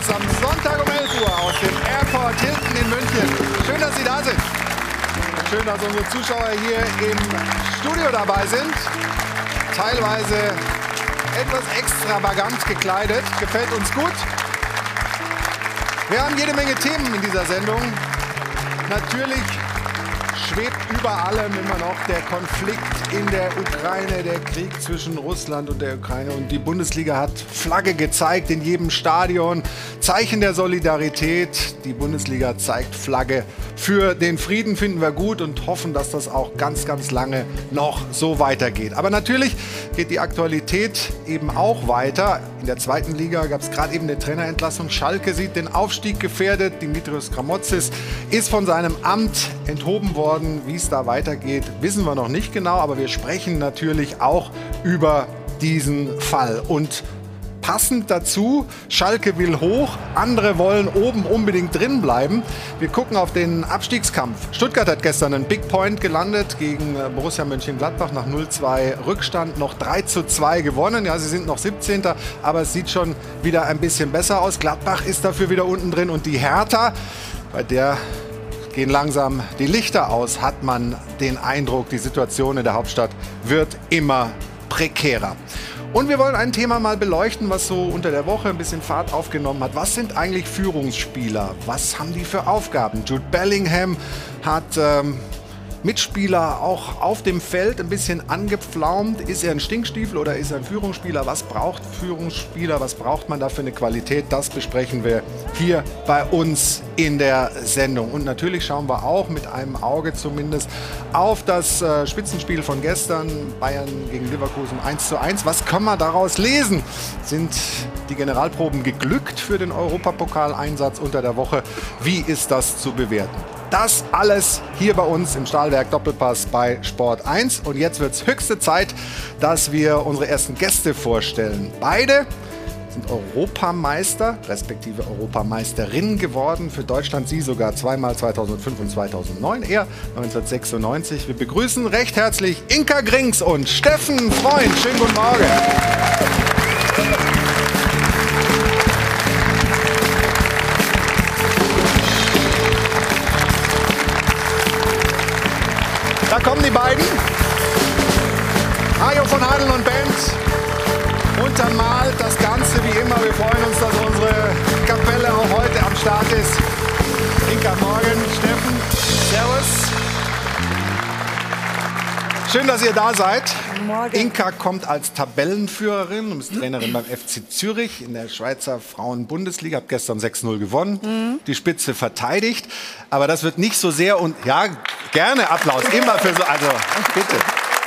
Doppelpass am Sonntag um 11 Uhr aus dem Airport Hilton in München. Schön, dass Sie da sind. Schön, dass unsere Zuschauer hier im Studio dabei sind. Teilweise etwas extravagant gekleidet. Gefällt uns gut. Wir haben jede Menge Themen in dieser Sendung. Natürlich schwebt über allem immer noch der Konflikt in der Ukraine, der Krieg zwischen Russland und der Ukraine. Und die Bundesliga hat Flagge gezeigt in jedem Stadion. Zeichen der Solidarität. Die Bundesliga zeigt Flagge für den Frieden, finden wir gut und hoffen, dass das auch ganz, ganz lange noch so weitergeht. Aber natürlich geht die Aktualität eben auch weiter. In der zweiten Liga gab es gerade eben eine Trainerentlassung. Schalke sieht den Aufstieg gefährdet. Dimitrios Gramotzis ist von seinem Amt enthoben worden. Wie es da weitergeht, wissen wir noch nicht genau. Aber wir sprechen natürlich auch über diesen Fall. Und passend dazu, Schalke will hoch, andere wollen oben unbedingt drin bleiben. Wir gucken auf den Abstiegskampf. Stuttgart hat gestern einen Big Point gelandet gegen Borussia Mönchengladbach nach 0-2 Rückstand, noch 3-2 gewonnen. Ja, sie sind noch 17. Aber es sieht schon wieder ein bisschen besser aus. Gladbach ist dafür wieder unten drin und die Hertha, bei der gehen langsam die Lichter aus, hat man den Eindruck, die Situation in der Hauptstadt wird immer prekärer. Und wir wollen ein Thema mal beleuchten, was so unter der Woche ein bisschen Fahrt aufgenommen hat. Was sind eigentlich Führungsspieler? Was haben die für Aufgaben? Jude Bellingham hat Mitspieler auch auf dem Feld ein bisschen angepflaumt. Ist er ein Stinkstiefel oder ist er ein Führungsspieler? Was braucht Führungsspieler? Was braucht man da für eine Qualität? Das besprechen wir hier bei uns in der Sendung. Und natürlich schauen wir auch mit einem Auge zumindest auf das Spitzenspiel von gestern. Bayern gegen Leverkusen 1:1. Was kann man daraus lesen? Sind die Generalproben geglückt für den Europapokaleinsatz unter der Woche? Wie ist das zu bewerten? Das alles hier bei uns im Stahlwerk Doppelpass bei Sport 1. Und jetzt wird es höchste Zeit, dass wir unsere ersten Gäste vorstellen. Beide sind Europameister, respektive Europameisterin geworden. Für Deutschland sie sogar zweimal 2005 und 2009, er 1996. Wir begrüßen recht herzlich Inka Grings und Steffen Freund. Schönen guten Morgen. Da kommen die beiden. Hajo von Hadel und Band untermalt das Ganze wie immer. Wir freuen uns, dass unsere Kapelle auch heute am Start ist. Inka, morgen. Steffen, servus. Schön, dass ihr da seid. Morgen. Inka kommt als Tabellenführerin und ist Trainerin beim FC Zürich in der Schweizer Frauen-Bundesliga. Hat gestern 6:0 gewonnen, die Spitze verteidigt. Aber das wird nicht so sehr und ja, gerne Applaus, immer für so, also bitte.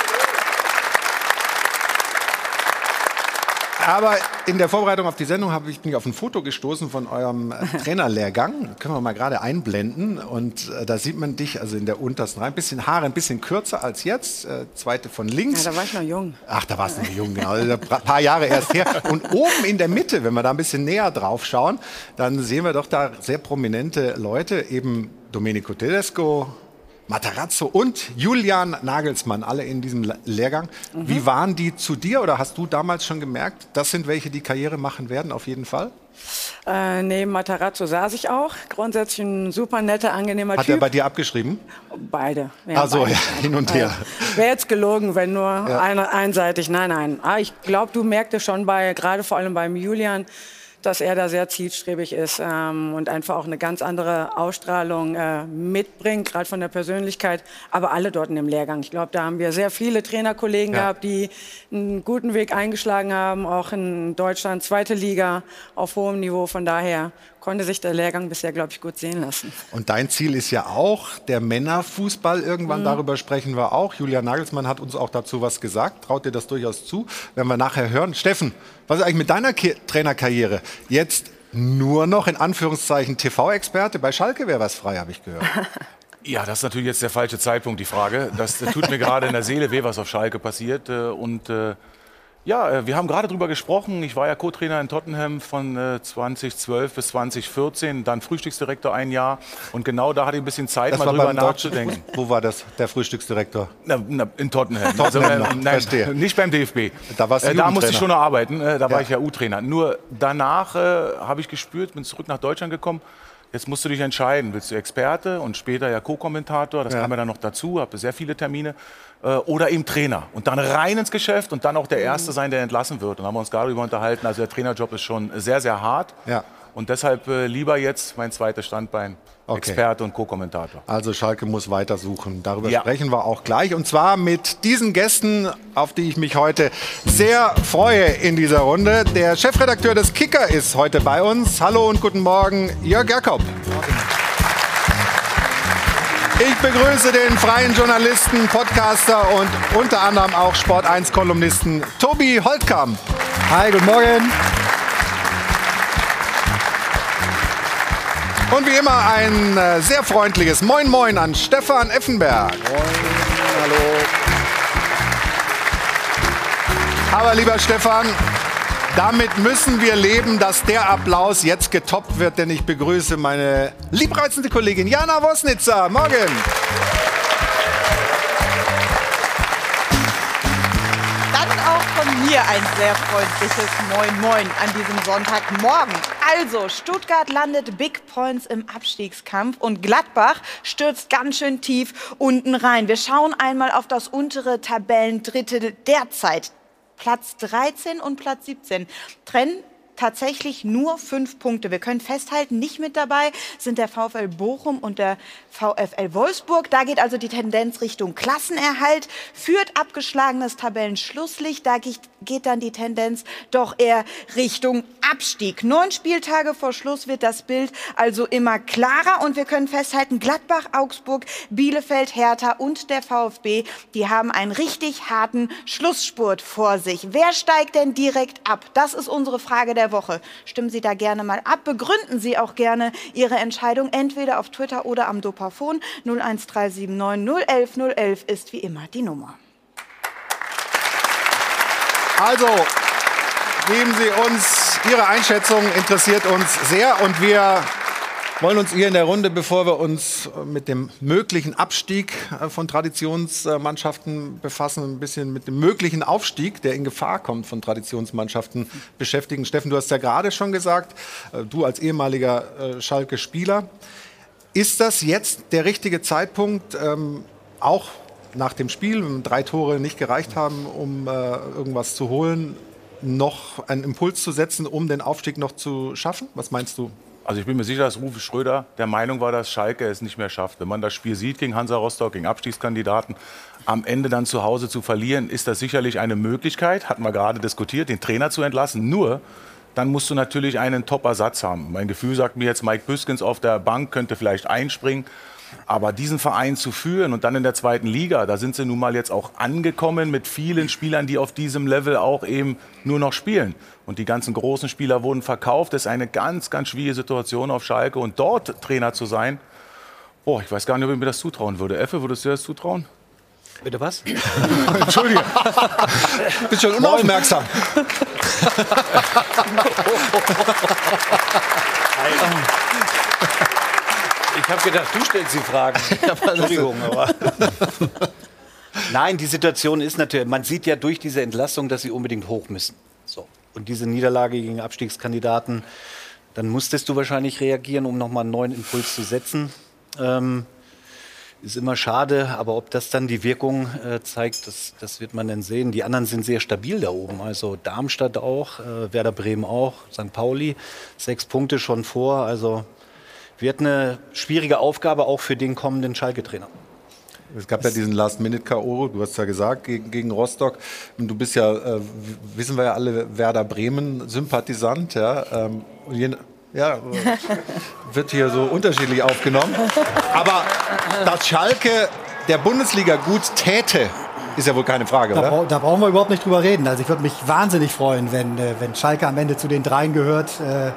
Aber in der Vorbereitung auf die Sendung bin ich auf ein Foto gestoßen von eurem Trainerlehrgang. Können wir mal gerade einblenden. Und da sieht man dich also in der untersten Reihe. Ein bisschen Haare, ein bisschen kürzer als jetzt. Zweite von links. Ja, da war ich noch jung. Ach, da warst du noch jung, genau. Ein paar Jahre erst her. Und oben in der Mitte, wenn wir da ein bisschen näher drauf schauen, dann sehen wir doch da sehr prominente Leute. Eben Domenico Tedesco, Matarazzo und Julian Nagelsmann, alle in diesem Lehrgang. Wie waren die zu dir oder hast du damals schon gemerkt, das sind welche, die Karriere machen werden, auf jeden Fall? Neben Matarazzo saß ich auch. Grundsätzlich ein super netter, angenehmer Typ. Hat er bei dir abgeschrieben? Beide. Ach so, beide. ja, hin und her. Wäre jetzt gelogen, wenn nur einseitig. Nein. Ich glaube, du merktest schon gerade vor allem beim Julian, dass er da sehr zielstrebig ist und einfach auch eine ganz andere Ausstrahlung mitbringt, gerade von der Persönlichkeit. Aber alle dort in dem Lehrgang. Ich glaube, da haben wir sehr viele Trainerkollegen gehabt, die einen guten Weg eingeschlagen haben, auch in Deutschland, zweite Liga auf hohem Niveau. Von daher konnte sich der Lehrgang bisher, glaube ich, gut sehen lassen. Und dein Ziel ist ja auch der Männerfußball irgendwann, darüber sprechen wir auch. Julian Nagelsmann hat uns auch dazu was gesagt, traut dir das durchaus zu, werden wir nachher hören. Steffen, was ist eigentlich mit deiner Trainerkarriere? Jetzt nur noch in Anführungszeichen TV-Experte, bei Schalke wäre was frei, habe ich gehört. Ja, das ist natürlich jetzt der falsche Zeitpunkt, die Frage. Das tut mir gerade in der Seele weh, was auf Schalke passiert. Ja, wir haben gerade drüber gesprochen. Ich war ja Co-Trainer in Tottenham von 2012 bis 2014, dann Frühstücksdirektor ein Jahr. Und genau da hatte ich ein bisschen Zeit, das mal drüber nachzudenken. Wo war das, der Frühstücksdirektor? In Tottenham. Nein, nicht beim DFB. Da musste ich schon noch arbeiten. Da war ich ja U-Trainer. Nur danach habe ich gespürt, bin zurück nach Deutschland gekommen. Jetzt musst du dich entscheiden, willst du Experte und später ja Co-Kommentator, das kam ja dann noch dazu, habe sehr viele Termine, oder eben Trainer und dann rein ins Geschäft und dann auch der Erste sein, der entlassen wird. Und haben wir uns darüber unterhalten, also der Trainerjob ist schon sehr, sehr hart und deshalb lieber jetzt mein zweites Standbein. Experte und Co-Kommentator. Also Schalke muss weitersuchen. Darüber sprechen wir auch gleich. Und zwar mit diesen Gästen, auf die ich mich heute sehr freue in dieser Runde. Der Chefredakteur des Kicker ist heute bei uns. Hallo und guten Morgen, Jörg Jakob. Ich begrüße den freien Journalisten, Podcaster und unter anderem auch Sport1-Kolumnisten Tobi Holtkamp. Hi, guten Morgen. Und wie immer ein sehr freundliches Moin Moin an Stefan Effenberg. Moin, hallo. Aber lieber Stefan, damit müssen wir leben, dass der Applaus jetzt getoppt wird, denn ich begrüße meine liebreizende Kollegin Jana Wosnitzer. Morgen. Von mir ein sehr freundliches Moin Moin an diesem Sonntagmorgen. Also, Stuttgart landet Big Points im Abstiegskampf und Gladbach stürzt ganz schön tief unten rein. Wir schauen einmal auf das untere Tabellendrittel derzeit. Platz 13 und Platz 17 trennen tatsächlich nur 5 Punkte. Wir können festhalten, nicht mit dabei sind der VfL Bochum und der VfL Wolfsburg. Da geht also die Tendenz Richtung Klassenerhalt. Führt abgeschlagenes Tabellenschlusslicht. Da geht dann die Tendenz doch eher Richtung Abstieg. 9 Spieltage vor Schluss wird das Bild also immer klarer. Und wir können festhalten, Gladbach, Augsburg, Bielefeld, Hertha und der VfB, die haben einen richtig harten Schlussspurt vor sich. Wer steigt denn direkt ab? Das ist unsere Frage der Woche. Stimmen Sie da gerne mal ab. Begründen Sie auch gerne Ihre Entscheidung, entweder auf Twitter oder am Dopafon. 01379 011 011 ist wie immer die Nummer. Also, geben Sie uns Ihre Einschätzung, interessiert uns sehr. Und wir wollen uns hier in der Runde, bevor wir uns mit dem möglichen Abstieg von Traditionsmannschaften befassen, ein bisschen mit dem möglichen Aufstieg, der in Gefahr kommt von Traditionsmannschaften, beschäftigen. Steffen, du hast ja gerade schon gesagt, du als ehemaliger Schalke-Spieler, ist das jetzt der richtige Zeitpunkt, auch nach dem Spiel, wenn 3 Tore nicht gereicht haben, um irgendwas zu holen, noch einen Impuls zu setzen, um den Aufstieg noch zu schaffen? Was meinst du? Also ich bin mir sicher, dass Rufe Schröder der Meinung war, dass Schalke es nicht mehr schafft. Wenn man das Spiel sieht gegen Hansa Rostock, gegen Abstiegskandidaten, am Ende dann zu Hause zu verlieren, ist das sicherlich eine Möglichkeit, hatten wir gerade diskutiert, den Trainer zu entlassen. Nur, dann musst du natürlich einen Top-Ersatz haben. Mein Gefühl sagt mir jetzt, Mike Büskens auf der Bank könnte vielleicht einspringen. Aber diesen Verein zu führen und dann in der 2. Liga, da sind sie nun mal jetzt auch angekommen mit vielen Spielern, die auf diesem Level auch eben nur noch spielen. Und die ganzen großen Spieler wurden verkauft. Das ist eine ganz, ganz schwierige Situation auf Schalke. Und dort Trainer zu sein, ich weiß gar nicht, ob ich mir das zutrauen würde. Effe, würdest du dir das zutrauen? Bitte was? Entschuldige. Bist schon unaufmerksam. Ich habe gedacht, du stellst die Fragen. Entschuldigung, aber... Nein, die Situation ist natürlich, man sieht ja durch diese Entlassung, dass sie unbedingt hoch müssen. So. Und diese Niederlage gegen Abstiegskandidaten, dann musstest du wahrscheinlich reagieren, um nochmal einen neuen Impuls zu setzen. Ist immer schade, aber ob das dann die Wirkung zeigt, das wird man dann sehen. Die anderen sind sehr stabil da oben, also Darmstadt auch, Werder Bremen auch, St. Pauli, 6 Punkte schon vor, also wird eine schwierige Aufgabe auch für den kommenden Schalke-Trainer. Es gab ja diesen Last-Minute-K.O., du hast ja gesagt, gegen Rostock. Du bist ja, wissen wir ja alle, Werder Bremen-Sympathisant. Ja, wird hier so unterschiedlich aufgenommen. Aber dass Schalke der Bundesliga gut täte, ist ja wohl keine Frage, oder? Da brauchen wir überhaupt nicht drüber reden. Also ich würde mich wahnsinnig freuen, wenn Schalke am Ende zu den 3 gehört,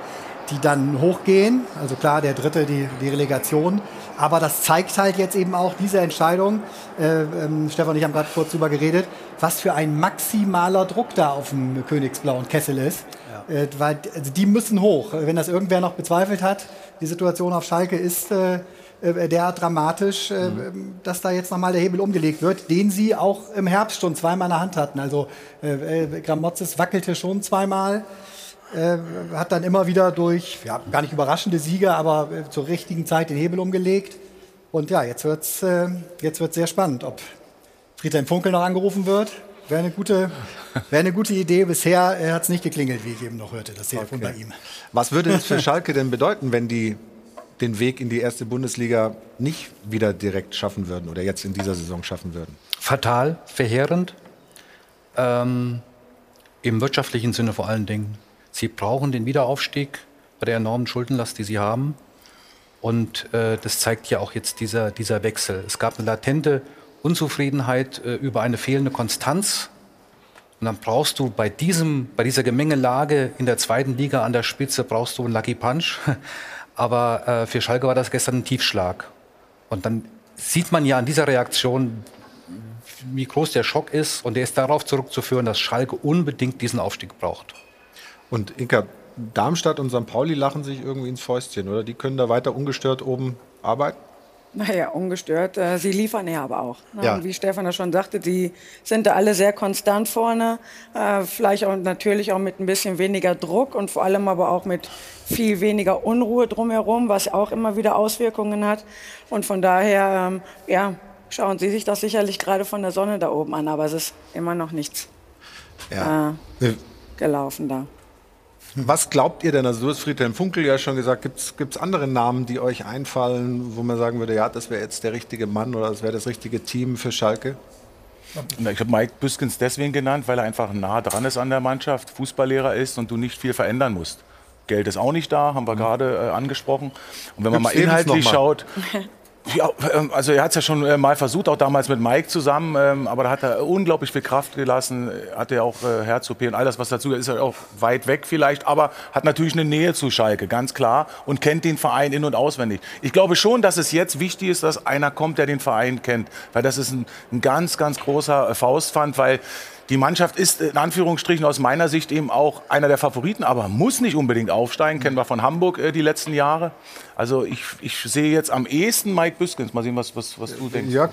die dann hochgehen. Also klar, der dritte, die Relegation. Aber das zeigt halt jetzt eben auch diese Entscheidung. Stefan und ich haben gerade kurz drüber geredet, was für ein maximaler Druck da auf dem königsblauen Kessel ist. Ja. Weil also die müssen hoch. Wenn das irgendwer noch bezweifelt hat, die Situation auf Schalke ist derart dramatisch, dass da jetzt nochmal der Hebel umgelegt wird, den sie auch im Herbst schon zweimal in der Hand hatten. Also Gramotzes wackelte schon zweimal. Hat dann immer wieder durch, gar nicht überraschende Siege, aber zur richtigen Zeit den Hebel umgelegt. Und ja, jetzt wird's sehr spannend, ob Friedhelm Funkel noch angerufen wird. Wäre eine gute Idee. Bisher hat es nicht geklingelt, wie ich eben noch hörte, das Telefon bei ihm. Was würde es für Schalke denn bedeuten, wenn die den Weg in die erste Bundesliga nicht wieder direkt schaffen würden oder jetzt in dieser Saison schaffen würden? Fatal, verheerend. Im wirtschaftlichen Sinne vor allen Dingen. Sie brauchen den Wiederaufstieg bei der enormen Schuldenlast, die sie haben. Und das zeigt ja auch jetzt dieser Wechsel. Es gab eine latente Unzufriedenheit über eine fehlende Konstanz. Und dann brauchst du bei dieser Gemengelage in der zweiten Liga an der Spitze brauchst du einen Lucky Punch. Aber für Schalke war das gestern ein Tiefschlag. Und dann sieht man ja an dieser Reaktion, wie groß der Schock ist. Und der ist darauf zurückzuführen, dass Schalke unbedingt diesen Aufstieg braucht. Und Inka, Darmstadt und St. Pauli lachen sich irgendwie ins Fäustchen, oder? Die können da weiter ungestört oben arbeiten? Naja, ungestört. Sie liefern ja aber auch. Ne? Ja. Und wie Stefan das schon sagte, die sind da alle sehr konstant vorne. Vielleicht auch natürlich auch mit ein bisschen weniger Druck und vor allem aber auch mit viel weniger Unruhe drumherum, was auch immer wieder Auswirkungen hat. Und von daher, schauen Sie sich das sicherlich gerade von der Sonne da oben an. Aber es ist immer noch nichts gelaufen da. Was glaubt ihr denn? Also du hast Friedhelm Funkel ja schon gesagt, gibt's andere Namen, die euch einfallen, wo man sagen würde, ja, das wäre jetzt der richtige Mann oder das wäre das richtige Team für Schalke? Ich habe Mike Büskens deswegen genannt, weil er einfach nah dran ist an der Mannschaft, Fußballlehrer ist und du nicht viel verändern musst. Geld ist auch nicht da, haben wir gerade angesprochen. Und wenn man mal inhaltlich schaut... Ja, also er hat es ja schon mal versucht, auch damals mit Mike zusammen, aber da hat er unglaublich viel Kraft gelassen, hat er auch Herz-OP und all das, was dazu gehört, ist ja auch weit weg vielleicht, aber hat natürlich eine Nähe zu Schalke, ganz klar, und kennt den Verein in- und auswendig. Ich glaube schon, dass es jetzt wichtig ist, dass einer kommt, der den Verein kennt, weil das ist ein ganz, ganz großer Faustpfand, weil die Mannschaft ist in Anführungsstrichen aus meiner Sicht eben auch einer der Favoriten, aber muss nicht unbedingt aufsteigen. Kennen wir von Hamburg die letzten Jahre. Also ich sehe jetzt am ehesten Mike Büskens. Mal sehen, was du denkst. Jörg,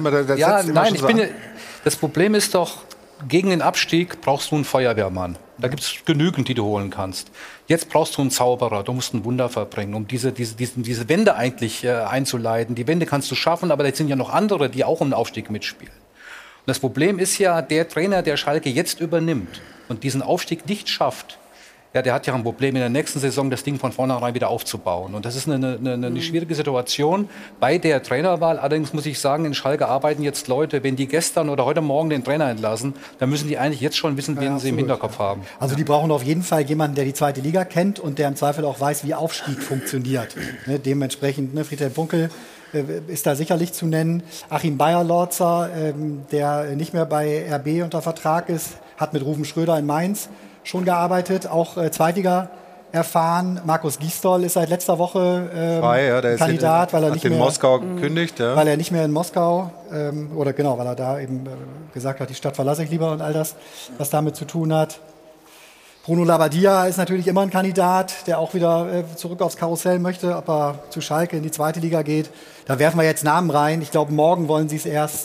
das Problem ist doch, gegen den Abstieg brauchst du einen Feuerwehrmann. Da gibt es genügend, die du holen kannst. Jetzt brauchst du einen Zauberer, du musst ein Wunder verbringen, um diese Wende eigentlich einzuleiten. Die Wende kannst du schaffen, aber da sind ja noch andere, die auch um den Aufstieg mitspielen. Und das Problem ist ja, der Trainer, der Schalke jetzt übernimmt und diesen Aufstieg nicht schafft, ja, der hat ja ein Problem, in der nächsten Saison das Ding von vornherein wieder aufzubauen. Und das ist eine schwierige Situation bei der Trainerwahl. Allerdings muss ich sagen, in Schalke arbeiten jetzt Leute, wenn die gestern oder heute Morgen den Trainer entlassen, dann müssen die eigentlich jetzt schon wissen, wen sie im Hinterkopf haben. Also die brauchen auf jeden Fall jemanden, der die zweite Liga kennt und der im Zweifel auch weiß, wie Aufstieg funktioniert. Dementsprechend, Friedhelm Funkel ist da sicherlich zu nennen. Achim Beyer-Lorzer, der nicht mehr bei RB unter Vertrag ist, hat mit Ruven Schröder in Mainz schon gearbeitet, auch Zweitliga erfahren. Markus Gisdol ist seit letzter Woche der Kandidat, weil er nicht mehr in Moskau gekündigt, weil er nicht mehr in Moskau weil er da eben gesagt hat, die Stadt verlasse ich lieber und all das, was damit zu tun hat. Bruno Labbadia ist natürlich immer ein Kandidat, der auch wieder zurück aufs Karussell möchte, ob er zu Schalke in die zweite Liga geht. Da werfen wir jetzt Namen rein. Ich glaube, morgen wollen sie es erst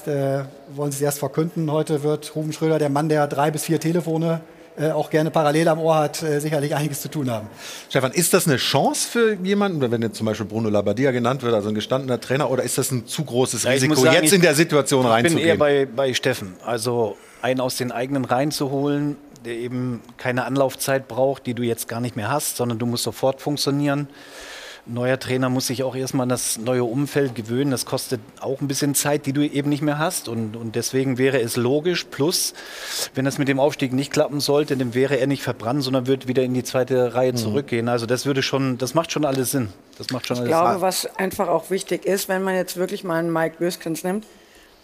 verkünden. Heute wird Ruven Schröder, der Mann, der 3 bis 4 Telefone auch gerne parallel am Ohr hat, sicherlich einiges zu tun haben. Stefan, ist das eine Chance für jemanden, wenn jetzt zum Beispiel Bruno Labbadia genannt wird, also ein gestandener Trainer, oder ist das ein zu großes Risiko, sagen, jetzt in der Situation reinzugehen? Ich bin eher bei Steffen. Also einen aus den eigenen Reihen zu holen, der eben keine Anlaufzeit braucht, die du jetzt gar nicht mehr hast, sondern du musst sofort funktionieren. Ein neuer Trainer muss sich auch erstmal an das neue Umfeld gewöhnen. Das kostet auch ein bisschen Zeit, die du eben nicht mehr hast. Und deswegen wäre es logisch. Plus, wenn das mit dem Aufstieg nicht klappen sollte, dann wäre er nicht verbrannt, sondern wird wieder in die zweite Reihe zurückgehen. Also das macht schon alles Sinn. Ich glaube, was einfach auch wichtig ist, wenn man jetzt wirklich mal einen Mike Büskens nimmt,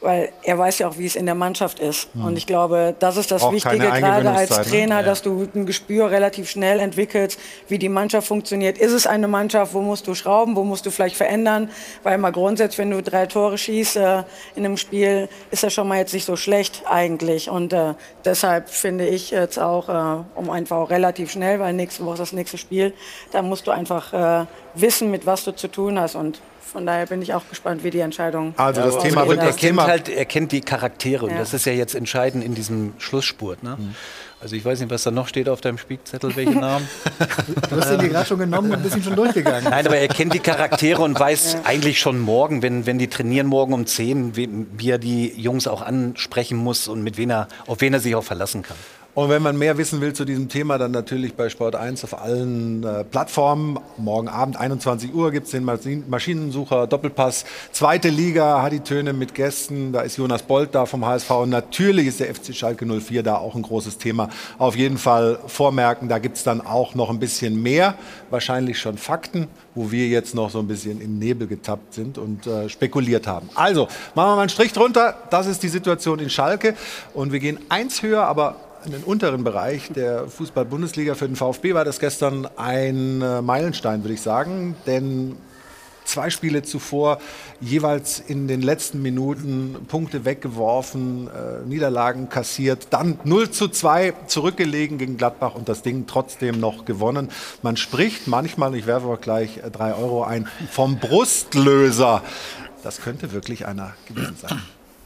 weil er weiß ja auch, wie es in der Mannschaft ist. Und ich glaube, das ist das Wichtige, gerade als Trainer, dass du ein Gespür relativ schnell entwickelst, wie die Mannschaft funktioniert. Ist es eine Mannschaft, wo musst du schrauben, wo musst du vielleicht verändern? Weil mal grundsätzlich, wenn du 3 Tore schießt in einem Spiel, ist das schon mal jetzt nicht so schlecht eigentlich. Und deshalb finde ich jetzt auch, um einfach auch relativ schnell, weil nächste Woche ist das nächste Spiel, da musst du einfach wissen, mit was du zu tun hast. Und von daher bin ich auch gespannt, wie die Entscheidung. Also das Thema wird er kennt die Charaktere und das ist ja jetzt entscheidend in diesem Schlussspurt. Ne? Also ich weiß nicht, was da noch steht auf deinem Spickzettel, welche Namen. Du hast den hier gerade schon genommen und ein bisschen schon durchgegangen. Nein, aber er kennt die Charaktere und weiß eigentlich schon morgen, wenn die trainieren morgen um 10, wie er die Jungs auch ansprechen muss und auf wen er sich auch verlassen kann. Und wenn man mehr wissen will zu diesem Thema, dann natürlich bei Sport 1 auf allen Plattformen. Morgen Abend 21 Uhr gibt es den Maschinensucher Doppelpass. 2. Liga, hat die Töne mit Gästen. Da ist Jonas Bolt da vom HSV. Und natürlich ist der FC Schalke 04 da auch ein großes Thema. Auf jeden Fall vormerken, da gibt es dann auch noch ein bisschen mehr. Wahrscheinlich schon Fakten, wo wir jetzt noch so ein bisschen im Nebel getappt sind und spekuliert haben. Also, machen wir mal einen Strich drunter. Das ist die Situation in Schalke. Und wir gehen eins höher, aber in den unteren Bereich der Fußball-Bundesliga. Für den VfB war das gestern ein Meilenstein, würde ich sagen. Denn 2 Spiele zuvor jeweils in den letzten Minuten Punkte weggeworfen, Niederlagen kassiert, dann 0:2 zurückgelegen gegen Gladbach und das Ding trotzdem noch gewonnen. Man spricht manchmal, ich werfe auch gleich 3 Euro ein, vom Brustlöser. Das könnte wirklich einer gewesen sein.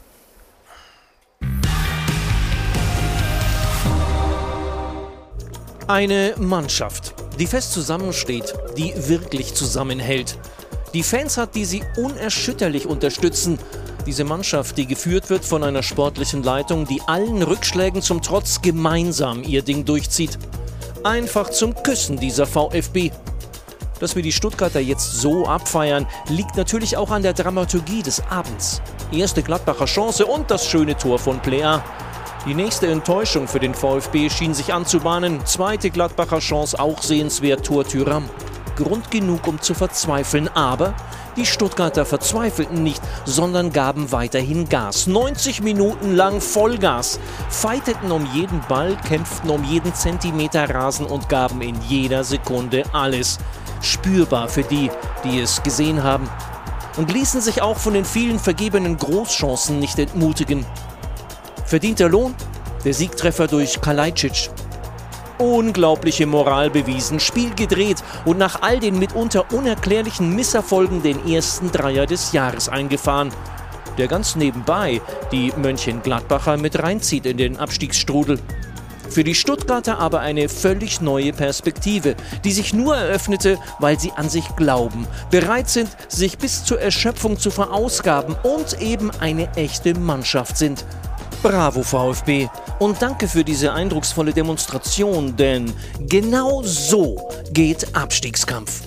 Eine Mannschaft, die fest zusammensteht, die wirklich zusammenhält. Die Fans hat, die sie unerschütterlich unterstützen. Diese Mannschaft, die geführt wird von einer sportlichen Leitung, die allen Rückschlägen zum Trotz gemeinsam ihr Ding durchzieht. Einfach zum Küssen dieser VfB. Dass wir die Stuttgarter jetzt so abfeiern, liegt natürlich auch an der Dramaturgie des Abends. Erste Gladbacher Chance und das schöne Tor von Plea. Die nächste Enttäuschung für den VfB schien sich anzubahnen. 2. Gladbacher Chance, auch sehenswert, Tor Thuram. Grund genug, um zu verzweifeln, aber die Stuttgarter verzweifelten nicht, sondern gaben weiterhin Gas. 90 Minuten lang Vollgas, fighteten um jeden Ball, kämpften um jeden Zentimeter Rasen und gaben in jeder Sekunde alles. Spürbar für die, die es gesehen haben. Und ließen sich auch von den vielen vergebenen Großchancen nicht entmutigen. Verdienter Lohn? Der Siegtreffer durch Kalajdzic. Unglaubliche Moral bewiesen, Spiel gedreht und nach all den mitunter unerklärlichen Misserfolgen den ersten Dreier des Jahres eingefahren. Der ganz nebenbei die Mönchengladbacher mit reinzieht in den Abstiegsstrudel. Für die Stuttgarter aber eine völlig neue Perspektive, die sich nur eröffnete, weil sie an sich glauben, bereit sind, sich bis zur Erschöpfung zu verausgaben und eben eine echte Mannschaft sind. Bravo VfB und danke für diese eindrucksvolle Demonstration, denn genau so geht Abstiegskampf.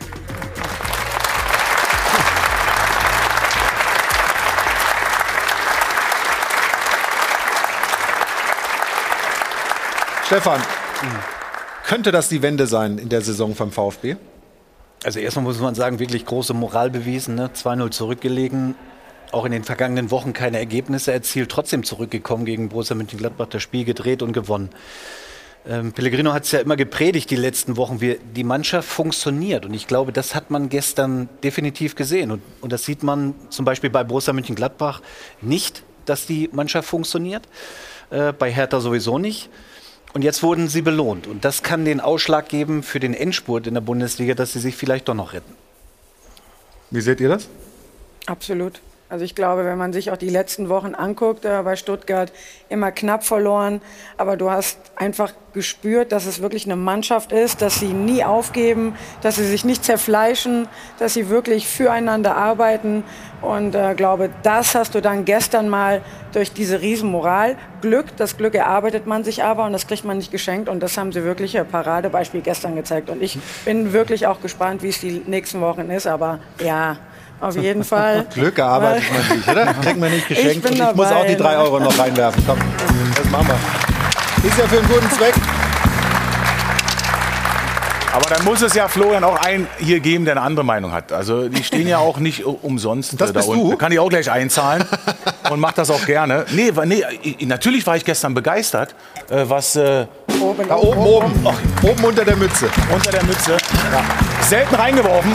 Stefan, könnte das die Wende sein in der Saison vom VfB? Also erstmal muss man sagen, wirklich große Moral bewiesen, ne? 2:0 zurückgelegen. Auch in den vergangenen Wochen keine Ergebnisse erzielt, trotzdem zurückgekommen gegen Borussia Mönchengladbach, das Spiel gedreht und gewonnen. Pellegrino hat es ja immer gepredigt die letzten Wochen, die Mannschaft funktioniert und ich glaube, das hat man gestern definitiv gesehen und das sieht man zum Beispiel bei Borussia Mönchengladbach nicht, dass die Mannschaft funktioniert, bei Hertha sowieso nicht. Und jetzt wurden sie belohnt und das kann den Ausschlag geben für den Endspurt in der Bundesliga, dass sie sich vielleicht doch noch retten. Wie seht ihr das? Absolut. Also ich glaube, wenn man sich auch die letzten Wochen anguckt, bei Stuttgart immer knapp verloren, aber du hast einfach gespürt, dass es wirklich eine Mannschaft ist, dass sie nie aufgeben, dass sie sich nicht zerfleischen, dass sie wirklich füreinander arbeiten und glaube, das hast du dann gestern mal durch diese Riesenmoral. Das Glück erarbeitet man sich aber und das kriegt man nicht geschenkt und das haben sie wirklich ein Paradebeispiel gestern gezeigt und ich bin wirklich auch gespannt, wie es die nächsten Wochen ist, aber ja, auf jeden Fall. Glück erarbeitet man sich, oder? Kriegt man nicht geschenkt. Ich muss auch die 3 Euro noch reinwerfen. Komm, das machen wir. Ist ja für einen guten Zweck. Aber dann muss es ja Florian auch einen hier geben, der eine andere Meinung hat. Also die stehen ja auch nicht umsonst das da bist unten. du? Kann ich auch gleich einzahlen und mach das auch gerne. Nee, natürlich war ich gestern begeistert, was Oben unter der Mütze. Unter der Mütze. Ja. Selten reingeworfen.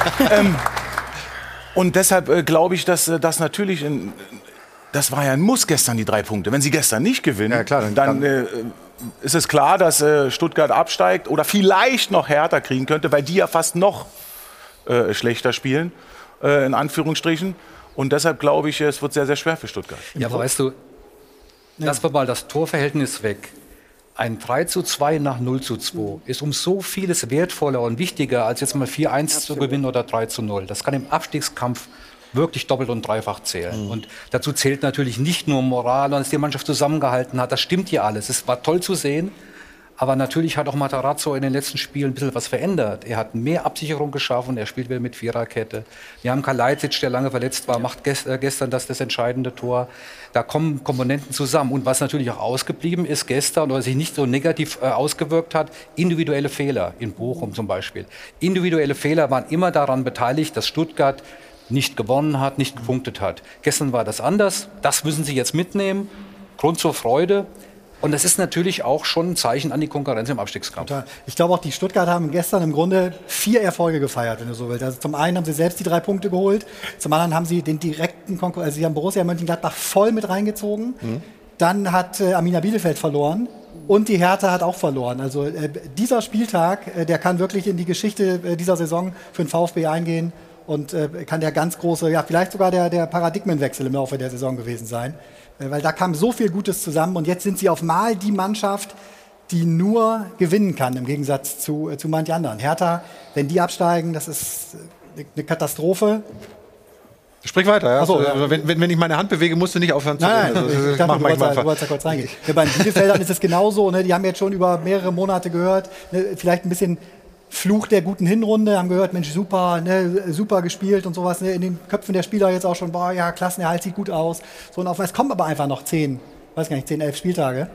Und deshalb glaube ich, dass das natürlich das war ja ein Muss gestern, die 3 Punkte. Wenn sie gestern nicht gewinnen, ja, klar, dann ist es klar, dass Stuttgart absteigt oder vielleicht noch Hertha kriegen könnte, weil die ja fast noch schlechter spielen, in Anführungsstrichen. Und deshalb glaube ich, es wird sehr, sehr schwer für Stuttgart. Ja, aber weißt du, lassen wir mal das Torverhältnis weg. Ein 3:2 nach 0:2 ist um so vieles wertvoller und wichtiger, als jetzt mal 4:1 zu gewinnen oder 3:0. Das kann im Abstiegskampf wirklich doppelt und dreifach zählen. Und dazu zählt natürlich nicht nur Moral, sondern dass die Mannschaft zusammengehalten hat. Das stimmt hier alles. Es war toll zu sehen. Aber natürlich hat auch Matarazzo in den letzten Spielen ein bisschen was verändert. Er hat mehr Absicherung geschaffen, er spielt wieder mit Viererkette. Wir haben Kalajdzic, der lange verletzt war, macht gestern das entscheidende Tor. Da kommen Komponenten zusammen. Und was natürlich auch ausgeblieben ist gestern oder sich nicht so negativ ausgewirkt hat, individuelle Fehler, in Bochum zum Beispiel. Individuelle Fehler waren immer daran beteiligt, dass Stuttgart nicht gewonnen hat, nicht gepunktet hat. Gestern war das anders. Das müssen Sie jetzt mitnehmen. Grund zur Freude. Und das ist natürlich auch schon ein Zeichen an die Konkurrenz im Abstiegskampf. Total. Ich glaube auch, die Stuttgarter haben gestern im Grunde 4 Erfolge gefeiert, wenn du so willst. Also zum einen haben sie selbst die 3 Punkte geholt, zum anderen haben sie den direkten Konkurrenten, also sie haben Borussia Mönchengladbach voll mit reingezogen. Dann hat Arminia Bielefeld verloren und die Hertha hat auch verloren. Also dieser Spieltag, der kann wirklich in die Geschichte dieser Saison für den VfB eingehen und kann der ganz große, ja vielleicht sogar der Paradigmenwechsel im Laufe der Saison gewesen sein. Weil da kam so viel Gutes zusammen und jetzt sind sie auf mal die Mannschaft, die nur gewinnen kann, im Gegensatz zu manch anderen. Hertha, wenn die absteigen, das ist eine Katastrophe. Sprich weiter, ja. So, also, wenn ich meine Hand bewege, musst du nicht aufhören zu reden. Nein, ich dachte, du wolltest da kurz reingehen. Ja, bei den Bielefeldern ist es genauso, ne? Die haben jetzt schon über mehrere Monate gehört, ne? Vielleicht ein bisschen Fluch der guten Hinrunde, haben gehört, Mensch, super, ne, super gespielt und sowas. Ne, in den Köpfen der Spieler jetzt auch schon, boah, ja, Klassenerhalt sieht gut aus. So, und es kommen aber einfach noch 10, 11 Spieltage.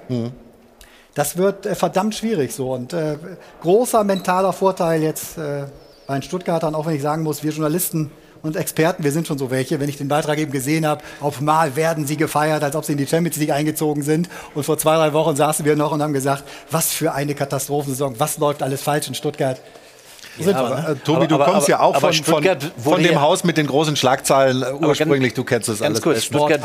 Das wird verdammt schwierig so. Und großer mentaler Vorteil jetzt bei den Stuttgartern, auch wenn ich sagen muss, wir Journalisten und Experten, wir sind schon so welche, wenn ich den Beitrag eben gesehen habe, auf mal werden sie gefeiert, als ob sie in die Champions League eingezogen sind. Und vor 2, 3 Wochen saßen wir noch und haben gesagt, was für eine Katastrophensaison, was läuft alles falsch in Stuttgart. Tobi, du kommst ja auch von dem Haus mit den großen Schlagzeilen ursprünglich, du kennst das alles. Kurz, Stuttgart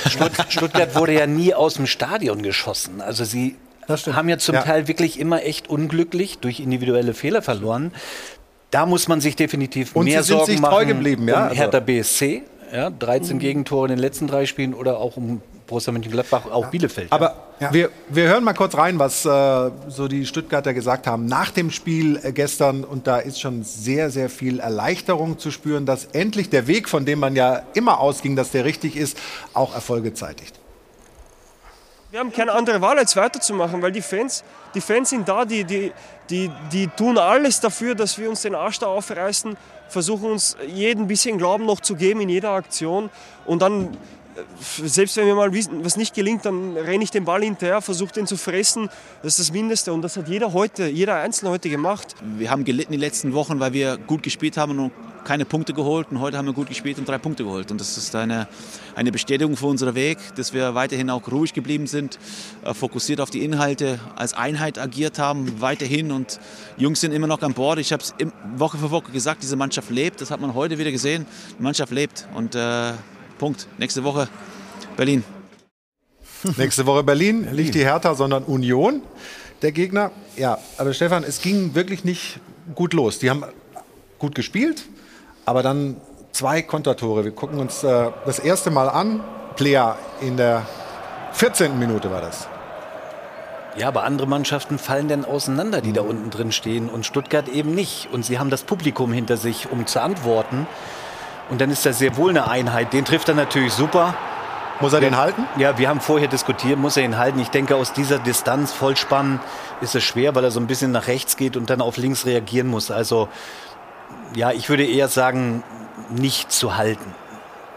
wurde ja nie aus dem Stadion geschossen. Also sie haben ja zum Teil wirklich immer echt unglücklich durch individuelle Fehler verloren. Da muss man sich definitiv mehr Sorgen machen treu geblieben, um Hertha BSC. Ja, 13 Gegentore in den letzten 3 Spielen oder auch um Borussia Mönchengladbach, auch Bielefeld. Aber wir hören mal kurz rein, was so die Stuttgarter gesagt haben nach dem Spiel gestern. Und da ist schon sehr, sehr viel Erleichterung zu spüren, dass endlich der Weg, von dem man ja immer ausging, dass der richtig ist, auch Erfolge zeitigt. Wir haben keine andere Wahl, als weiterzumachen, weil die Fans sind da, die tun alles dafür, dass wir uns den Arsch da aufreißen, versuchen uns jeden bisschen Glauben noch zu geben in jeder Aktion und dann, selbst wenn mir mal was nicht gelingt, dann renne ich den Ball hinterher, versuche den zu fressen, das ist das Mindeste und das hat jeder Einzelne heute gemacht. Wir haben gelitten die letzten Wochen, weil wir gut gespielt haben und keine Punkte geholt und heute haben wir gut gespielt und 3 Punkte geholt und das ist eine Bestätigung für unseren Weg, dass wir weiterhin auch ruhig geblieben sind, fokussiert auf die Inhalte, als Einheit agiert haben, weiterhin und Jungs sind immer noch an Bord. Ich habe es Woche für Woche gesagt, diese Mannschaft lebt, das hat man heute wieder gesehen, die Mannschaft lebt und Punkt. Nächste Woche Berlin. Nächste Woche Berlin, nicht die Hertha, sondern Union, der Gegner. Ja, aber Stefan, es ging wirklich nicht gut los. Die haben gut gespielt, aber dann 2 Kontertore. Wir gucken uns das erste Mal an. Plea in der 14. Minute war das. Ja, aber andere Mannschaften fallen dann auseinander, die da unten drin stehen und Stuttgart eben nicht. Und sie haben das Publikum hinter sich, um zu antworten. Und dann ist das sehr wohl eine Einheit. Den trifft er natürlich super. Muss er den halten? Ja, wir haben vorher diskutiert, muss er ihn halten. Ich denke, aus dieser Distanz Vollspann ist es schwer, weil er so ein bisschen nach rechts geht und dann auf links reagieren muss. Also, ja, ich würde eher sagen, nicht zu halten.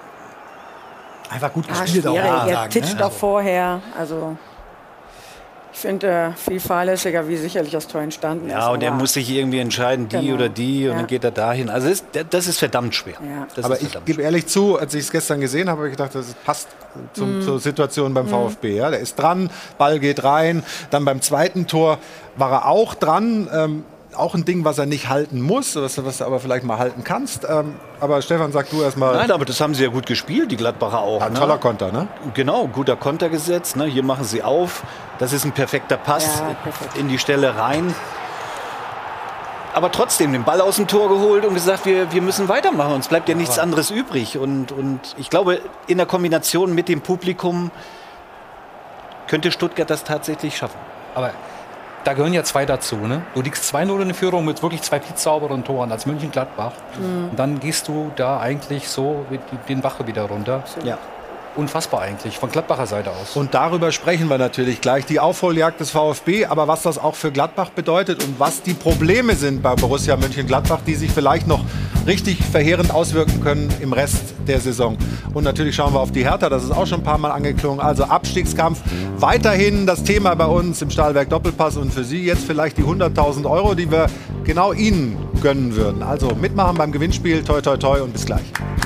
Einfach gut gespielt auch. Er titscht auch vorher. Also Ich finde viel fahrlässiger, wie sicherlich das Tor entstanden ist. Ja, und er muss sich irgendwie entscheiden, die oder die, und dann geht er dahin. Also das ist verdammt schwer. Ja. Aber ich gebe ehrlich zu, als ich es gestern gesehen habe, habe ich gedacht, das passt zur Situation beim VfB. Ja? Der ist dran, Ball geht rein. Dann beim zweiten Tor war er auch dran. Auch ein Ding, was er nicht halten muss, was du aber vielleicht mal halten kannst. Aber Stefan, sag du erst mal. Nein, aber das haben sie ja gut gespielt, die Gladbacher auch. Ein toller Konter, ne? Genau, guter Konter gesetzt. Ne? Hier machen sie auf. Das ist ein perfekter Pass in die Stelle rein. Aber trotzdem den Ball aus dem Tor geholt und gesagt, wir müssen weitermachen. Uns bleibt ja nichts anderes übrig. Und ich glaube, in der Kombination mit dem Publikum könnte Stuttgart das tatsächlich schaffen. Aber da gehören ja zwei dazu. Ne? Du liegst 2-0 in der Führung mit wirklich 2 sauberen Toren als Mönchengladbach. Und dann gehst du da eigentlich so den Bache wieder runter. Ja. Unfassbar eigentlich, von Gladbacher Seite aus. Und darüber sprechen wir natürlich gleich. Die Aufholjagd des VfB, aber was das auch für Gladbach bedeutet und was die Probleme sind bei Borussia Mönchengladbach, die sich vielleicht noch richtig verheerend auswirken können im Rest der Saison. Und natürlich schauen wir auf die Hertha, das ist auch schon ein paar Mal angeklungen. Also Abstiegskampf, weiterhin das Thema bei uns im Stahlwerk Doppelpass und für Sie jetzt vielleicht die 100.000 €, die wir genau Ihnen gönnen würden. Also mitmachen beim Gewinnspiel, toi toi toi und bis gleich.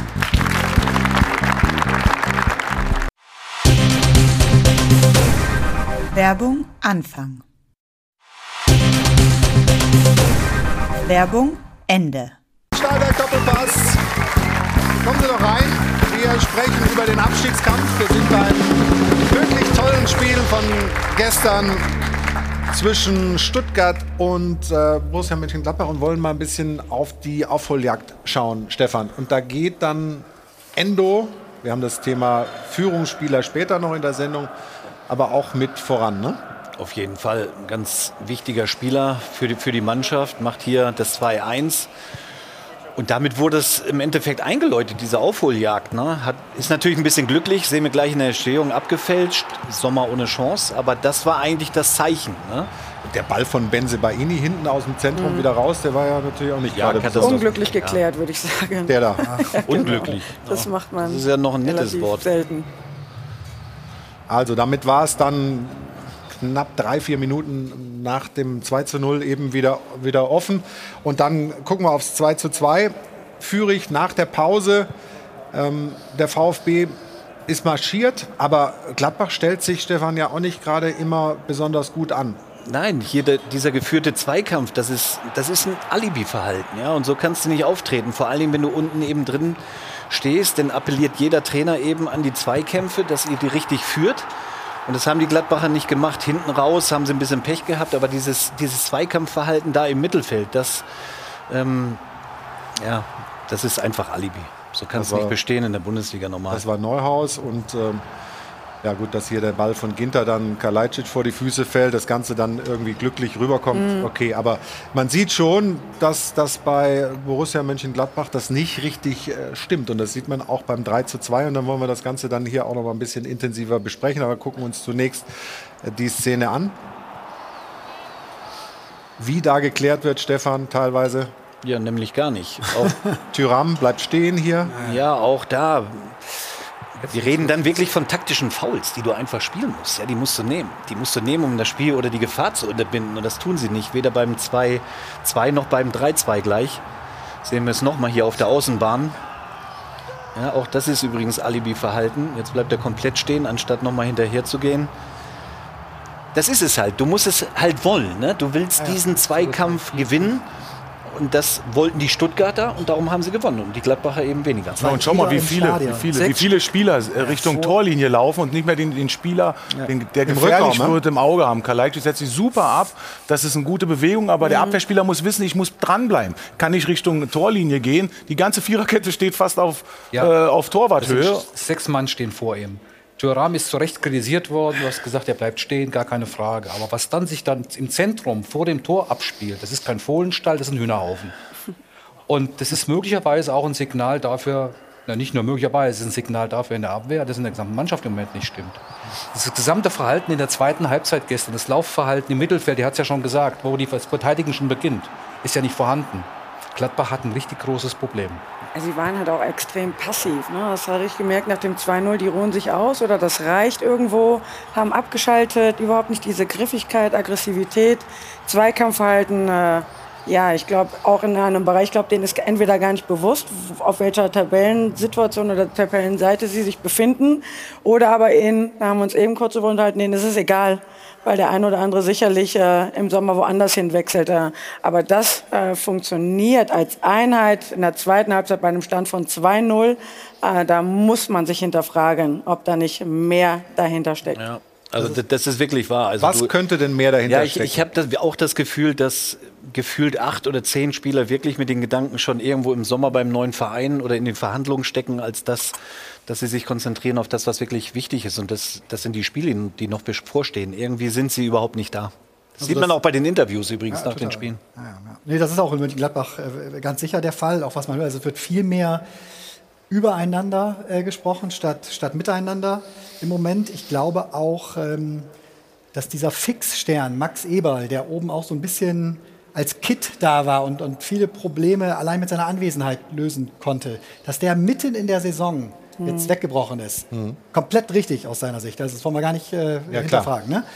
Werbung Anfang. Werbung Ende. Stahlwerk Doppelpass. Kommen Sie doch rein. Wir sprechen über den Abstiegskampf. Wir sind beim wirklich tollen Spiel von gestern zwischen Stuttgart und Borussia Mönchengladbach und wollen mal ein bisschen auf die Aufholjagd schauen, Stefan. Und da geht dann Endo, wir haben das Thema Führungsspieler später noch in der Sendung, aber auch mit voran, ne? Auf jeden Fall ein ganz wichtiger Spieler für die Mannschaft, macht hier das 2-1. Und damit wurde es im Endeffekt eingeläutet, diese Aufholjagd. Ne? Ist natürlich ein bisschen glücklich, sehen wir gleich in der Entstehung, abgefälscht. Sommer ohne Chance, aber das war eigentlich das Zeichen. Ne? Der Ball von Bensebaini hinten aus dem Zentrum wieder raus, der war ja natürlich auch nicht gerade besonders unglücklich geklärt, würde ich sagen. Der da. Unglücklich. Das macht man. Das ist ja noch ein nettes Wort. Selten. Also damit war es dann knapp 3-4 Minuten nach dem 2:0 eben wieder offen. Und dann gucken wir aufs 2:2. Führig nach der Pause. Der VfB ist marschiert, aber Gladbach stellt sich, Stefan, ja auch nicht gerade immer besonders gut an. Nein, hier dieser geführte Zweikampf, das ist ein Alibi-Verhalten. Ja? Und so kannst du nicht auftreten. Vor allem, wenn du unten eben drin stehst, dann appelliert jeder Trainer eben an die Zweikämpfe, dass ihr die richtig führt. Und das haben die Gladbacher nicht gemacht. Hinten raus haben sie ein bisschen Pech gehabt, aber dieses Zweikampfverhalten da im Mittelfeld, das ist einfach Alibi. So kann es nicht bestehen in der Bundesliga normal. Das war Neuhaus und ja gut, dass hier der Ball von Ginter dann Kalajdzic vor die Füße fällt, das Ganze dann irgendwie glücklich rüberkommt. Okay, aber man sieht schon, dass das bei Borussia Mönchengladbach das nicht richtig stimmt. Und das sieht man auch beim 3:2. Und dann wollen wir das Ganze dann hier auch noch mal ein bisschen intensiver besprechen. Aber gucken uns zunächst die Szene an. Wie da geklärt wird, Stefan, teilweise. Ja, nämlich gar nicht. Auch Thuram bleibt stehen hier. Ja, auch da. Wir reden dann wirklich von taktischen Fouls, die du einfach spielen musst. Ja, die musst du nehmen. Die musst du nehmen, um das Spiel oder die Gefahr zu unterbinden. Und das tun sie nicht. Weder beim 2:2 noch beim 3:2 gleich. Sehen wir es nochmal hier auf der Außenbahn. Ja, auch das ist übrigens Alibi-Verhalten. Jetzt bleibt er komplett stehen, anstatt nochmal hinterher zu gehen. Das ist es halt. Du musst es halt wollen. Ne? Du willst diesen Zweikampf gewinnen. Und das wollten die Stuttgarter und darum haben sie gewonnen und die Gladbacher eben weniger. Ja, und schau mal, wie viele Spieler Richtung Torlinie laufen und nicht mehr den Spieler, der gefährlich wird, im Auge haben. Kalajdzic setzt sich super ab, das ist eine gute Bewegung, aber der Abwehrspieler muss wissen, ich muss dranbleiben. Kann nicht Richtung Torlinie gehen. Die ganze Viererkette steht fast auf Torwarthöhe. 6 Mann stehen vor ihm. Thuram ist zu Recht kritisiert worden, du hast gesagt, er bleibt stehen, gar keine Frage. Aber was dann sich dann im Zentrum vor dem Tor abspielt, das ist kein Fohlenstall, das ist ein Hühnerhaufen. Und das ist möglicherweise auch ein Signal dafür, nicht nur möglicherweise, es ist ein Signal dafür in der Abwehr, dass in der gesamten Mannschaft im Moment nicht stimmt. Das gesamte Verhalten in der zweiten Halbzeit gestern, das Laufverhalten im Mittelfeld, die hat es ja schon gesagt, wo das Verteidigen schon beginnt, ist ja nicht vorhanden. Gladbach hat ein richtig großes Problem. Sie waren halt auch extrem passiv. Ne? Das hatte ich gemerkt nach dem 2-0, die ruhen sich aus oder das reicht irgendwo, haben abgeschaltet, überhaupt nicht diese Griffigkeit, Aggressivität, Zweikampfverhalten. Ja, ich glaube auch in einem Bereich, denen ist entweder gar nicht bewusst, auf welcher Tabellensituation oder Tabellenseite sie sich befinden, oder aber da haben wir uns eben kurz darüber unterhalten, denen ist es egal, weil der ein oder andere sicherlich im Sommer woanders hin wechselt. Aber das funktioniert als Einheit in der zweiten Halbzeit bei einem Stand von 2-0. Da muss man sich hinterfragen, ob da nicht mehr dahinter steckt. Ja. Also das ist wirklich wahr. Also was könnte denn mehr dahinter stecken? Ich habe auch das Gefühl, dass gefühlt 8 oder 10 Spieler wirklich mit den Gedanken schon irgendwo im Sommer beim neuen Verein oder in den Verhandlungen stecken, als dass sie sich konzentrieren auf das, was wirklich wichtig ist. Und das sind die Spiele, die noch bevorstehen. Irgendwie sind sie überhaupt nicht da. Das sieht man auch bei den Interviews übrigens nach den Spielen. Ja. Nee, das ist auch in Mönchengladbach ganz sicher der Fall. Auch was man hört, also es wird viel mehr übereinander gesprochen, statt miteinander im Moment. Ich glaube auch, dass dieser Fixstern Max Eberl, der oben auch so ein bisschen als Kit da war und viele Probleme allein mit seiner Anwesenheit lösen konnte, dass der mitten in der Saison jetzt weggebrochen ist. Komplett richtig aus seiner Sicht. Also das wollen wir gar nicht hinterfragen. Ne?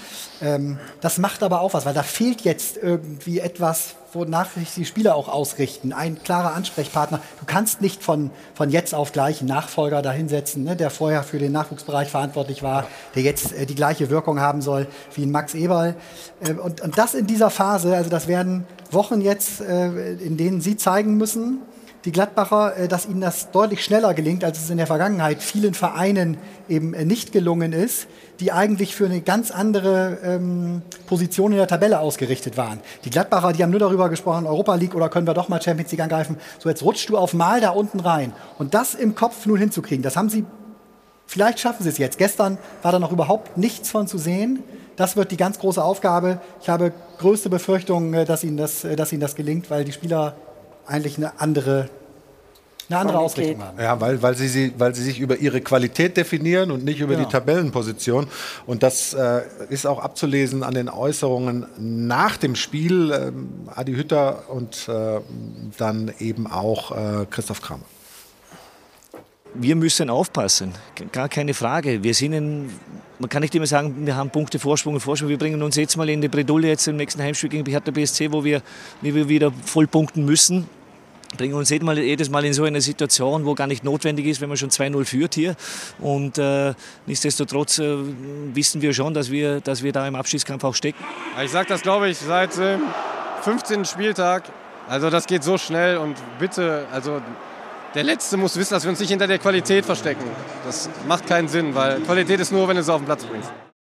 Das macht aber auch was, weil da fehlt jetzt irgendwie etwas, wonach sich die Spieler auch ausrichten. Ein klarer Ansprechpartner. Du kannst nicht von jetzt auf gleich einen Nachfolger da hinsetzen, ne, der vorher für den Nachwuchsbereich verantwortlich war, der jetzt die gleiche Wirkung haben soll wie ein Max Eberl. Und das in dieser Phase, also das werden Wochen jetzt, in denen sie zeigen müssen, die Gladbacher, dass ihnen das deutlich schneller gelingt, als es in der Vergangenheit vielen Vereinen eben nicht gelungen ist, die eigentlich für eine ganz andere Position in der Tabelle ausgerichtet waren. Die Gladbacher, die haben nur darüber gesprochen, Europa League oder können wir doch mal Champions League angreifen. So, jetzt rutschst du auf Mal da unten rein. Und das im Kopf nun hinzukriegen, das haben sie, vielleicht schaffen sie es jetzt. Gestern war da noch überhaupt nichts von zu sehen. Das wird die ganz große Aufgabe. Ich habe größte Befürchtungen, dass ihnen das gelingt, weil die Spieler eigentlich eine andere Ausrichtung haben. Ja, weil sie sich über ihre Qualität definieren und nicht über die Tabellenposition. Und das ist auch abzulesen an den Äußerungen nach dem Spiel. Adi Hütter und dann eben auch Christoph Kramer. Wir müssen aufpassen, gar keine Frage. Man kann nicht immer sagen, wir haben Punkte Vorsprung. Wir bringen uns jetzt mal in die Bredouille jetzt im nächsten Heimspiel gegen Hertha BSC, wo wir wieder voll punkten müssen. Bringen uns jedes Mal in so eine Situation, wo gar nicht notwendig ist, wenn man schon 2-0 führt hier. Und nichtsdestotrotz wissen wir schon, dass wir da im Abstiegskampf auch stecken. Ich sage das, glaube ich, seit dem 15. Spieltag. Also das geht so schnell und bitte, also der Letzte muss wissen, dass wir uns nicht hinter der Qualität verstecken. Das macht keinen Sinn, weil Qualität ist nur, wenn du es auf den Platz bringst.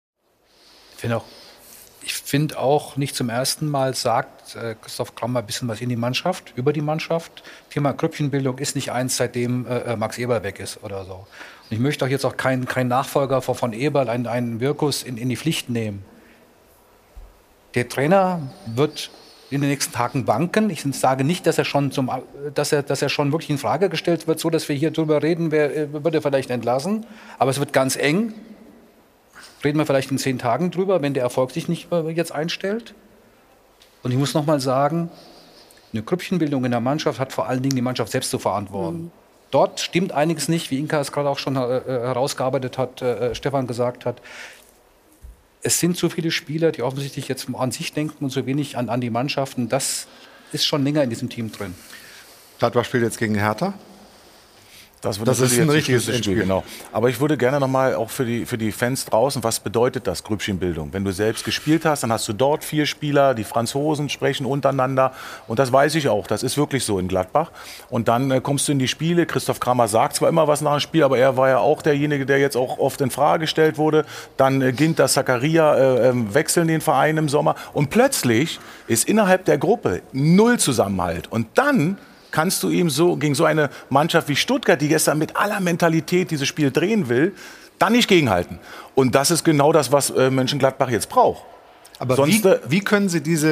Ich finde auch, nicht zum ersten Mal sagt Christoph Kramer ein bisschen was über die Mannschaft. Thema Grüppchenbildung ist nicht eins, seitdem Max Eberl weg ist oder so. Und ich möchte auch jetzt auch keinen Nachfolger von Eberl, einen Wirkus in die Pflicht nehmen. Der Trainer wird in den nächsten Tagen wanken. Ich sage nicht, dass er schon wirklich in Frage gestellt wird, so dass wir hier drüber reden, wird er vielleicht entlassen. Aber es wird ganz eng. Reden wir vielleicht in 10 Tagen drüber, wenn der Erfolg sich nicht jetzt einstellt. Und ich muss noch mal sagen, eine Grüppchenbildung in der Mannschaft hat vor allen Dingen die Mannschaft selbst zu verantworten. Dort stimmt einiges nicht, wie Inka es gerade auch schon herausgearbeitet hat, Stefan gesagt hat. Es sind zu viele Spieler, die offensichtlich jetzt an sich denken und so wenig an die Mannschaften. Das ist schon länger in diesem Team drin. Gladbach spielt jetzt gegen Hertha. Das ist ein richtiges Spiel, genau. Aber ich würde gerne nochmal auch für die Fans draußen, was bedeutet das Grüppchenbildung? Wenn du selbst gespielt hast, dann hast du dort 4 Spieler, die Franzosen sprechen untereinander. Und das weiß ich auch, das ist wirklich so in Gladbach. Und dann kommst du in die Spiele. Christoph Kramer sagt zwar immer was nach dem Spiel, aber er war ja auch derjenige, der jetzt auch oft in Frage gestellt wurde. Dann Ginter, Zakaria wechseln den Verein im Sommer. Und plötzlich ist innerhalb der Gruppe 0 Zusammenhalt. Und dann kannst du ihm so gegen so eine Mannschaft wie Stuttgart, die gestern mit aller Mentalität dieses Spiel drehen will, dann nicht gegenhalten. Und das ist genau das, was Mönchengladbach jetzt braucht. Aber wie können sie diese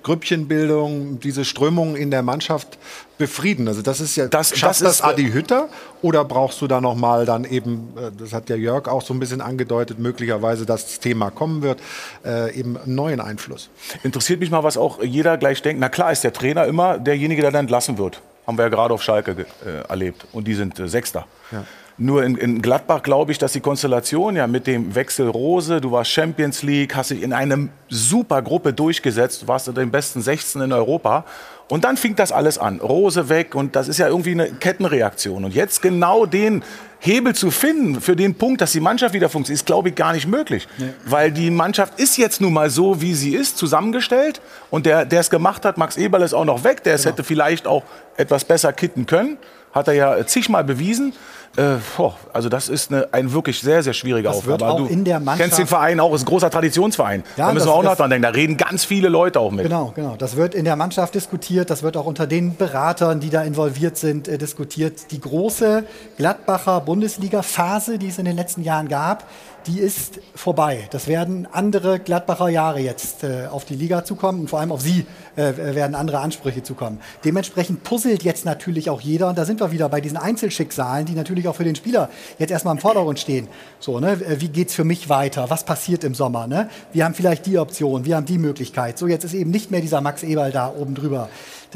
Grüppchenbildung, diese Strömungen in der Mannschaft befrieden? Also das ist ja, schafft das Adi Hütter oder brauchst du da noch mal dann eben, das hat ja Jörg auch so ein bisschen angedeutet, möglicherweise, dass das Thema kommen wird, eben einen neuen Einfluss? Interessiert mich mal, was auch jeder gleich denkt. Na klar ist der Trainer immer derjenige, der dann entlassen wird. Haben wir ja gerade auf Schalke erlebt. Und die sind Sechster. Ja. Nur in Gladbach glaube ich, dass die Konstellation ja mit dem Wechsel Rose, du warst Champions League, hast dich in eine super Gruppe durchgesetzt, du warst unter den besten 16 in Europa. Und dann fing das alles an. Rose weg und das ist ja irgendwie eine Kettenreaktion. Und jetzt genau den Hebel zu finden für den Punkt, dass die Mannschaft wieder funktioniert, ist, glaube ich, gar nicht möglich. Nee. Weil die Mannschaft ist jetzt nun mal so, wie sie ist, zusammengestellt. Und der es gemacht hat, Max Eberl, ist auch noch weg. Der es hätte vielleicht auch etwas besser kitten können. Hat er ja zigmal bewiesen. Also das ist ein wirklich sehr, sehr schwieriger Aufgabe. Auch in der Mannschaft, kennst den Verein auch, ist ein großer Traditionsverein. Ja, da müssen wir auch noch dran denken. Da reden ganz viele Leute auch mit. Genau. Das wird in der Mannschaft diskutiert. Das wird auch unter den Beratern, die da involviert sind, diskutiert. Die große Gladbacher Bundesliga-Phase, die es in den letzten Jahren gab, die ist vorbei. Das werden andere Gladbacher Jahre jetzt auf die Liga zukommen und vor allem auf sie werden andere Ansprüche zukommen. Dementsprechend puzzelt jetzt natürlich auch jeder und da sind wir wieder bei diesen Einzelschicksalen, die natürlich auch für den Spieler jetzt erstmal im Vordergrund stehen. So, ne? Wie geht's für mich weiter? Was passiert im Sommer? Ne? Wir haben vielleicht die Option, wir haben die Möglichkeit. So, jetzt ist eben nicht mehr dieser Max Eberl da oben drüber.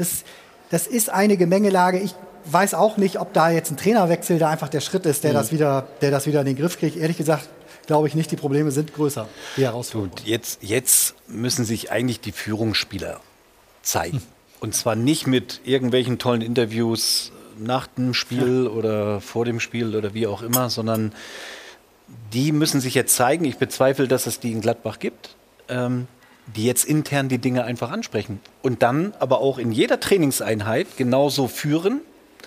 Das ist eine Gemengelage. Ich weiß auch nicht, ob da jetzt ein Trainerwechsel da einfach der Schritt ist, der das wieder in den Griff kriegt. Ehrlich gesagt, glaube ich nicht, die Probleme sind größer, die Herausforderungen. Jetzt müssen sich eigentlich die Führungsspieler zeigen. Und zwar nicht mit irgendwelchen tollen Interviews nach dem Spiel oder vor dem Spiel oder wie auch immer, sondern die müssen sich jetzt zeigen. Ich bezweifle, dass es die in Gladbach gibt, die jetzt intern die Dinge einfach ansprechen. Und dann aber auch in jeder Trainingseinheit genauso führen,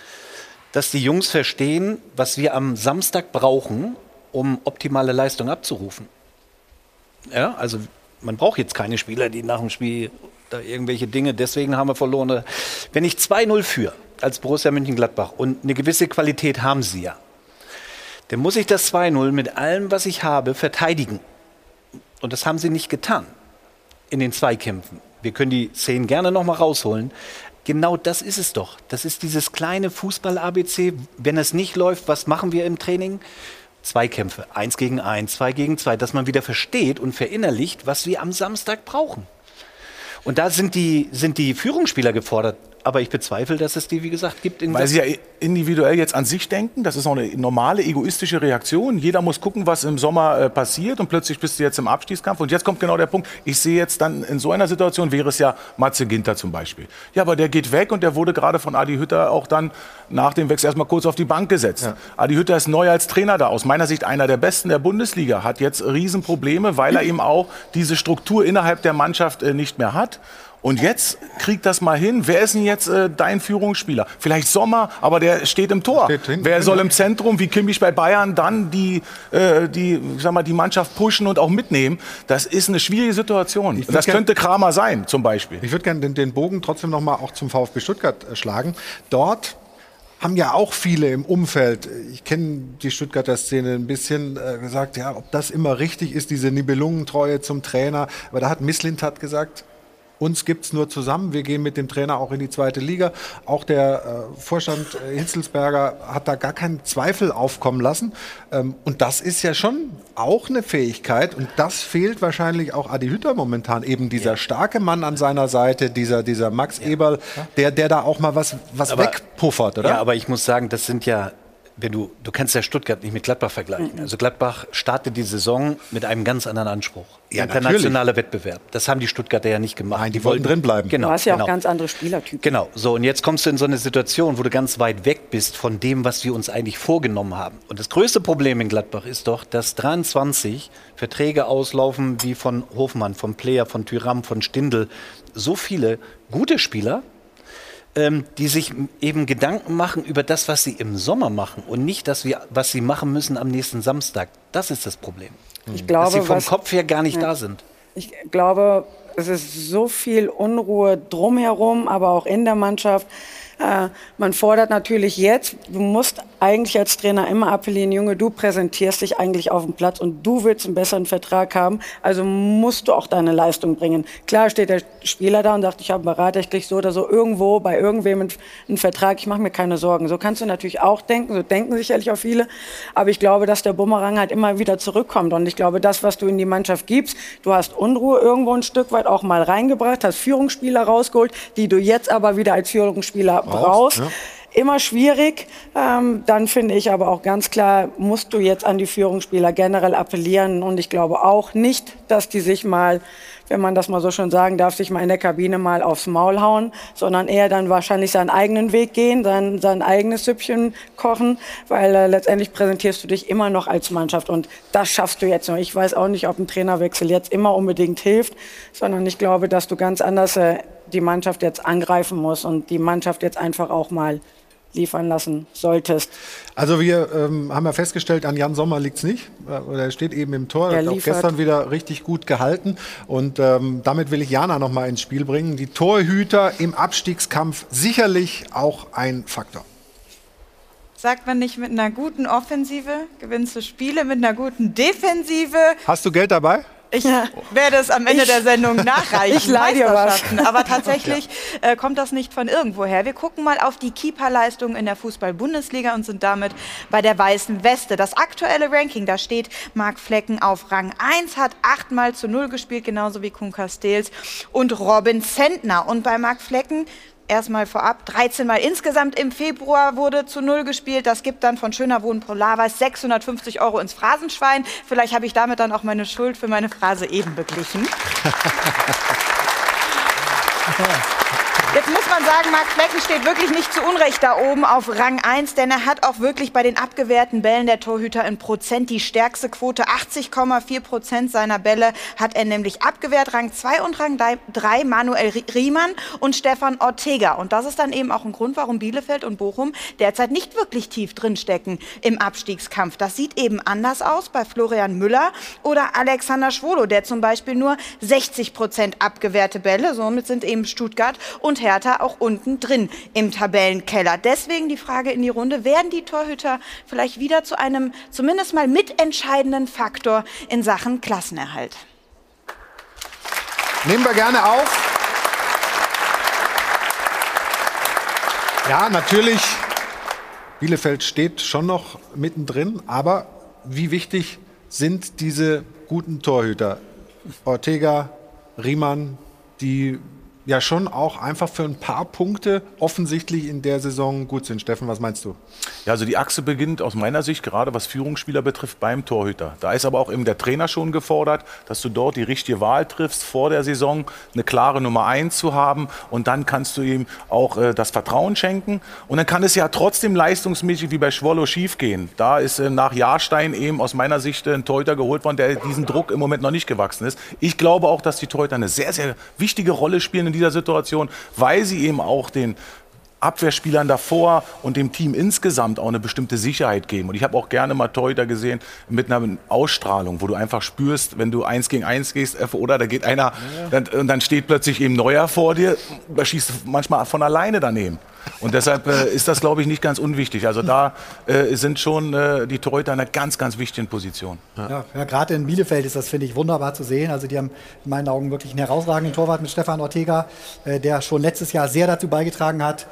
dass die Jungs verstehen, was wir am Samstag brauchen, um optimale Leistung abzurufen. Ja, also man braucht jetzt keine Spieler, die nach dem Spiel da irgendwelche Dinge, deswegen haben wir verloren. Wenn ich 2-0 führe als Borussia Mönchengladbach und eine gewisse Qualität haben sie ja, dann muss ich das 2-0 mit allem, was ich habe, verteidigen. Und das haben sie nicht getan in den Zweikämpfen. Wir können die Szenen gerne noch mal rausholen. Genau das ist es doch. Das ist dieses kleine Fußball-ABC. Wenn es nicht läuft, was machen wir im Training? Zweikämpfe, 1 gegen 1, 2 gegen 2, dass man wieder versteht und verinnerlicht, was wir am Samstag brauchen. Und da sind die Führungsspieler gefordert. Aber ich bezweifle, dass es die, wie gesagt, gibt. Weil sie ja individuell jetzt an sich denken. Das ist auch eine normale, egoistische Reaktion. Jeder muss gucken, was im Sommer passiert. Und plötzlich bist du jetzt im Abstiegskampf. Und jetzt kommt genau der Punkt. Ich sehe jetzt dann, in so einer Situation wäre es ja Matze Ginter zum Beispiel. Ja, aber der geht weg und der wurde gerade von Adi Hütter auch dann nach dem Wechsel erstmal kurz auf die Bank gesetzt. Ja. Adi Hütter ist neu als Trainer da. Aus meiner Sicht einer der Besten der Bundesliga. Hat jetzt Riesenprobleme, weil er eben auch diese Struktur innerhalb der Mannschaft nicht mehr hat. Und jetzt kriegt das mal hin. Wer ist denn jetzt dein Führungsspieler? Vielleicht Sommer, aber der steht im Tor. Wer soll im Zentrum, wie Kimmich bei Bayern, dann die Mannschaft pushen und auch mitnehmen? Das ist eine schwierige Situation. Das könnte Kramer sein, zum Beispiel. Ich würde gerne den Bogen trotzdem noch mal auch zum VfB Stuttgart schlagen. Dort haben ja auch viele im Umfeld, ich kenne die Stuttgarter Szene ein bisschen, gesagt, ja, ob das immer richtig ist, diese Nibelungentreue zum Trainer. Aber da hat Mislintat gesagt, uns gibt es nur zusammen. Wir gehen mit dem Trainer auch in die zweite Liga. Auch der Vorstand Hitzelsberger hat da gar keinen Zweifel aufkommen lassen. Und das ist ja schon auch eine Fähigkeit. Und das fehlt wahrscheinlich auch Adi Hütter momentan. Eben dieser starke Mann an seiner Seite, dieser Max Eberl, der da auch mal was wegpuffert, oder? Ja, aber ich muss sagen, das sind ja, du kannst ja Stuttgart nicht mit Gladbach vergleichen. Also Gladbach startet die Saison mit einem ganz anderen Anspruch. Ja, internationaler Wettbewerb. Das haben die Stuttgarter ja nicht gemacht. Nein, die wollten drin bleiben. Genau, du hast ja auch ganz andere Spielertypen. Genau. So, und jetzt kommst du in so eine Situation, wo du ganz weit weg bist von dem, was wir uns eigentlich vorgenommen haben. Und das größte Problem in Gladbach ist doch, dass 23 Verträge auslaufen wie von Hofmann, von Player, von Thuram, von Stindl. So viele gute Spieler, die sich eben Gedanken machen über das, was sie im Sommer machen und nicht das, was sie machen müssen am nächsten Samstag. Das ist das Problem. Ich glaube, dass sie vom Kopf her gar nicht da sind. Ich glaube, es ist so viel Unruhe drumherum, aber auch in der Mannschaft. Man fordert natürlich jetzt, du musst eigentlich als Trainer immer appellieren, Junge, du präsentierst dich eigentlich auf dem Platz und du willst einen besseren Vertrag haben, also musst du auch deine Leistung bringen. Klar steht der Spieler da und sagt, ich habe beraterrechtlich so oder so irgendwo bei irgendwem einen Vertrag, ich mache mir keine Sorgen. So kannst du natürlich auch denken, so denken sicherlich auch viele, aber ich glaube, dass der Bumerang halt immer wieder zurückkommt und ich glaube, das, was du in die Mannschaft gibst, du hast Unruhe irgendwo ein Stück weit auch mal reingebracht, hast Führungsspieler rausgeholt, die du jetzt aber wieder als Führungsspieler brauchst. Ja. Immer schwierig. Dann finde ich aber auch ganz klar, musst du jetzt an die Führungsspieler generell appellieren. Und ich glaube auch nicht, dass die sich mal, wenn man das mal so schon sagen darf, sich mal in der Kabine mal aufs Maul hauen, sondern eher dann wahrscheinlich seinen eigenen Weg gehen, sein eigenes Süppchen kochen, weil letztendlich präsentierst du dich immer noch als Mannschaft. Und das schaffst du jetzt noch. Ich weiß auch nicht, ob ein Trainerwechsel jetzt immer unbedingt hilft, sondern ich glaube, dass du ganz anders die Mannschaft jetzt angreifen musst und die Mannschaft jetzt einfach auch mal liefern lassen solltest. Also wir haben ja festgestellt, an Jan Sommer liegt es nicht. Er steht eben im Tor, hat auch gestern wieder richtig gut gehalten. Und damit will ich Jana noch mal ins Spiel bringen. Die Torhüter im Abstiegskampf sicherlich auch ein Faktor. Sagt man nicht, mit einer guten Offensive gewinnst du Spiele, mit einer guten Defensive. Hast du Geld dabei? Ich werde es am Ende der Sendung nachreichen. Ich leih dir was. Aber tatsächlich kommt das nicht von irgendwoher. Wir gucken mal auf die Keeperleistungen in der Fußball-Bundesliga und sind damit bei der Weißen Weste. Das aktuelle Ranking, da steht Marc Flecken auf Rang 1, hat 8-0 gespielt, genauso wie Kuhn Castells und Robin Zentner. Und bei Marc Flecken erstmal vorab, 13 Mal insgesamt im Februar wurde zu 0 gespielt. Das gibt dann von Schöner Wohnen Polarweiß 650 € ins Phrasenschwein. Vielleicht habe ich damit dann auch meine Schuld für meine Phrase eben beglichen. Jetzt muss man sagen, Marc Flecken steht wirklich nicht zu Unrecht da oben auf Rang 1, denn er hat auch wirklich bei den abgewehrten Bällen der Torhüter in Prozent die stärkste Quote. 80,4% seiner Bälle hat er nämlich abgewehrt. Rang 2 und Rang 3 Manuel Riemann und Stefan Ortega. Und das ist dann eben auch ein Grund, warum Bielefeld und Bochum derzeit nicht wirklich tief drinstecken im Abstiegskampf. Das sieht eben anders aus bei Florian Müller oder Alexander Schwolo, der zum Beispiel nur 60% abgewehrte Bälle. Somit sind eben Stuttgart und Hertha auch unten drin im Tabellenkeller. Deswegen die Frage in die Runde, werden die Torhüter vielleicht wieder zu einem zumindest mal mitentscheidenden Faktor in Sachen Klassenerhalt? Nehmen wir gerne auf. Ja, natürlich, Bielefeld steht schon noch mittendrin, aber wie wichtig sind diese guten Torhüter? Ortega, Riemann, die ja schon auch einfach für ein paar Punkte offensichtlich in der Saison gut sind. Steffen, was meinst du? Ja, also die Achse beginnt aus meiner Sicht, gerade was Führungsspieler betrifft, beim Torhüter. Da ist aber auch eben der Trainer schon gefordert, dass du dort die richtige Wahl triffst, vor der Saison eine klare Nummer 1 zu haben. Und dann kannst du ihm auch das Vertrauen schenken. Und dann kann es ja trotzdem leistungsmäßig wie bei Schwollo schiefgehen. Da ist nach Jahrstein eben aus meiner Sicht ein Torhüter geholt worden, der diesen Druck im Moment noch nicht gewachsen ist. Ich glaube auch, dass die Torhüter eine sehr, sehr wichtige Rolle spielen in dieser Situation, weil sie eben auch den Abwehrspielern davor und dem Team insgesamt auch eine bestimmte Sicherheit geben. Und ich habe auch gerne mal Torhüter gesehen mit einer Ausstrahlung, wo du einfach spürst, wenn du 1 gegen 1 gehst, oder da geht einer, dann steht plötzlich eben Neuer vor dir, da schießt du manchmal von alleine daneben. Und deshalb ist das, glaube ich, nicht ganz unwichtig. Also da sind schon die Torhüter in einer ganz, ganz wichtigen Position. Ja, gerade in Bielefeld ist das, finde ich, wunderbar zu sehen. Also die haben in meinen Augen wirklich einen herausragenden Torwart mit Stefan Ortega, der schon letztes Jahr sehr dazu beigetragen hat,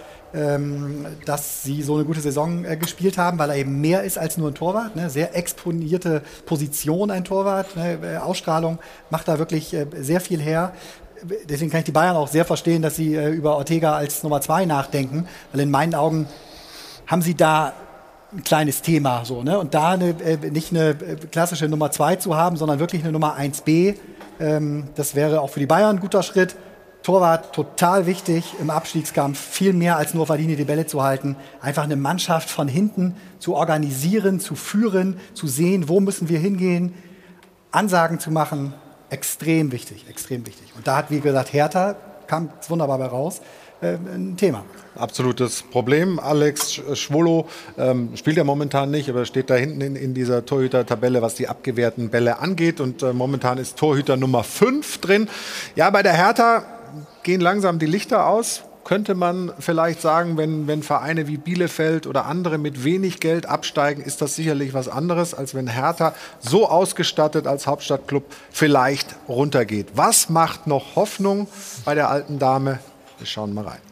dass sie so eine gute Saison gespielt haben, weil er eben mehr ist als nur ein Torwart. Ne? Sehr exponierte Position, ein Torwart. Ne? Ausstrahlung macht da wirklich sehr viel her. Deswegen kann ich die Bayern auch sehr verstehen, dass sie über Ortega als Nummer 2 nachdenken, weil in meinen Augen haben sie da ein kleines Thema. So, ne? Und da nicht eine klassische Nummer 2 zu haben, sondern wirklich eine Nummer 1b, das wäre auch für die Bayern ein guter Schritt. Torwart total wichtig im Abstiegskampf, viel mehr als nur Verdini die Bälle zu halten. Einfach eine Mannschaft von hinten zu organisieren, zu führen, zu sehen, wo müssen wir hingehen, Ansagen zu machen. Extrem wichtig, extrem wichtig. Und da hat, wie gesagt, Hertha, kam wunderbar bei raus, ein Thema. Absolutes Problem. Alex Schwolo spielt ja momentan nicht, aber steht da hinten in dieser Torhüter-Tabelle, was die abgewehrten Bälle angeht. Und momentan ist Torhüter Nummer 5 drin. Ja, bei der Hertha gehen langsam die Lichter aus. könnte man vielleicht sagen, wenn Vereine wie Bielefeld oder andere mit wenig Geld absteigen, ist das sicherlich was anderes, als wenn Hertha so ausgestattet als Hauptstadtklub vielleicht runtergeht. Was macht noch Hoffnung bei der alten Dame? Wir schauen mal rein.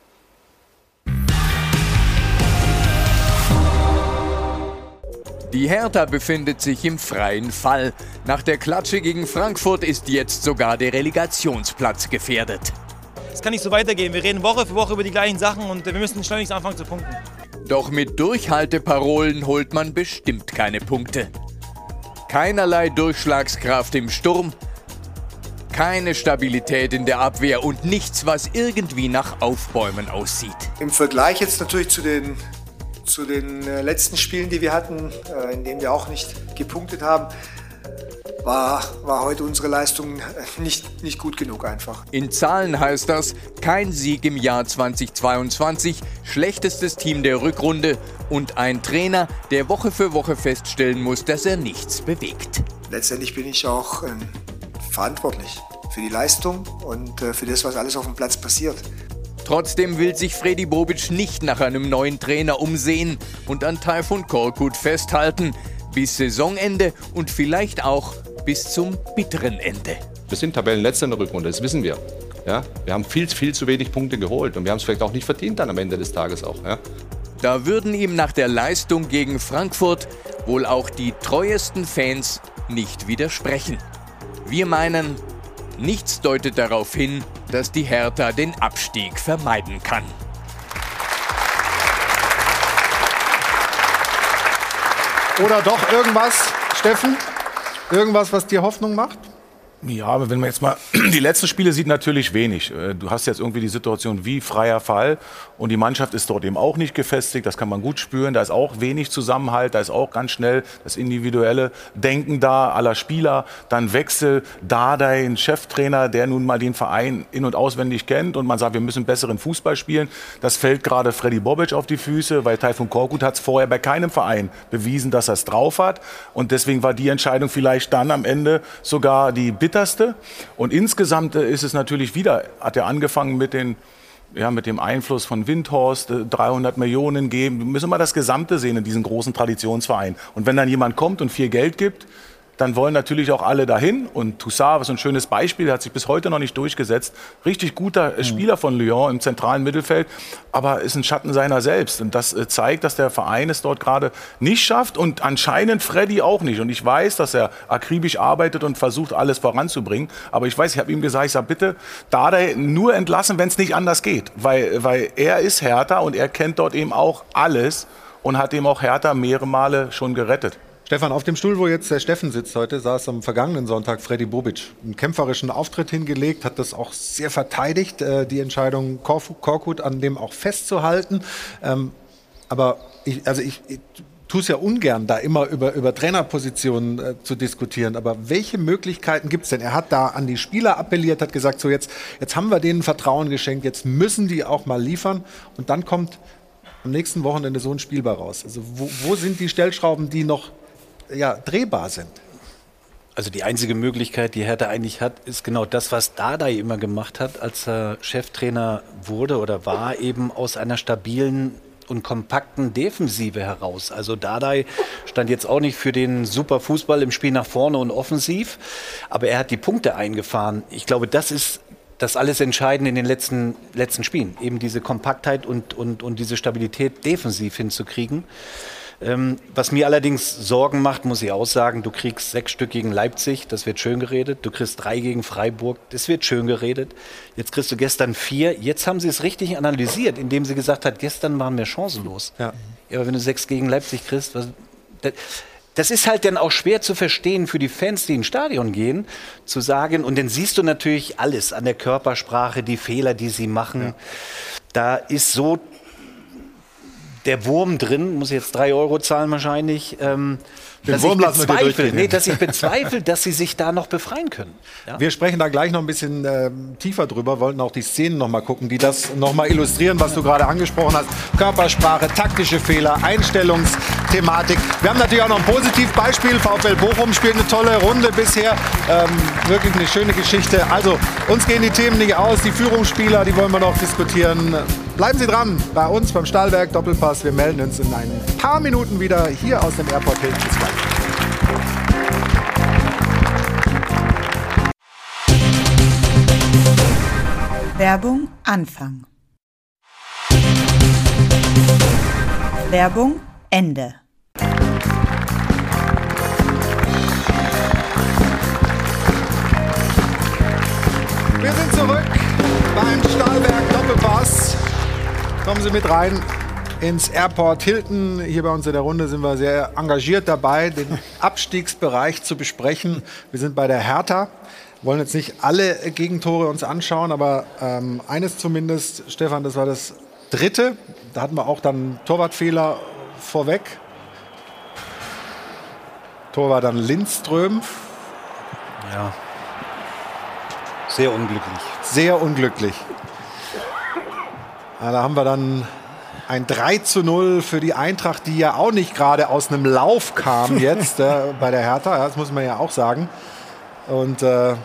Die Hertha befindet sich im freien Fall. Nach der Klatsche gegen Frankfurt ist jetzt sogar der Relegationsplatz gefährdet. Es kann nicht so weitergehen. Wir reden Woche für Woche über die gleichen Sachen und wir müssen schleunigst anfangen zu punkten. Doch mit Durchhalteparolen holt man bestimmt keine Punkte. Keinerlei Durchschlagskraft im Sturm, keine Stabilität in der Abwehr und nichts, was irgendwie nach Aufbäumen aussieht. Im Vergleich jetzt natürlich zu den letzten Spielen, die wir hatten, in denen wir auch nicht gepunktet haben, war heute unsere Leistung nicht gut genug einfach. In Zahlen heißt das, kein Sieg im Jahr 2022, schlechtestes Team der Rückrunde und ein Trainer, der Woche für Woche feststellen muss, dass er nichts bewegt. Letztendlich bin ich auch verantwortlich für die Leistung und für das, was alles auf dem Platz passiert. Trotzdem will sich Fredi Bobic nicht nach einem neuen Trainer umsehen und an Tayfun Korkut festhalten, bis Saisonende und vielleicht auch bis zum bitteren Ende. Wir sind Tabellenletzter in der Rückrunde, das wissen wir. Ja? Wir haben viel zu wenig Punkte geholt und wir haben es vielleicht auch nicht verdient dann am Ende des Tages auch. Ja? Da würden ihm nach der Leistung gegen Frankfurt wohl auch die treuesten Fans nicht widersprechen. Wir meinen, nichts deutet darauf hin, dass die Hertha den Abstieg vermeiden kann. Oder doch irgendwas, Steffen? Irgendwas, was dir Hoffnung macht? Ja, aber wenn man jetzt mal die letzten Spiele sieht, natürlich wenig. Du hast jetzt irgendwie die Situation wie freier Fall und die Mannschaft ist dort eben auch nicht gefestigt. Das kann man gut spüren. Da ist auch wenig Zusammenhalt. Da ist auch ganz schnell das individuelle Denken da aller Spieler. Dann Wechsel, Dardai, ein Cheftrainer, der nun mal den Verein in- und auswendig kennt und man sagt, wir müssen besseren Fußball spielen. Das fällt gerade Fredi Bobic auf die Füße, weil Tayfun Korkut hat es vorher bei keinem Verein bewiesen, dass er es drauf hat. Und deswegen war die Entscheidung vielleicht dann am Ende sogar die bitterste. Und insgesamt ist es natürlich wieder, hat er angefangen mit dem Einfluss von Windhorst, 300 Millionen geben. Wir müssen mal das Gesamte sehen in diesem großen Traditionsverein. Und wenn dann jemand kommt und viel Geld gibt, dann wollen natürlich auch alle dahin. Und Toussaint, was ein schönes Beispiel, hat sich bis heute noch nicht durchgesetzt. Richtig guter Spieler von Lyon im zentralen Mittelfeld, aber ist ein Schatten seiner selbst. Und das zeigt, dass der Verein es dort gerade nicht schafft und anscheinend Fredi auch nicht. Und ich weiß, dass er akribisch arbeitet und versucht, alles voranzubringen. Aber ich habe ihm gesagt, bitte Dardai nur entlassen, wenn es nicht anders geht. Weil er ist Hertha und er kennt dort eben auch alles und hat eben auch Hertha mehrere Male schon gerettet. Stefan, auf dem Stuhl, wo jetzt der Steffen sitzt heute, saß am vergangenen Sonntag Fredi Bobic. Einen kämpferischen Auftritt hingelegt, hat das auch sehr verteidigt, die Entscheidung Korkut an dem auch festzuhalten. Aber ich tue es ja ungern, da immer über Trainerpositionen zu diskutieren. Aber welche Möglichkeiten gibt es denn? Er hat da an die Spieler appelliert, hat gesagt, so jetzt haben wir denen Vertrauen geschenkt, jetzt müssen die auch mal liefern. Und dann kommt am nächsten Wochenende so ein Spiel bei raus. Also wo sind die Stellschrauben, die noch drehbar sind? Also die einzige Möglichkeit, die Hertha eigentlich hat, ist genau das, was Dardai immer gemacht hat, als er Cheftrainer wurde oder war, eben aus einer stabilen und kompakten Defensive heraus. Also Dardai stand jetzt auch nicht für den super Fußball im Spiel nach vorne und offensiv, aber er hat die Punkte eingefahren. Ich glaube, das ist das alles Entscheidende in den letzten Spielen. Eben diese Kompaktheit und diese Stabilität defensiv hinzukriegen. Was mir allerdings Sorgen macht, muss ich auch sagen, du kriegst 6 Stück gegen Leipzig, das wird schön geredet. Du kriegst 3 gegen Freiburg, das wird schön geredet. Jetzt kriegst du gestern 4. Jetzt haben sie es richtig analysiert, indem sie gesagt hat, gestern waren wir chancenlos. Ja, aber wenn du 6 gegen Leipzig kriegst, das ist halt dann auch schwer zu verstehen für die Fans, die ins Stadion gehen, zu sagen, und dann siehst du natürlich alles an der Körpersprache, die Fehler, die sie machen. Ja. Da ist so der Wurm drin, muss jetzt 3 € zahlen wahrscheinlich, dass ich bezweifle, dass sie sich da noch befreien können. Ja? Wir sprechen da gleich noch ein bisschen tiefer drüber, wollten auch die Szenen noch mal gucken, die das noch mal illustrieren, was du gerade angesprochen hast. Körpersprache, taktische Fehler, Einstellungsfehler. Thematik. Wir haben natürlich auch noch ein Positivbeispiel. VfL Bochum spielt eine tolle Runde bisher. Wirklich eine schöne Geschichte. Also, uns gehen die Themen nicht aus. Die Führungsspieler, die wollen wir noch diskutieren. Bleiben Sie dran bei uns beim Stahlwerk Doppelpass. Wir melden uns in ein paar Minuten wieder hier aus dem Airport Hilton. Bis gleich. Werbung Anfang. Werbung Ende. Wir sind zurück beim Stahlwerk Doppelpass. Kommen Sie mit rein ins Airport Hilton. Hier bei uns in der Runde sind wir sehr engagiert dabei, den Abstiegsbereich zu besprechen. Wir sind bei der Hertha. Wollen jetzt nicht alle Gegentore uns anschauen, aber eines zumindest, Stefan, das war das dritte. Da hatten wir auch dann Torwartfehler vorweg. Tor war dann Lindström. Ja. Sehr unglücklich. Sehr unglücklich. Ja, da haben wir dann ein 3:0 für die Eintracht, die ja auch nicht gerade aus einem Lauf kam jetzt bei der Hertha. Ja, das muss man ja auch sagen. Und das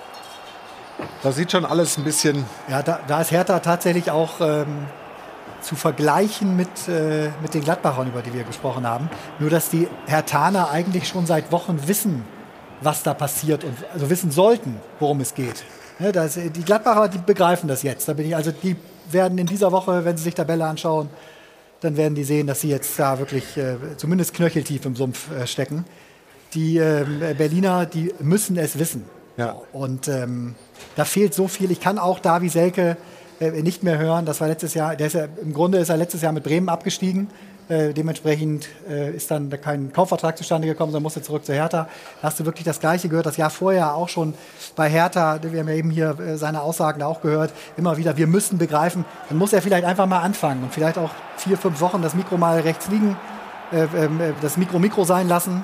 sieht schon alles ein bisschen... Ja, da ist Hertha tatsächlich auch zu vergleichen mit den Gladbachern, über die wir gesprochen haben. Nur, dass die Herthaner eigentlich schon seit Wochen wissen, was da passiert und also wissen sollten, worum es geht. Ja, die Gladbacher, die begreifen das jetzt. Die werden in dieser Woche, wenn sie sich Tabelle anschauen, dann werden die sehen, dass sie jetzt da wirklich zumindest knöcheltief im Sumpf stecken. Die Berliner, die müssen es wissen. Ja. Und da fehlt so viel. Ich kann auch Davy Selke nicht mehr hören. Das war letztes Jahr. Im Grunde ist er letztes Jahr mit Bremen abgestiegen. Dementsprechend ist dann kein Kaufvertrag zustande gekommen, sondern musste zurück zur Hertha. Da hast du wirklich das Gleiche gehört. Das Jahr vorher auch schon bei Hertha. Wir haben ja eben hier seine Aussagen auch gehört. Immer wieder, wir müssen begreifen. Dann muss er vielleicht einfach mal anfangen und vielleicht auch 4-5 Wochen das Mikro mal rechts liegen, das Mikro sein lassen.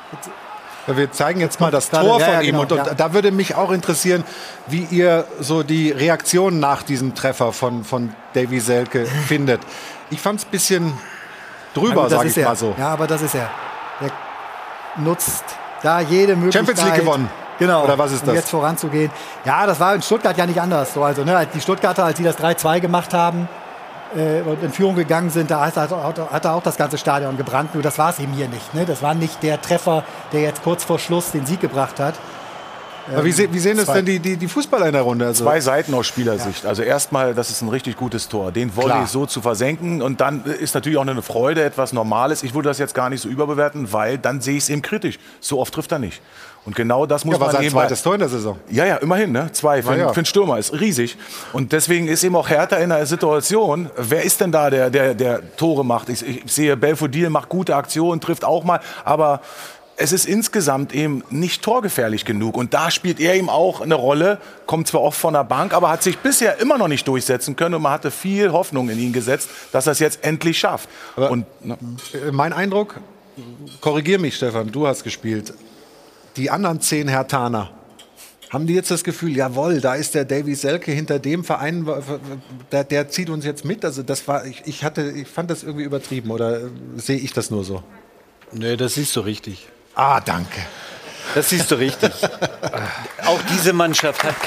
Wir zeigen jetzt mal das Tor von ihm. Und da würde mich auch interessieren, wie ihr so die Reaktion nach diesem Treffer von Davy Selke findet. Ich fand es ein bisschen drüber, sage ich mal so. Ja, aber das ist er. Der nutzt da jede Möglichkeit. Champions League gewonnen. Genau. Oder was ist das? Um jetzt voranzugehen. Ja, das war in Stuttgart ja nicht anders. So, also, die Stuttgarter, als sie das 3:2 gemacht haben und in Führung gegangen sind, da hat auch das ganze Stadion gebrannt. Nur das war es eben hier nicht. Ne? Das war nicht der Treffer, der jetzt kurz vor Schluss den Sieg gebracht hat. Aber wie sehen es denn die Fußballer in der Runde? Also zwei Seiten aus Spielersicht. Ja. Also erstmal, das ist ein richtig gutes Tor. Den Volley so zu versenken. Und dann ist natürlich auch eine Freude, etwas Normales. Ich würde das jetzt gar nicht so überbewerten, weil dann sehe ich es eben kritisch. So oft trifft er nicht. Und genau das muss man sein zweites Tor in der Saison. Ja, immerhin. Ne? 2 für einen Stürmer ist riesig. Und deswegen ist eben auch Hertha in der Situation, wer ist denn da, der Tore macht? Ich sehe, Belfodil macht gute Aktionen, trifft auch mal. Aber es ist insgesamt eben nicht torgefährlich genug. Und da spielt er eben auch eine Rolle, kommt zwar oft von der Bank, aber hat sich bisher immer noch nicht durchsetzen können. Und man hatte viel Hoffnung in ihn gesetzt, dass er es jetzt endlich schafft. Aber mein Eindruck, korrigier mich, Stefan, du hast gespielt. Die anderen 10 Herthaner, haben die jetzt das Gefühl, jawohl, da ist der Davy Selke hinter dem Verein, der zieht uns jetzt mit? Also das war, ich fand das irgendwie übertrieben, oder sehe ich das nur so? Nee, das siehst du richtig. Ah, danke. Das siehst du richtig. Auch diese Mannschaft hat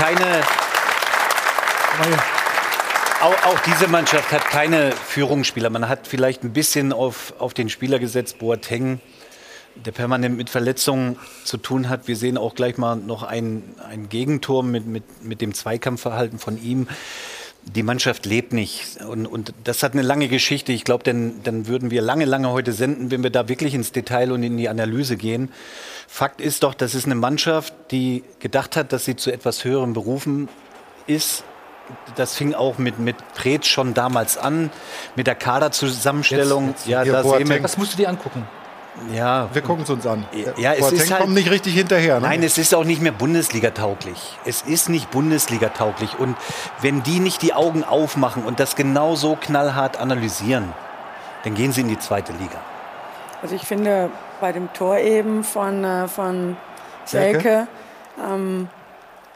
keine Führungsspieler. Man hat vielleicht ein bisschen auf den Spieler gesetzt, Boateng, der permanent mit Verletzungen zu tun hat. Wir sehen auch gleich mal noch ein Gegentor mit dem Zweikampfverhalten von ihm. Die Mannschaft lebt nicht und das hat eine lange Geschichte. Ich glaube, dann würden wir lange heute senden, wenn wir da wirklich ins Detail und in die Analyse gehen. Fakt ist doch, das ist eine Mannschaft, die gedacht hat, dass sie zu etwas höheren Berufen ist. Das fing auch mit Preetz schon damals an, mit der Kaderzusammenstellung. Das musst du dir angucken. Ja, wir gucken es uns an. Ja, es ist halt, kommt nicht richtig hinterher. Ne? Nein, es ist auch nicht mehr Bundesliga-tauglich. Es ist nicht Bundesliga-tauglich. Und wenn die nicht die Augen aufmachen und das genau so knallhart analysieren, dann gehen sie in die zweite Liga. Also ich finde bei dem Tor eben von Selke,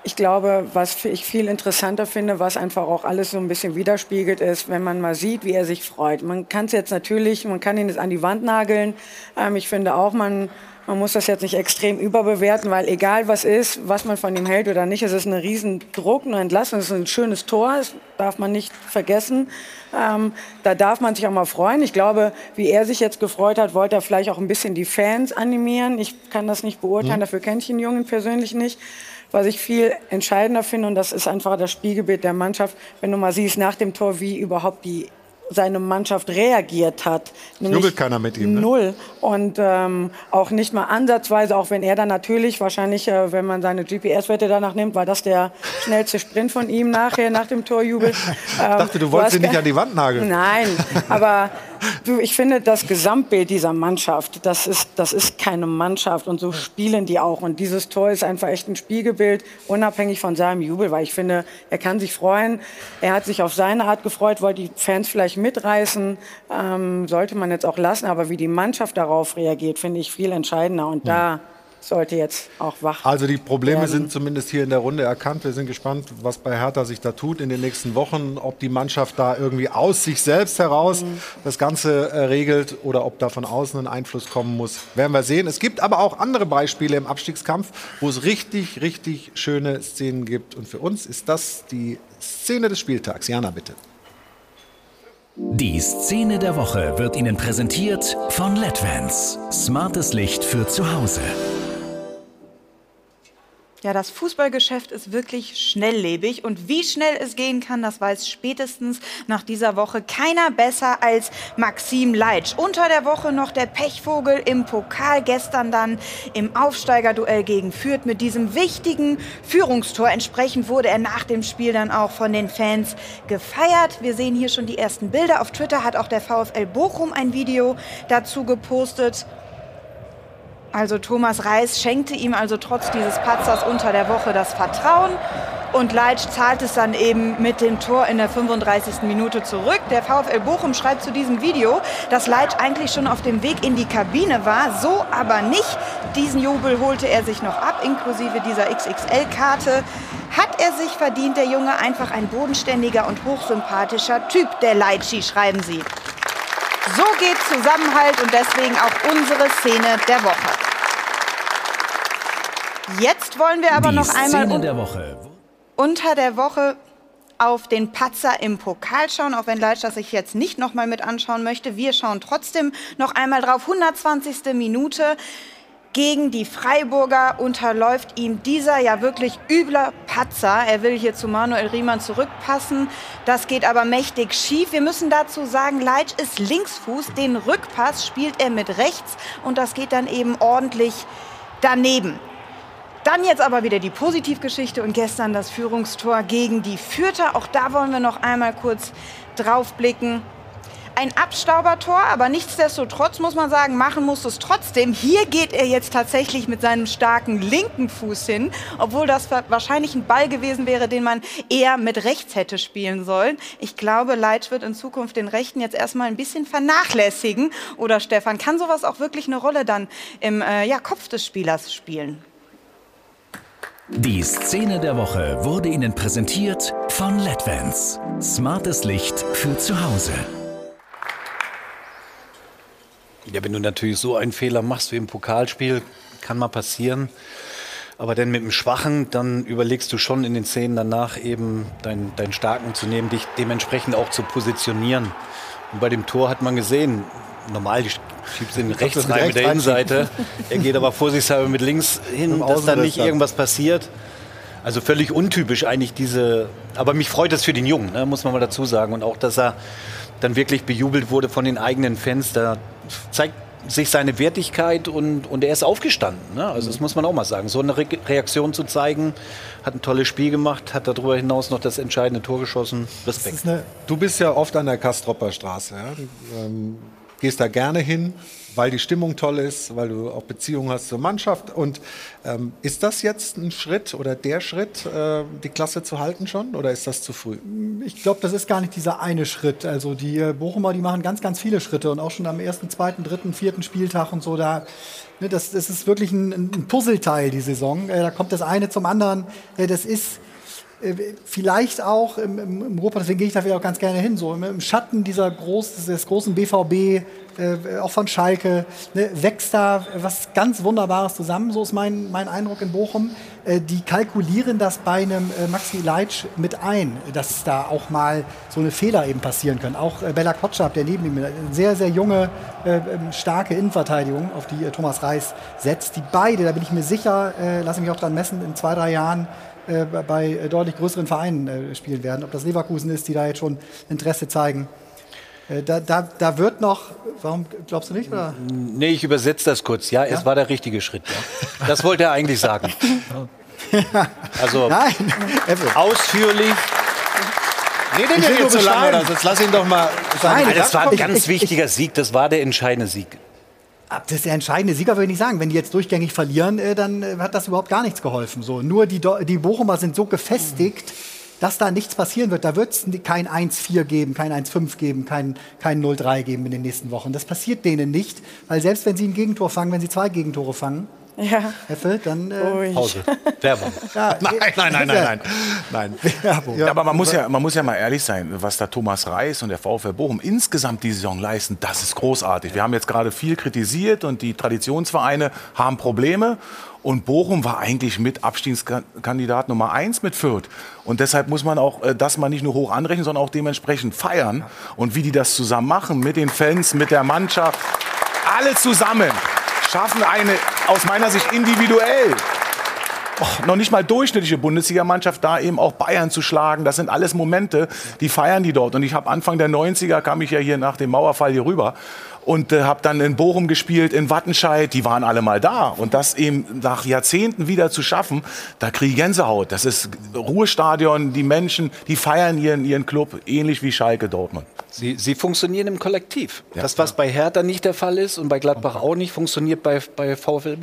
ich glaube, was ich viel interessanter finde, was einfach auch alles so ein bisschen widerspiegelt ist, wenn man mal sieht, wie er sich freut. Man kann es jetzt natürlich, man kann ihn jetzt an die Wand nageln. Ich finde auch, man muss das jetzt nicht extrem überbewerten, weil egal was ist, was man von ihm hält oder nicht, es ist ein Riesendruck, eine Entlastung, es ist ein schönes Tor, das darf man nicht vergessen. Da darf man sich auch mal freuen. Ich glaube, wie er sich jetzt gefreut hat, wollte er vielleicht auch ein bisschen die Fans animieren. Ich kann das nicht beurteilen, dafür kenne ich den Jungen persönlich nicht. Was ich viel entscheidender finde, und das ist einfach das Spiegelbild der Mannschaft, wenn du mal siehst nach dem Tor, wie überhaupt seine Mannschaft reagiert hat. Jubelt keiner mit ihm, ne? Null. Und auch nicht mal ansatzweise, auch wenn er dann natürlich wahrscheinlich, wenn man seine GPS-Werte danach nimmt, war das der schnellste Sprint von ihm nachher, nach dem Torjubel. Ich dachte, du wolltest ihn nicht an die Wand nageln. Nein, aber ich finde, das Gesamtbild dieser Mannschaft, das ist keine Mannschaft und so spielen die auch. Und dieses Tor ist einfach echt ein Spiegelbild, unabhängig von seinem Jubel, weil ich finde, er kann sich freuen. Er hat sich auf seine Art gefreut, wollte die Fans vielleicht mitreißen, sollte man jetzt auch lassen. Aber wie die Mannschaft darauf reagiert, finde ich viel entscheidender. Und da sollte jetzt auch wach Also die Probleme werden. sind zumindest hier in der Runde erkannt. Wir sind gespannt, was bei Hertha sich da tut in den nächsten Wochen. Ob die Mannschaft da irgendwie aus sich selbst heraus das Ganze regelt oder ob da von außen ein Einfluss kommen muss, werden wir sehen. Es gibt aber auch andere Beispiele im Abstiegskampf, wo es richtig, richtig schöne Szenen gibt. Und für uns ist das die Szene des Spieltags. Jana, bitte. Die Szene der Woche wird Ihnen präsentiert von LEDvans. Smartes Licht für zu Hause. Ja, das Fußballgeschäft ist wirklich schnelllebig und wie schnell es gehen kann, das weiß spätestens nach dieser Woche keiner besser als Maxim Leitsch. Unter der Woche noch der Pechvogel im Pokal, gestern dann im Aufsteigerduell gegen Fürth mit diesem wichtigen Führungstor. Entsprechend wurde er nach dem Spiel dann auch von den Fans gefeiert. Wir sehen hier schon die ersten Bilder. Auf Twitter hat auch der VfL Bochum ein Video dazu gepostet. Also Thomas Reis schenkte ihm also trotz dieses Patzers unter der Woche das Vertrauen. Und Leitsch zahlt es dann eben mit dem Tor in der 35. Minute zurück. Der VfL Bochum schreibt zu diesem Video, dass Leitsch eigentlich schon auf dem Weg in die Kabine war. So aber nicht. Diesen Jubel holte er sich noch ab, inklusive dieser XXL-Karte. Hat er sich verdient, der Junge, einfach ein bodenständiger und hochsympathischer Typ, der Leitschi, schreiben sie. So geht Zusammenhalt und deswegen auch unsere Szene der Woche. Jetzt wollen wir aber noch einmal unter der Woche auf den Patzer im Pokal schauen, auch wenn Leitsch das sich jetzt nicht noch mal mit anschauen möchte. Wir schauen trotzdem noch einmal drauf. 120. Minute. Gegen die Freiburger unterläuft ihm dieser ja wirklich übler Patzer. Er will hier zu Manuel Riemann zurückpassen. Das geht aber mächtig schief. Wir müssen dazu sagen, Leitsch ist Linksfuß. Den Rückpass spielt er mit rechts und das geht dann eben ordentlich daneben. Dann jetzt aber wieder die Positivgeschichte und gestern das Führungstor gegen die Fürther. Auch da wollen wir noch einmal kurz drauf blicken. Ein Abstaubertor, aber nichtsdestotrotz muss man sagen, machen muss es trotzdem. Hier geht er jetzt tatsächlich mit seinem starken linken Fuß hin, obwohl das wahrscheinlich ein Ball gewesen wäre, den man eher mit rechts hätte spielen sollen. Ich glaube, Leitsch wird in Zukunft den rechten jetzt erstmal ein bisschen vernachlässigen. Oder Stefan, kann sowas auch wirklich eine Rolle dann im Kopf des Spielers spielen? Die Szene der Woche wurde Ihnen präsentiert von LEDvans. Smartes Licht für zu Hause. Ja, wenn du natürlich so einen Fehler machst wie im Pokalspiel, kann mal passieren. Aber dann mit dem Schwachen, dann überlegst du schon in den Szenen danach eben deinen Starken zu nehmen, dich dementsprechend auch zu positionieren. Und bei dem Tor hat man gesehen, normal schiebt ihn rechts rein mit der Innenseite. Er geht aber vorsichtshalber mit links hin, dass da nicht irgendwas passiert. Also völlig untypisch eigentlich diese. Aber mich freut es für den Jungen, ne, muss man mal dazu sagen. Und auch, dass er dann wirklich bejubelt wurde von den eigenen Fans. Da zeigt sich seine Wertigkeit und er ist aufgestanden. Ne? Also das muss man auch mal sagen. So eine Reaktion zu zeigen, hat ein tolles Spiel gemacht, hat darüber hinaus noch das entscheidende Tor geschossen. Respekt. Du bist ja oft an der Kastropper Straße. Ja? gehst da gerne hin, weil die Stimmung toll ist, weil du auch Beziehungen hast zur Mannschaft. Und ist das jetzt ein Schritt oder der Schritt, die Klasse zu halten schon? Oder ist das zu früh? Ich glaube, das ist gar nicht dieser eine Schritt. Also die Bochumer, die machen ganz, ganz viele Schritte. Und auch schon am 1., 2., 3., 4. Spieltag und so. Das ist wirklich ein Puzzleteil, die Saison. Da kommt das eine zum anderen. Das ist vielleicht auch im Ruhrpott, deswegen gehe ich da wieder auch ganz gerne hin, so im Schatten des großen BVB, auch von Schalke, wächst da was ganz Wunderbares zusammen, so ist mein Eindruck in Bochum. Die kalkulieren das bei einem Maxi Leitsch mit ein, dass da auch mal so eine Fehler eben passieren können. Auch Bella Kotschap, der neben ihm eine sehr, sehr junge, starke Innenverteidigung, auf die Thomas Reis setzt. Die beide, da bin ich mir sicher, lasse mich auch dran messen, in 2, 3 Jahren bei deutlich größeren Vereinen spielen werden. Ob das Leverkusen ist, die da jetzt schon Interesse zeigen. Da wird noch, warum glaubst du nicht? Oder? Nee, ich übersetze das kurz. Ja, es war der richtige Schritt. Ja. Das wollte er eigentlich sagen. Also nein. Ausführlich. Redet ihr jetzt so lange oder sonst lass ihn doch mal sagen. Nein, das war ein ganz wichtiger Sieg. Das war der entscheidende Sieg. Das ist der entscheidende Sieger, würde ich nicht sagen. Wenn die jetzt durchgängig verlieren, dann hat das überhaupt gar nichts geholfen. So, nur die Bochumer sind so gefestigt, dass da nichts passieren wird. Da wird es kein 1-4 geben, kein 1-5 geben, kein 0-3 geben in den nächsten Wochen. Das passiert denen nicht, weil selbst wenn sie ein Gegentor fangen, wenn sie 2 Gegentore fangen, Effe, dann Pause. Werbung. Ja, nein. Werbung. Ja, aber man muss ja mal ehrlich sein, was da Thomas Reis und der VfL Bochum insgesamt die Saison leisten, das ist großartig. Wir haben jetzt gerade viel kritisiert und die Traditionsvereine haben Probleme. Und Bochum war eigentlich mit Abstiegskandidat Nummer 1 mit Fürth. Und deshalb muss man auch das mal nicht nur hoch anrechnen, sondern auch dementsprechend feiern. Und wie die das zusammen machen, mit den Fans, mit der Mannschaft, alle zusammen schaffen eine, aus meiner Sicht individuell, noch nicht mal durchschnittliche Bundesligamannschaft, da eben auch Bayern zu schlagen. Das sind alles Momente, die feiern die dort. Und ich habe Anfang der 90er, kam ich ja hier nach dem Mauerfall hier rüber und habe dann in Bochum gespielt, in Wattenscheid, die waren alle mal da. Und das eben nach Jahrzehnten wieder zu schaffen, da kriege ich Gänsehaut. Das ist Ruhestadion, die Menschen, die feiern ihren Club, ähnlich wie Schalke Dortmund. Sie funktionieren im Kollektiv. Ja. Das, was bei Hertha nicht der Fall ist und bei Gladbach auch nicht, funktioniert beim VfL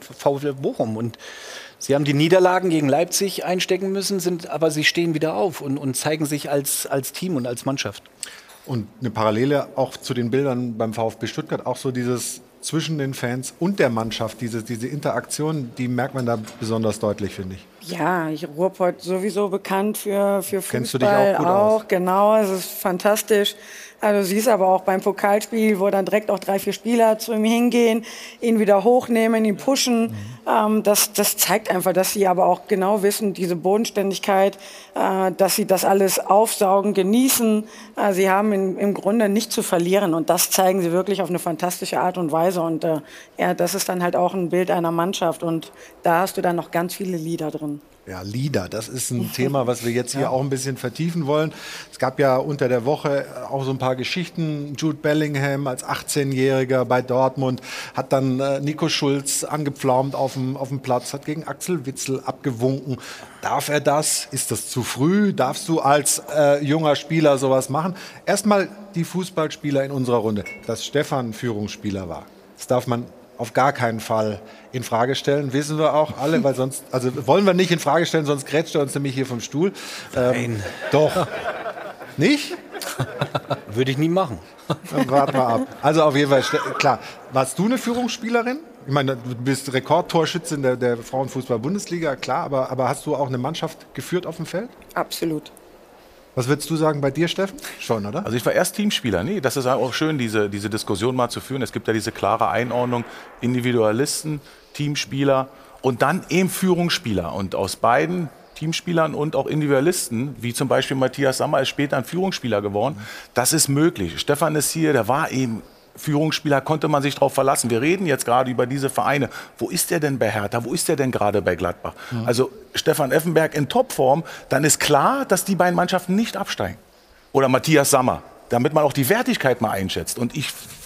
Bochum. Und sie haben die Niederlagen gegen Leipzig einstecken müssen, aber sie stehen wieder auf und zeigen sich als Team und als Mannschaft. Und eine Parallele auch zu den Bildern beim VfB Stuttgart, auch so dieses zwischen den Fans und der Mannschaft, diese Interaktion, die merkt man da besonders deutlich, finde ich. Ja, Ruhrpott sowieso bekannt für Fußball. Kennst du dich auch gut aus? Genau, es ist fantastisch. Also du siehst aber auch beim Pokalspiel, wo dann direkt auch 3, 4 Spieler zu ihm hingehen, ihn wieder hochnehmen, ihn pushen. Das zeigt einfach, dass sie aber auch genau wissen, diese Bodenständigkeit, dass sie das alles aufsaugen, genießen. Sie haben im Grunde nichts zu verlieren und das zeigen sie wirklich auf eine fantastische Art und Weise. Und das ist dann halt auch ein Bild einer Mannschaft und da hast du dann noch ganz viele Lieder drin. Ja, Lieder, das ist ein Thema, was wir jetzt hier auch ein bisschen vertiefen wollen. Es gab ja unter der Woche auch so ein paar Geschichten. Jude Bellingham als 18-Jähriger bei Dortmund hat dann Nico Schulz angepflaumt auf dem Platz, hat gegen Axel Witsel abgewunken. Darf er das? Ist das zu früh? Darfst du als junger Spieler sowas machen? Erstmal die Fußballspieler in unserer Runde, dass Stefan Führungsspieler war. Das darf man auf gar keinen Fall in Frage stellen, wissen wir auch alle, weil sonst, also wollen wir nicht in Frage stellen, sonst grätscht er uns nämlich hier vom Stuhl. Nein. Doch. Nicht? Würde ich nie machen. Dann warten wir ab. Also auf jeden Fall, klar. Warst du eine Führungsspielerin? Ich meine, du bist Rekordtorschützin der Frauenfußball-Bundesliga, klar, aber hast du auch eine Mannschaft geführt auf dem Feld? Absolut. Was würdest du sagen bei dir, Steffen? Schon, oder? Also ich war erst Teamspieler. Nee, das ist auch schön, diese Diskussion mal zu führen. Es gibt ja diese klare Einordnung, Individualisten, Teamspieler und dann eben Führungsspieler. Und aus beiden Teamspielern und auch Individualisten, wie zum Beispiel Matthias Sammer, ist später ein Führungsspieler geworden. Das ist möglich. Stefan ist hier, der war eben Führungsspieler, konnte man sich darauf verlassen. Wir reden jetzt gerade über diese Vereine. Wo ist der denn bei Hertha? Wo ist der denn gerade bei Gladbach? Mhm. Also Stefan Effenberg in Topform, dann ist klar, dass die beiden Mannschaften nicht absteigen. Oder Matthias Sammer, damit man auch die Wertigkeit mal einschätzt. Und ich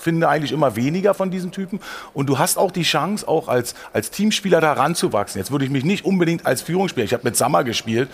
finde eigentlich immer weniger von diesen Typen. Und du hast auch die Chance, auch als Teamspieler da ranzuwachsen. Jetzt würde ich mich nicht unbedingt als Führungsspieler, ich habe mit Sammer gespielt,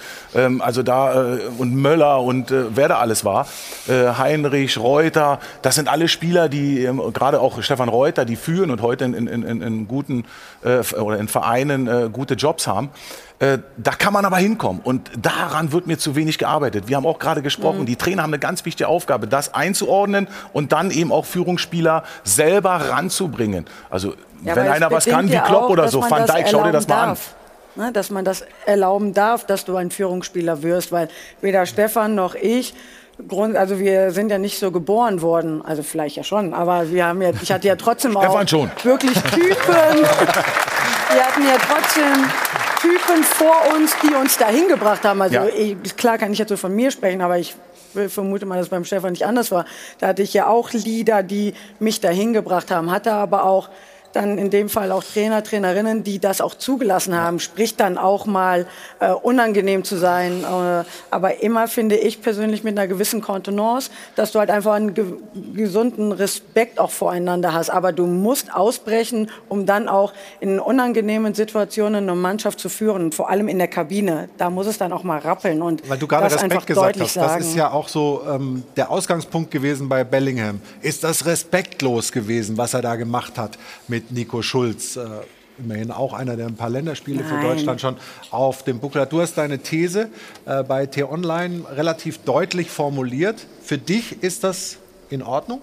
und Möller und wer da alles war, Heinrich, Reuter, das sind alle Spieler, die, gerade auch Stefan Reuter, die führen und heute in guten oder in Vereinen gute Jobs haben. Da kann man aber hinkommen und daran wird mir zu wenig gearbeitet. Wir haben auch gerade gesprochen, die Trainer haben eine ganz wichtige Aufgabe, das einzuordnen und dann eben auch Führungsspieler selber ranzubringen. Also Ja, wenn einer was kann wie Klopp oder so, Van Dijk, schau dir das mal an. Ne, dass man das erlauben darf, dass du ein Führungsspieler wirst, weil weder Stefan noch ich, also wir sind ja nicht so geboren worden, also vielleicht ja schon, aber ich hatte ja trotzdem auch wirklich Typen. Wir hatten ja trotzdem Typen vor uns, die uns dahin gebracht haben. Also klar kann ich jetzt so von mir sprechen, aber ich vermute mal, dass es beim Stefan nicht anders war. Da hatte ich ja auch Leader, die mich dahin gebracht haben, hatte aber auch dann in dem Fall auch Trainer, Trainerinnen, die das auch zugelassen haben, sprich dann auch mal unangenehm zu sein, aber immer finde ich persönlich mit einer gewissen Kontenance, dass du halt einfach einen gesunden Respekt auch voreinander hast, aber du musst ausbrechen, um dann auch in unangenehmen Situationen eine Mannschaft zu führen, und vor allem in der Kabine, da muss es dann auch mal rappeln und weil du gerade das Respekt gesagt hast, das ist ja auch so der Ausgangspunkt gewesen bei Bellingham. Ist das respektlos gewesen, was er da gemacht hat mit Nico Schulz, immerhin auch einer, der ein paar Länderspiele für Deutschland schon auf dem Buckel hat. Du hast deine These bei T-Online relativ deutlich formuliert. Für dich ist das in Ordnung?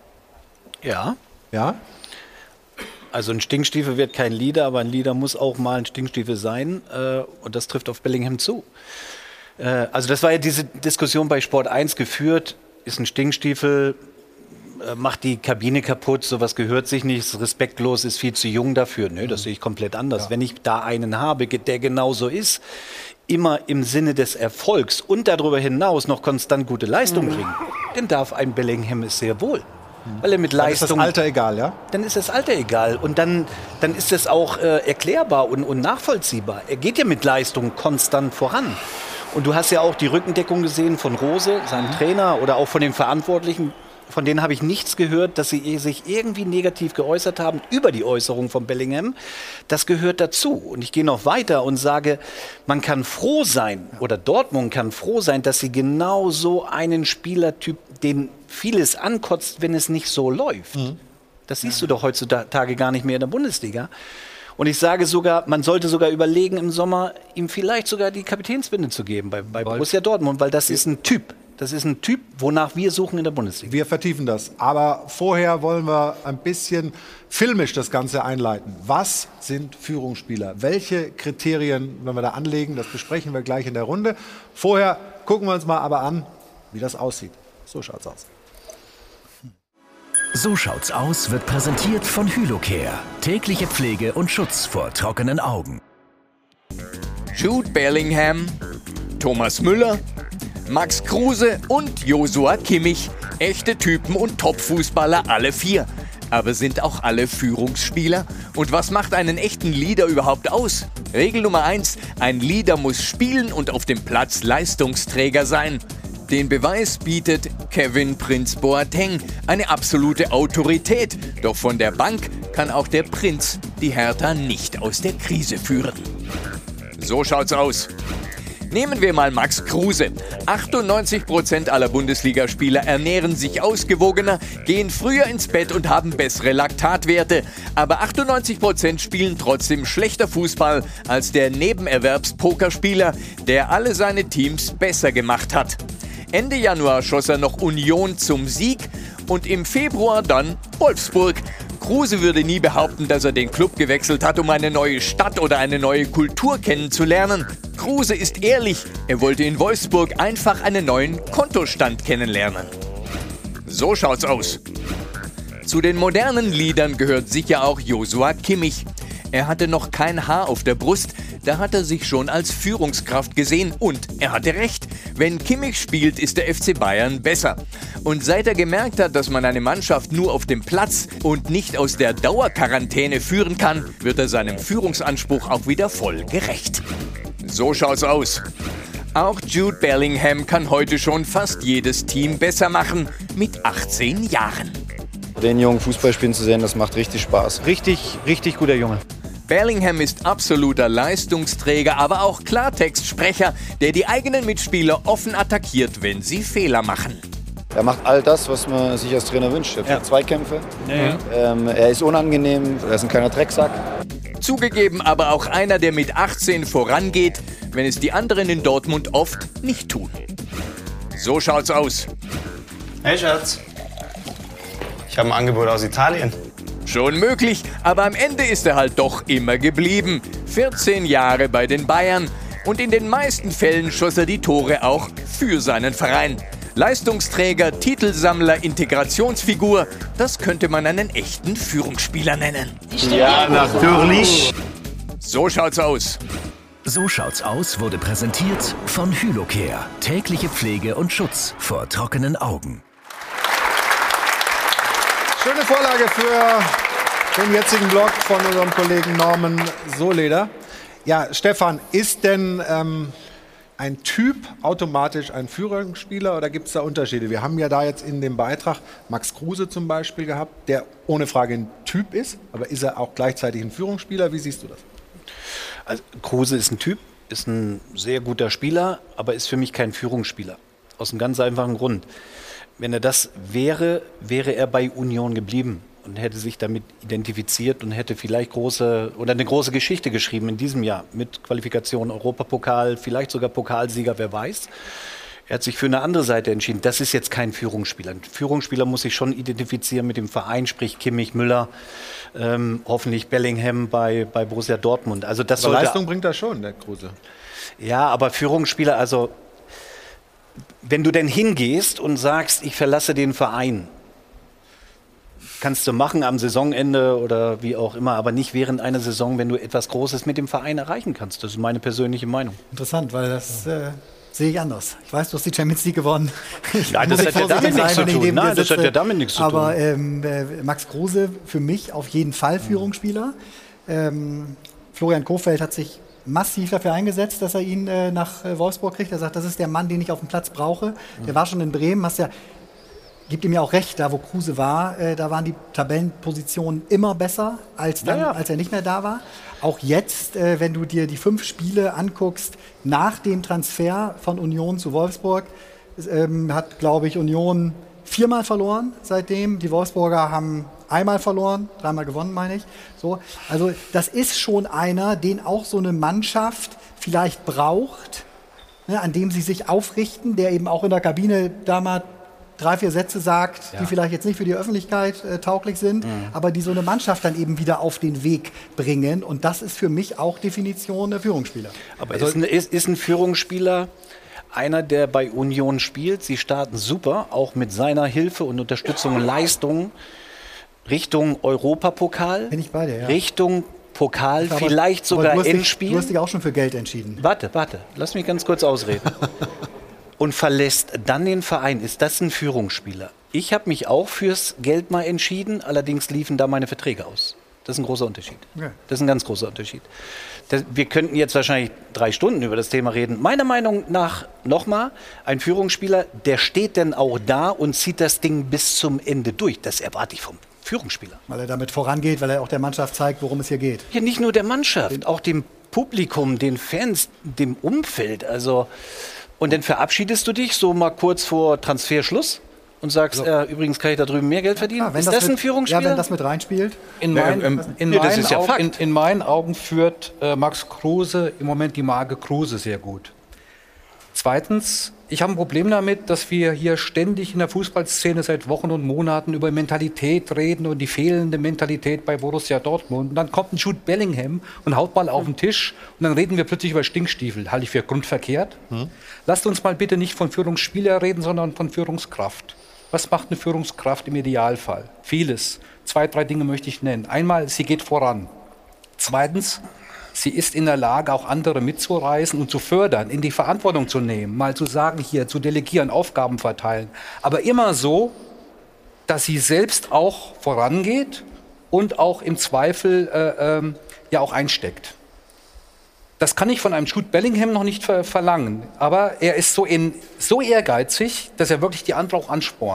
Ja. Ja? Also ein Stinkstiefel wird kein Leader, aber ein Leader muss auch mal ein Stinkstiefel sein. Und das trifft auf Bellingham zu. Also das war ja diese Diskussion bei Sport 1 geführt. Ist ein Stinkstiefel, macht die Kabine kaputt, sowas gehört sich nicht, ist respektlos, ist viel zu jung dafür. Nö, das sehe ich komplett anders. Ja. Wenn ich da einen habe, der genauso ist, immer im Sinne des Erfolgs und darüber hinaus noch konstant gute Leistung bringen, dann darf ein Bellingham es sehr wohl. Weil er mit Leistung. Dann ist das Alter egal, ja? Dann ist das Alter egal. Und dann ist es auch erklärbar und nachvollziehbar. Er geht ja mit Leistung konstant voran. Und du hast ja auch die Rückendeckung gesehen von Rose, seinem Trainer, oder auch von den Verantwortlichen. Von denen habe ich nichts gehört, dass sie sich irgendwie negativ geäußert haben über die Äußerung von Bellingham. Das gehört dazu. Und ich gehe noch weiter und sage, man kann froh sein, oder Dortmund kann froh sein, dass sie genau so einen Spielertyp, den vieles ankotzt, wenn es nicht so läuft. Das siehst du doch heutzutage gar nicht mehr in der Bundesliga. Und ich sage sogar, man sollte sogar überlegen, im Sommer ihm vielleicht sogar die Kapitänsbinde zu geben bei Borussia Dortmund, weil das ist ein Typ. Das ist ein Typ, wonach wir suchen in der Bundesliga. Wir vertiefen das. Aber vorher wollen wir ein bisschen filmisch das Ganze einleiten. Was sind Führungsspieler? Welche Kriterien, wenn wir da anlegen, das besprechen wir gleich in der Runde. Vorher gucken wir uns mal aber an, wie das aussieht. So schaut's aus. So schaut's aus wird präsentiert von Hylocare. Tägliche Pflege und Schutz vor trockenen Augen. Jude Bellingham, Thomas Müller, Max Kruse und Joshua Kimmich. Echte Typen und Top-Fußballer, alle vier. Aber sind auch alle Führungsspieler? Und was macht einen echten Leader überhaupt aus? Regel Nummer 1, ein Leader muss spielen und auf dem Platz Leistungsträger sein. Den Beweis bietet Kevin Prinz Boateng, eine absolute Autorität. Doch von der Bank kann auch der Prinz die Hertha nicht aus der Krise führen. So schaut's aus. Nehmen wir mal Max Kruse. 98% aller Bundesligaspieler ernähren sich ausgewogener, gehen früher ins Bett und haben bessere Laktatwerte. Aber 98% spielen trotzdem schlechter Fußball als der Nebenerwerbspokerspieler, der alle seine Teams besser gemacht hat. Ende Januar schoss er noch Union zum Sieg und im Februar dann Wolfsburg. Kruse würde nie behaupten, dass er den Club gewechselt hat, um eine neue Stadt oder eine neue Kultur kennenzulernen. Kruse ist ehrlich, er wollte in Wolfsburg einfach einen neuen Kontostand kennenlernen. So schaut's aus. Zu den modernen Leadern gehört sicher auch Joshua Kimmich. Er hatte noch kein Haar auf der Brust, da hat er sich schon als Führungskraft gesehen und er hatte recht. Wenn Kimmich spielt, ist der FC Bayern besser. Und seit er gemerkt hat, dass man eine Mannschaft nur auf dem Platz und nicht aus der Dauerquarantäne führen kann, wird er seinem Führungsanspruch auch wieder voll gerecht. So schaut's aus. Auch Jude Bellingham kann heute schon fast jedes Team besser machen, mit 18 Jahren. den Jungen Fußball spielen zu sehen, das macht richtig Spaß. Richtig, richtig guter Junge. Bellingham ist absoluter Leistungsträger, aber auch Klartextsprecher, der die eigenen Mitspieler offen attackiert, wenn sie Fehler machen. Er macht all das, was man sich als Trainer wünscht. Er führt Zweikämpfe, er ist unangenehm, er ist ein kleiner Drecksack. Zugegeben aber auch einer, der mit 18 vorangeht, wenn es die anderen in Dortmund oft nicht tun. So schaut's aus. Hey Schatz, ich habe ein Angebot aus Italien. Schon möglich, aber am Ende ist er halt doch immer geblieben. 14 Jahre bei den Bayern und in den meisten Fällen schoss er die Tore auch für seinen Verein. Leistungsträger, Titelsammler, Integrationsfigur, das könnte man einen echten Führungsspieler nennen. Ja, natürlich. So schaut's aus. So schaut's aus wurde präsentiert von Hylocare. Tägliche Pflege und Schutz vor trockenen Augen. Schöne Vorlage für den jetzigen Blog von unserem Kollegen Norman Soleder. Ja, Stefan, ist denn ein Typ automatisch ein Führungsspieler oder gibt es da Unterschiede? Wir haben ja da jetzt in dem Beitrag Max Kruse zum Beispiel gehabt, der ohne Frage ein Typ ist, aber ist er auch gleichzeitig ein Führungsspieler? Wie siehst du das? Also Kruse ist ein Typ, ist ein sehr guter Spieler, aber ist für mich kein Führungsspieler. Aus einem ganz einfachen Grund. Wenn er das wäre, wäre er bei Union geblieben und hätte sich damit identifiziert und hätte vielleicht eine große Geschichte geschrieben in diesem Jahr mit Qualifikation Europapokal, vielleicht sogar Pokalsieger, wer weiß. Er hat sich für eine andere Seite entschieden. Das ist jetzt kein Führungsspieler. Ein Führungsspieler muss sich schon identifizieren mit dem Verein, sprich Kimmich, Müller, hoffentlich Bellingham bei Borussia Dortmund. Also das aber Leistung bringt er schon, der Kruse. Ja, aber Führungsspieler, also wenn du denn hingehst und sagst, ich verlasse den Verein, kannst du machen am Saisonende oder wie auch immer, aber nicht während einer Saison, wenn du etwas Großes mit dem Verein erreichen kannst. Das ist meine persönliche Meinung. Interessant, weil das sehe ich anders. Ich weiß, du hast die Champions League gewonnen. Nein, das hat ja damit nichts zu tun. Nein, das hat ja damit nichts zu tun. Aber Max Kruse für mich auf jeden Fall Führungsspieler. Florian Kohfeldt hat sich massiv dafür eingesetzt, dass er ihn nach Wolfsburg kriegt. Er sagt, das ist der Mann, den ich auf dem Platz brauche. Der war schon in Bremen, gibt ihm ja auch recht, da wo Kruse war, da waren die Tabellenpositionen immer besser, als er nicht mehr da war. Auch jetzt, wenn du dir die 5 Spiele anguckst, nach dem Transfer von Union zu Wolfsburg, hat, glaube ich, Union 4-mal verloren seitdem. Die Wolfsburger haben 1-mal verloren, 3-mal gewonnen, meine ich. So, also das ist schon einer, den auch so eine Mannschaft vielleicht braucht, ne, an dem sie sich aufrichten, der eben auch in der Kabine da mal 3, 4 Sätze sagt, die vielleicht jetzt nicht für die Öffentlichkeit tauglich sind, aber die so eine Mannschaft dann eben wieder auf den Weg bringen. Und das ist für mich auch Definition der Führungsspieler. Aber ist ein Führungsspieler einer, der bei Union spielt? Sie starten super, auch mit seiner Hilfe und Unterstützung und Leistung Richtung Europapokal. Bin ich bei dir, ja. Richtung Pokal, vielleicht sogar Endspiel. Du hast dich auch schon für Geld entschieden. Warte, lass mich ganz kurz ausreden. Und verlässt dann den Verein. Ist das ein Führungsspieler? Ich habe mich auch fürs Geld mal entschieden, allerdings liefen da meine Verträge aus. Das ist ein großer Unterschied. Ja. Das ist ein ganz großer Unterschied. Wir könnten jetzt wahrscheinlich 3 Stunden über das Thema reden. Meiner Meinung nach, nochmal, ein Führungsspieler, der steht dann auch da und zieht das Ding bis zum Ende durch. Das erwarte ich vom Führungsspieler. Weil er damit vorangeht, weil er auch der Mannschaft zeigt, worum es hier geht. Ja, nicht nur der Mannschaft, auch dem Publikum, den Fans, dem Umfeld. Also, und dann verabschiedest du dich so mal kurz vor Transferschluss und sagst, übrigens kann ich da drüben mehr Geld verdienen. Ja, ist das ein Führungsspieler? Ja, wenn das mit reinspielt. In meinen Augen führt Max Kruse im Moment die Marke Kruse sehr gut. Zweitens, ich habe ein Problem damit, dass wir hier ständig in der Fußballszene seit Wochen und Monaten über Mentalität reden und die fehlende Mentalität bei Borussia Dortmund. Und dann kommt ein Jude Bellingham und haut Ball auf den Tisch und dann reden wir plötzlich über Stinkstiefel. Halte ich für grundverkehrt. Lasst uns mal bitte nicht von Führungsspieler reden, sondern von Führungskraft. Was macht eine Führungskraft im Idealfall? Vieles. 2, 3 Dinge möchte ich nennen. Einmal, sie geht voran. Zweitens, sie ist in der Lage, auch andere mitzureißen und zu fördern, in die Verantwortung zu nehmen, mal zu sagen, hier zu delegieren, Aufgaben verteilen. Aber immer so, dass sie selbst auch vorangeht und auch im Zweifel ja auch einsteckt. Das kann ich von einem Jude Bellingham noch nicht verlangen. Aber er ist so ehrgeizig, dass er wirklich die anderen auch anspornt.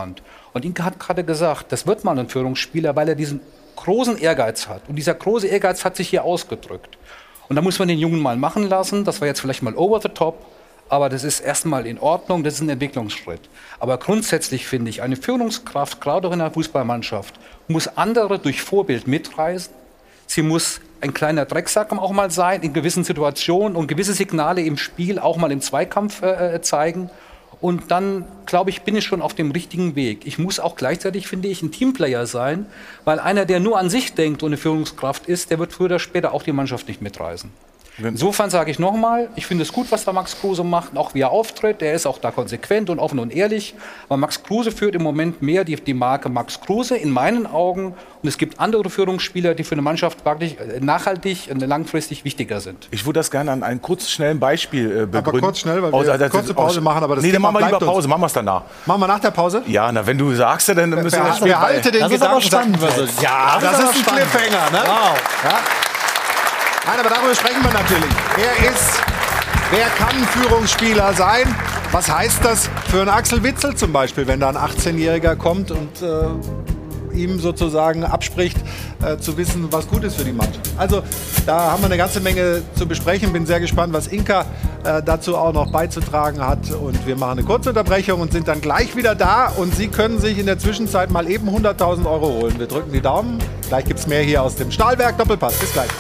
Und Inke hat gerade gesagt, das wird mal ein Führungsspieler, weil er diesen großen Ehrgeiz hat. Und dieser große Ehrgeiz hat sich hier ausgedrückt. Und da muss man den Jungen mal machen lassen. Das war jetzt vielleicht mal over the top. Aber das ist erstmal in Ordnung, das ist ein Entwicklungsschritt. Aber grundsätzlich finde ich, eine Führungskraft, gerade auch in einer Fußballmannschaft, muss andere durch Vorbild mitreißen. Sie muss ein kleiner Drecksack auch mal sein in gewissen Situationen und gewisse Signale im Spiel auch mal im Zweikampf zeigen. Und dann, glaube ich, bin ich schon auf dem richtigen Weg. Ich muss auch gleichzeitig, finde ich, ein Teamplayer sein, weil einer, der nur an sich denkt und eine Führungskraft ist, der wird früher oder später auch die Mannschaft nicht mitreißen. Insofern sage ich nochmal, ich finde es gut, was da Max Kruse macht, auch wie er auftritt. Er ist auch da konsequent und offen und ehrlich. Aber Max Kruse führt im Moment mehr die Marke Max Kruse in meinen Augen. Und es gibt andere Führungsspieler, die für eine Mannschaft wirklich nachhaltig und langfristig wichtiger sind. Ich würde das gerne an einem kurz schnellen Beispiel begründen. Aber kurz schnell, weil wir kurze Pause machen. Aber das nee, dann machen wir lieber Pause. Machen wir es danach. Machen wir nach der Pause? Ja, na, wenn du sagst, dann müssen wir... Behalte den Gedanken. Ja, das ist ein Cliffhanger, ne? Wow. Ja. Nein, aber darüber sprechen wir natürlich. Wer kann Führungsspieler sein? Was heißt das für einen Axel Witsel zum Beispiel, wenn da ein 18-Jähriger kommt und ihm sozusagen abspricht, zu wissen, was gut ist für die Mannschaft? Also da haben wir eine ganze Menge zu besprechen. Bin sehr gespannt, was Inka dazu auch noch beizutragen hat. Und wir machen eine kurze Unterbrechung und sind dann gleich wieder da. Und Sie können sich in der Zwischenzeit mal eben 100.000 € holen. Wir drücken die Daumen. Gleich gibt es mehr hier aus dem Stahlwerk Doppelpass. Bis gleich.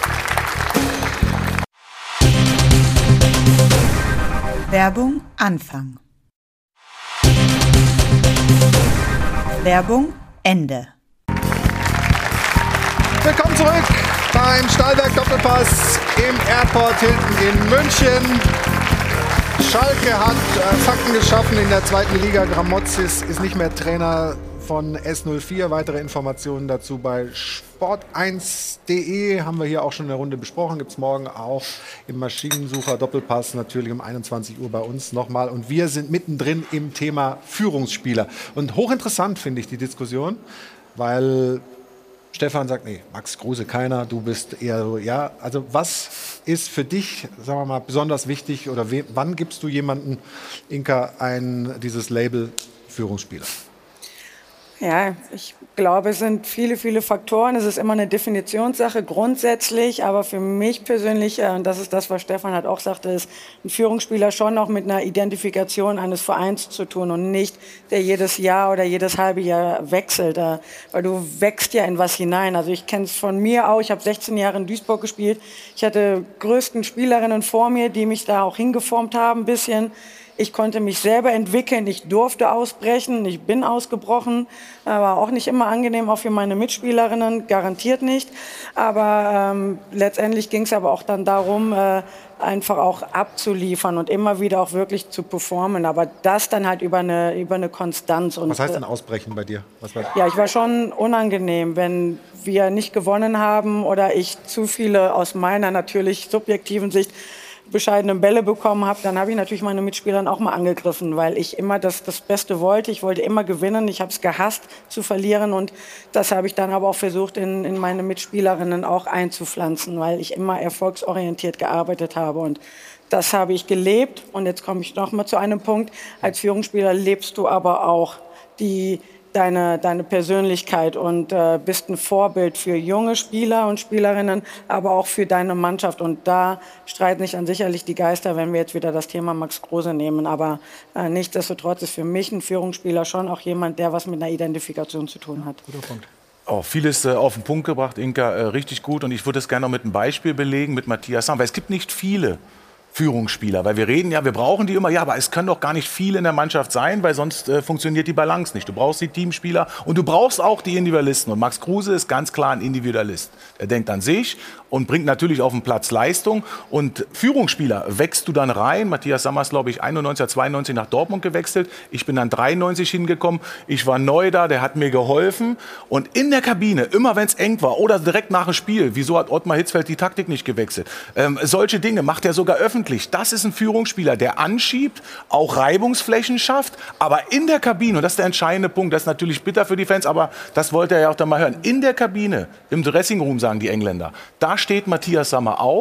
Werbung Anfang. Werbung Ende. Willkommen zurück beim Stahlwerk Doppelpass im Airport Hilton in München. Schalke hat Fakten geschaffen in der 2. Liga. Gramotzis ist nicht mehr Trainer von S04. Weitere Informationen dazu bei sport1.de haben wir hier auch schon eine Runde besprochen. Gibt es morgen auch im Maschinensucher Doppelpass, natürlich um 21 Uhr bei uns nochmal. Und wir sind mittendrin im Thema Führungsspieler. Und hochinteressant finde ich die Diskussion, weil Stefan sagt, nee, Max Kruse keiner, du bist eher so, ja. Also was ist für dich, sagen wir mal, besonders wichtig oder wann gibst du jemandem, Inka, dieses Label Führungsspieler? Ja, ich glaube, es sind viele, viele Faktoren. Es ist immer eine Definitionssache grundsätzlich, aber für mich persönlich, und das ist das, was Stefan halt auch sagte, ist ein Führungsspieler schon auch mit einer Identifikation eines Vereins zu tun und nicht, der jedes Jahr oder jedes halbe Jahr wechselt, weil du wächst ja in was hinein. Also ich kenne es von mir auch, ich habe 16 Jahre in Duisburg gespielt. Ich hatte größten Spielerinnen vor mir, die mich da auch hingeformt haben, ein bisschen. Ich konnte mich selber entwickeln, ich durfte ausbrechen, ich bin ausgebrochen, war auch nicht immer angenehm, auch für meine Mitspielerinnen, garantiert nicht. Aber letztendlich ging es aber auch dann darum, einfach auch abzuliefern und immer wieder auch wirklich zu performen. Aber das dann halt über eine Konstanz. Und, was heißt denn Ausbrechen bei dir? Ja, ich war schon unangenehm, wenn wir nicht gewonnen haben oder ich zu viele aus meiner natürlich subjektiven Sicht bescheidene Bälle bekommen habe, dann habe ich natürlich meine Mitspieler auch mal angegriffen, weil ich immer das Beste wollte. Ich wollte immer gewinnen. Ich habe es gehasst zu verlieren und das habe ich dann aber auch versucht, in meine Mitspielerinnen auch einzupflanzen, weil ich immer erfolgsorientiert gearbeitet habe und das habe ich gelebt. Und jetzt komme ich noch mal zu einem Punkt. Als Führungsspieler lebst du aber auch deine Persönlichkeit und bist ein Vorbild für junge Spieler und Spielerinnen, aber auch für deine Mannschaft. Und da streiten sich dann sicherlich die Geister, wenn wir jetzt wieder das Thema Max Kruse nehmen. Aber nichtsdestotrotz ist für mich ein Führungsspieler schon auch jemand, der was mit einer Identifikation zu tun hat. Guter Punkt. Oh, vieles auf den Punkt gebracht, Inka, richtig gut. Und ich würde es gerne noch mit einem Beispiel belegen, mit Matthias Sammer. Weil es gibt nicht viele Führungsspieler, weil wir reden ja, wir brauchen die immer, ja, aber es können doch gar nicht viele in der Mannschaft sein, weil sonst funktioniert die Balance nicht. Du brauchst die Teamspieler und du brauchst auch die Individualisten. Und Max Kruse ist ganz klar ein Individualist. Er denkt an sich und bringt natürlich auf den Platz Leistung. Und Führungsspieler wächst du dann rein. Matthias Sammer ist, glaube ich, 91, 92 nach Dortmund gewechselt. Ich bin dann 93 hingekommen. Ich war neu da, der hat mir geholfen. Und in der Kabine, immer wenn es eng war oder direkt nach dem Spiel, wieso hat Ottmar Hitzfeld die Taktik nicht gewechselt? Solche Dinge macht er sogar öffentlich. Das ist ein Führungsspieler, der anschiebt, auch Reibungsflächen schafft, aber in der Kabine, und das ist der entscheidende Punkt, das ist natürlich bitter für die Fans, aber das wollte er ja auch dann mal hören, in der Kabine, im Dressingroom, sagen die Engländer, da steht Matthias Sammer auf,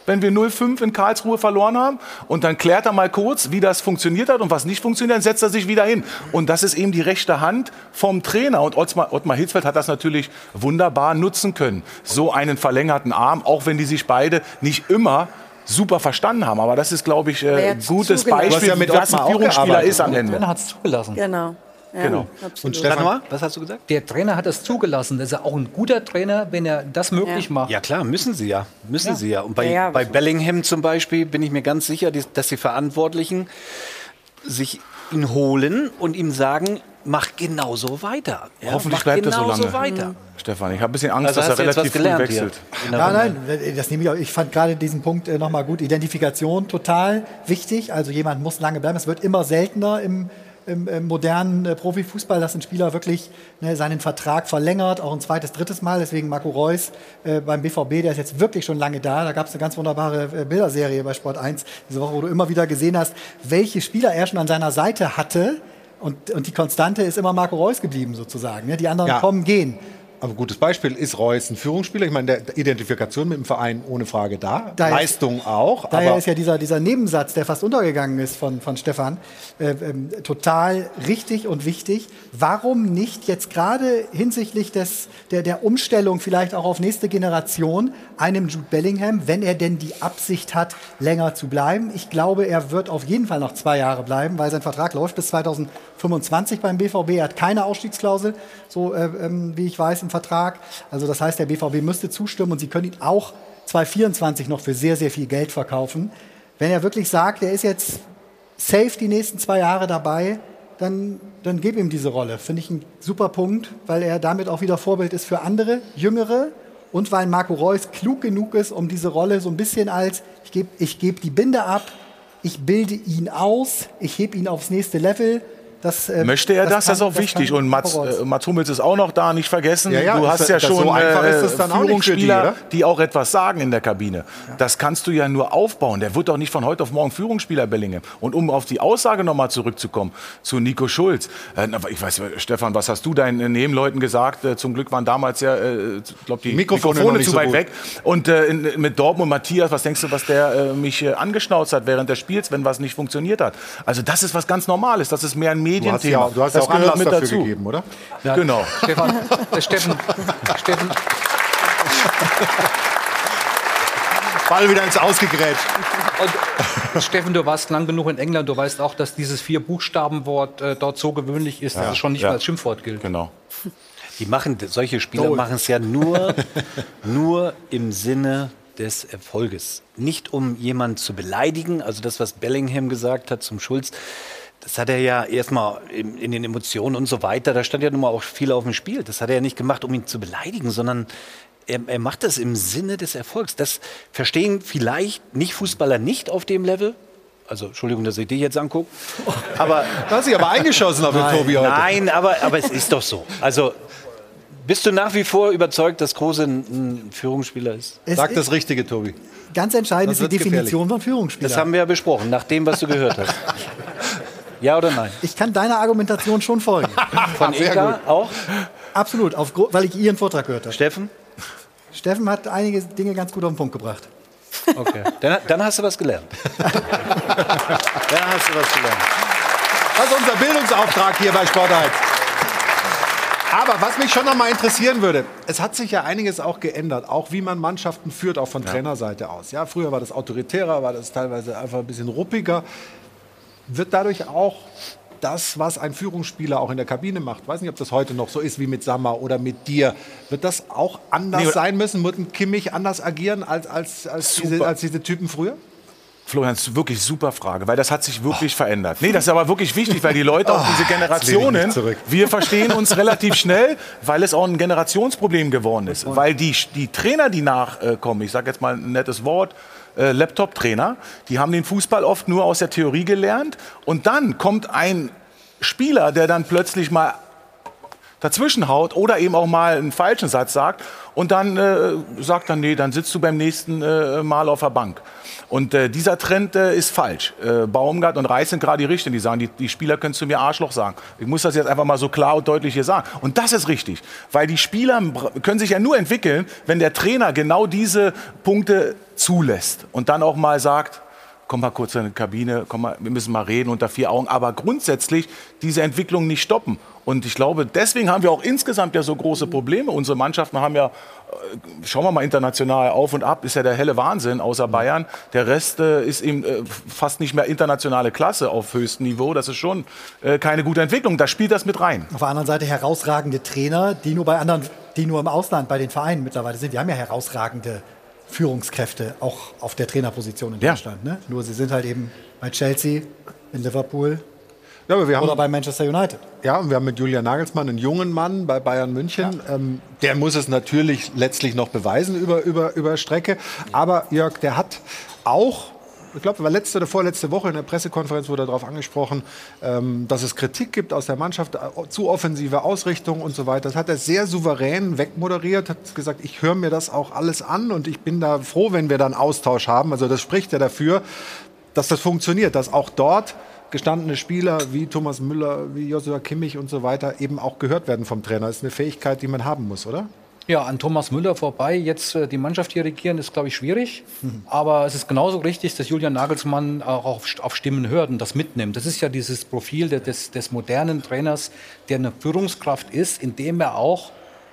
wenn wir 0-5 in Karlsruhe verloren haben. Und dann klärt er mal kurz, wie das funktioniert hat und was nicht funktioniert, dann setzt er sich wieder hin. Und das ist eben die rechte Hand vom Trainer. Und Ottmar Hitzfeld hat das natürlich wunderbar nutzen können. So einen verlängerten Arm, auch wenn die sich beide nicht immer super verstanden haben. Aber das ist, glaube ich, ein gutes Beispiel, ja mit was ein Führungsspieler ist am Ende. Der Trainer hat es zugelassen. Genau. Ja, genau. Und Stefan, was hast du gesagt? Der Trainer hat das zugelassen. Das ist ja auch ein guter Trainer, wenn er das möglich macht. Ja klar, müssen sie ja. Und bei Bellingham zum Beispiel bin ich mir ganz sicher, dass die Verantwortlichen sich ihn holen und ihm sagen, mach genauso weiter. Ja, hoffentlich bleibt er so lange. Weiter. Stefan, ich habe ein bisschen Angst, dass er relativ früh wechselt. Nein, das nehme ich auch. Ich fand gerade diesen Punkt nochmal gut. Identifikation total wichtig. Also jemand muss lange bleiben. Es wird immer seltener im modernen Profifußball, dass ein Spieler wirklich seinen Vertrag verlängert, auch ein zweites, drittes Mal. Deswegen Marco Reus beim BVB, der ist jetzt wirklich schon lange da. Da gab es eine ganz wunderbare Bilderserie bei Sport 1 diese Woche, wo du immer wieder gesehen hast, welche Spieler er schon an seiner Seite hatte. Und die Konstante ist immer Marco Reus geblieben, sozusagen. Die anderen kommen, gehen. Aber ein gutes Beispiel ist Reus ein Führungsspieler. Ich meine, der Identifikation mit dem Verein ohne Frage da. Leistung auch. Daher ist ja dieser Nebensatz, der fast untergegangen ist von Stefan, total richtig und wichtig. Warum nicht jetzt gerade hinsichtlich der Umstellung vielleicht auch auf nächste Generation einem Jude Bellingham, wenn er denn die Absicht hat, länger zu bleiben? Ich glaube, er wird auf jeden Fall noch 2 Jahre bleiben, weil sein Vertrag läuft bis 2025 beim BVB. Er hat keine Ausstiegsklausel, so wie ich weiß, im Vertrag. Also das heißt, der BVB müsste zustimmen und sie können ihn auch 2024 noch für sehr, sehr viel Geld verkaufen. Wenn er wirklich sagt, er ist jetzt safe die nächsten 2 Jahre dabei, dann gib ihm diese Rolle. Finde ich ein super Punkt, weil er damit auch wieder Vorbild ist für andere, Jüngere und weil Marco Reus klug genug ist, um diese Rolle so ein bisschen als, ich geb die Binde ab, ich bilde ihn aus, ich hebe ihn aufs nächste Level. Möchte er das? Das ist auch wichtig. Und Mats Hummels ist auch noch da, nicht vergessen. Ja, du hast ja schon so Führungsspieler, die auch etwas sagen in der Kabine. Ja. Das kannst du ja nur aufbauen. Der wird doch nicht von heute auf morgen Führungsspieler, Bellingham. Und um auf die Aussage nochmal zurückzukommen, zu Nico Schulz. Ich weiß, Stefan, was hast du deinen Nebenleuten gesagt? Zum Glück waren damals ja, glaube die Mikrofone zu weit weg. Und mit Dortmund, Matthias, was denkst du, was der mich angeschnauzt hat während des Spiels, wenn was nicht funktioniert hat? Also das ist was ganz Normales. Das ist mehr ein Medienthema. Du hast ja auch Anlass dafür gegeben, oder? Ja, genau. Steffen. Ball wieder ins Ausgegrätscht. Und Steffen, du warst lang genug in England. Du weißt auch, dass dieses 4-Buchstaben-Wort dort so gewöhnlich ist, dass es schon nicht mehr als Schimpfwort gilt. Genau. Solche Spieler machen es ja nur im Sinne des Erfolges. Nicht um jemanden zu beleidigen. Also das, was Bellingham gesagt hat zum Schulz, das hat er ja erstmal in den Emotionen und so weiter, da stand ja nun mal auch viel auf dem Spiel. Das hat er ja nicht gemacht, um ihn zu beleidigen, sondern er macht das im Sinne des Erfolgs. Das verstehen vielleicht Nicht-Fußballer nicht auf dem Level. Also, Entschuldigung, dass ich dich jetzt angucke. Aber da hast du dich aber eingeschossen auf den Tobi heute. Nein, aber es ist doch so. Also, bist du nach wie vor überzeugt, dass Klose ein Führungsspieler ist? Sag das Richtige, Tobi. Ganz entscheidend ist die Definition von Führungsspieler. Das haben wir ja besprochen, nach dem, was du gehört hast. Ja oder nein? Ich kann deiner Argumentation schon folgen. Von Ega auch? Absolut, weil ich Ihren Vortrag gehört habe. Steffen? Steffen hat einige Dinge ganz gut auf den Punkt gebracht. Okay, dann hast du was gelernt. Das ist unser Bildungsauftrag hier bei Sport 1. Aber was mich schon noch mal interessieren würde, es hat sich ja einiges auch geändert, auch wie man Mannschaften führt, auch von Trainerseite aus. Ja, früher war das autoritärer, war das teilweise einfach ein bisschen ruppiger. Wird dadurch auch das, was ein Führungsspieler auch in der Kabine macht, ich weiß nicht, ob das heute noch so ist wie mit Sammer oder mit dir, wird das auch anders sein müssen? Wird ein Kimmich anders agieren als diese Typen früher? Florian, das ist wirklich super Frage, weil das hat sich wirklich verändert. Nee, das ist aber wirklich wichtig, weil die Leute, auch diese Generationen, wir verstehen uns relativ schnell, weil es auch ein Generationsproblem geworden ist. Weil die Trainer, die nachkommen, ich sage jetzt mal ein nettes Wort, Laptop-Trainer, die haben den Fußball oft nur aus der Theorie gelernt und dann kommt ein Spieler, der dann plötzlich mal dazwischen haut oder eben auch mal einen falschen Satz sagt und dann sagt dann, nee, dann sitzt du beim nächsten Mal auf der Bank. Und dieser Trend ist falsch. Baumgart und Reis sind gerade die Richtigen, die sagen, die Spieler können zu mir Arschloch sagen. Ich muss das jetzt einfach mal so klar und deutlich hier sagen. Und das ist richtig, weil die Spieler können sich ja nur entwickeln, wenn der Trainer genau diese Punkte zulässt und dann auch mal sagt, komm mal kurz in die Kabine, komm mal, wir müssen mal reden unter 4 Augen, aber grundsätzlich diese Entwicklung nicht stoppen. Und ich glaube, deswegen haben wir auch insgesamt ja so große Probleme. Unsere Mannschaften haben ja, schauen wir mal international auf und ab, ist ja der helle Wahnsinn, außer Bayern. Der Rest ist eben fast nicht mehr internationale Klasse auf höchstem Niveau. Das ist schon keine gute Entwicklung. Da spielt das mit rein. Auf der anderen Seite herausragende Trainer, die nur im Ausland bei den Vereinen mittlerweile sind. Die haben ja herausragende Führungskräfte, auch auf der Trainerposition in Deutschland. Ne? Nur sie sind halt eben bei Chelsea, in Liverpool oder bei Manchester United. Ja, und wir haben mit Julian Nagelsmann einen jungen Mann bei Bayern München. Ja. Der muss es natürlich letztlich noch beweisen über Strecke. Aber Jörg, der hat auch, ich glaube, war letzte oder vorletzte Woche in der Pressekonferenz wurde darauf angesprochen, dass es Kritik gibt aus der Mannschaft, zu offensive Ausrichtung und so weiter. Das hat er sehr souverän wegmoderiert, hat gesagt, ich höre mir das auch alles an und ich bin da froh, wenn wir dann Austausch haben. Also das spricht ja dafür, dass das funktioniert, dass auch dort gestandene Spieler wie Thomas Müller, wie Joshua Kimmich und so weiter eben auch gehört werden vom Trainer. Das ist eine Fähigkeit, die man haben muss, oder? Ja, an Thomas Müller vorbei jetzt die Mannschaft hier regieren, ist, glaube ich, schwierig. Aber es ist genauso richtig, dass Julian Nagelsmann auch auf Stimmen hört und das mitnimmt. Das ist ja dieses Profil des modernen Trainers, der eine Führungskraft ist, indem er auch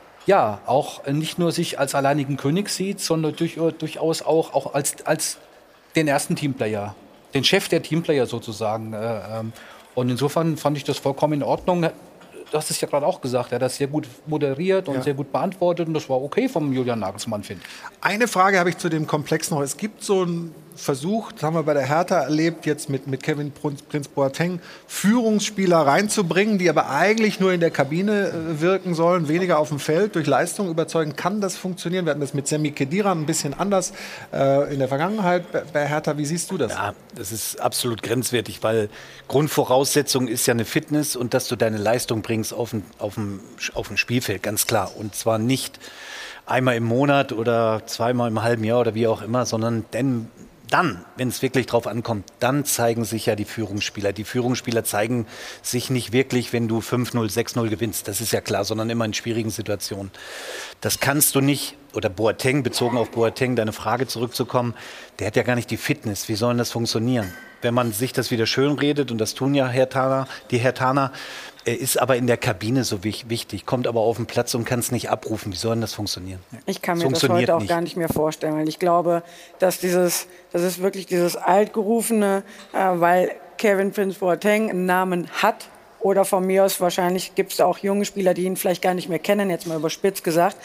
nicht nur sich als alleinigen König sieht, sondern durchaus auch als den ersten Teamplayer, den Chef der Teamplayer sozusagen. Und insofern fand ich das vollkommen in Ordnung. Du hast es ja gerade auch gesagt, er hat das sehr gut moderiert und sehr gut beantwortet und das war okay vom Julian Nagelsmann, finde ich. Eine Frage habe ich zu dem Komplex noch. Es gibt so einen Versuch, das haben wir bei der Hertha erlebt, jetzt mit Kevin Prince Boateng, Führungsspieler reinzubringen, die aber eigentlich nur in der Kabine wirken sollen, weniger auf dem Feld, durch Leistung überzeugen. Kann das funktionieren? Wir hatten das mit Sami Khedira ein bisschen anders in der Vergangenheit bei Hertha. Wie siehst du das? Ja, das ist absolut grenzwertig, weil Grundvoraussetzung ist ja eine Fitness und dass du deine Leistung bringst auf dem Spielfeld, ganz klar. Und zwar nicht einmal im Monat oder zweimal im halben Jahr oder wie auch immer, sondern dann, wenn es wirklich drauf ankommt, dann zeigen sich ja die Führungsspieler. Die Führungsspieler zeigen sich nicht wirklich, wenn du 5-0, 6-0 gewinnst. Das ist ja klar, sondern immer in schwierigen Situationen. Das kannst du nicht, oder Boateng, bezogen auf Boateng, deine Frage zurückzukommen, der hat ja gar nicht die Fitness. Wie soll denn das funktionieren? Wenn man sich das wieder schön redet, und das tun ja die Herthaner, ist aber in der Kabine so wichtig, kommt aber auf den Platz und kann es nicht abrufen. Wie soll denn das funktionieren? Ich kann mir das heute auch gar nicht mehr vorstellen, weil ich glaube, dass das ist wirklich dieses altgerufene, weil Kevin Prince Boateng einen Namen hat. Oder von mir aus wahrscheinlich gibt es auch junge Spieler, die ihn vielleicht gar nicht mehr kennen, jetzt mal überspitzt gesagt,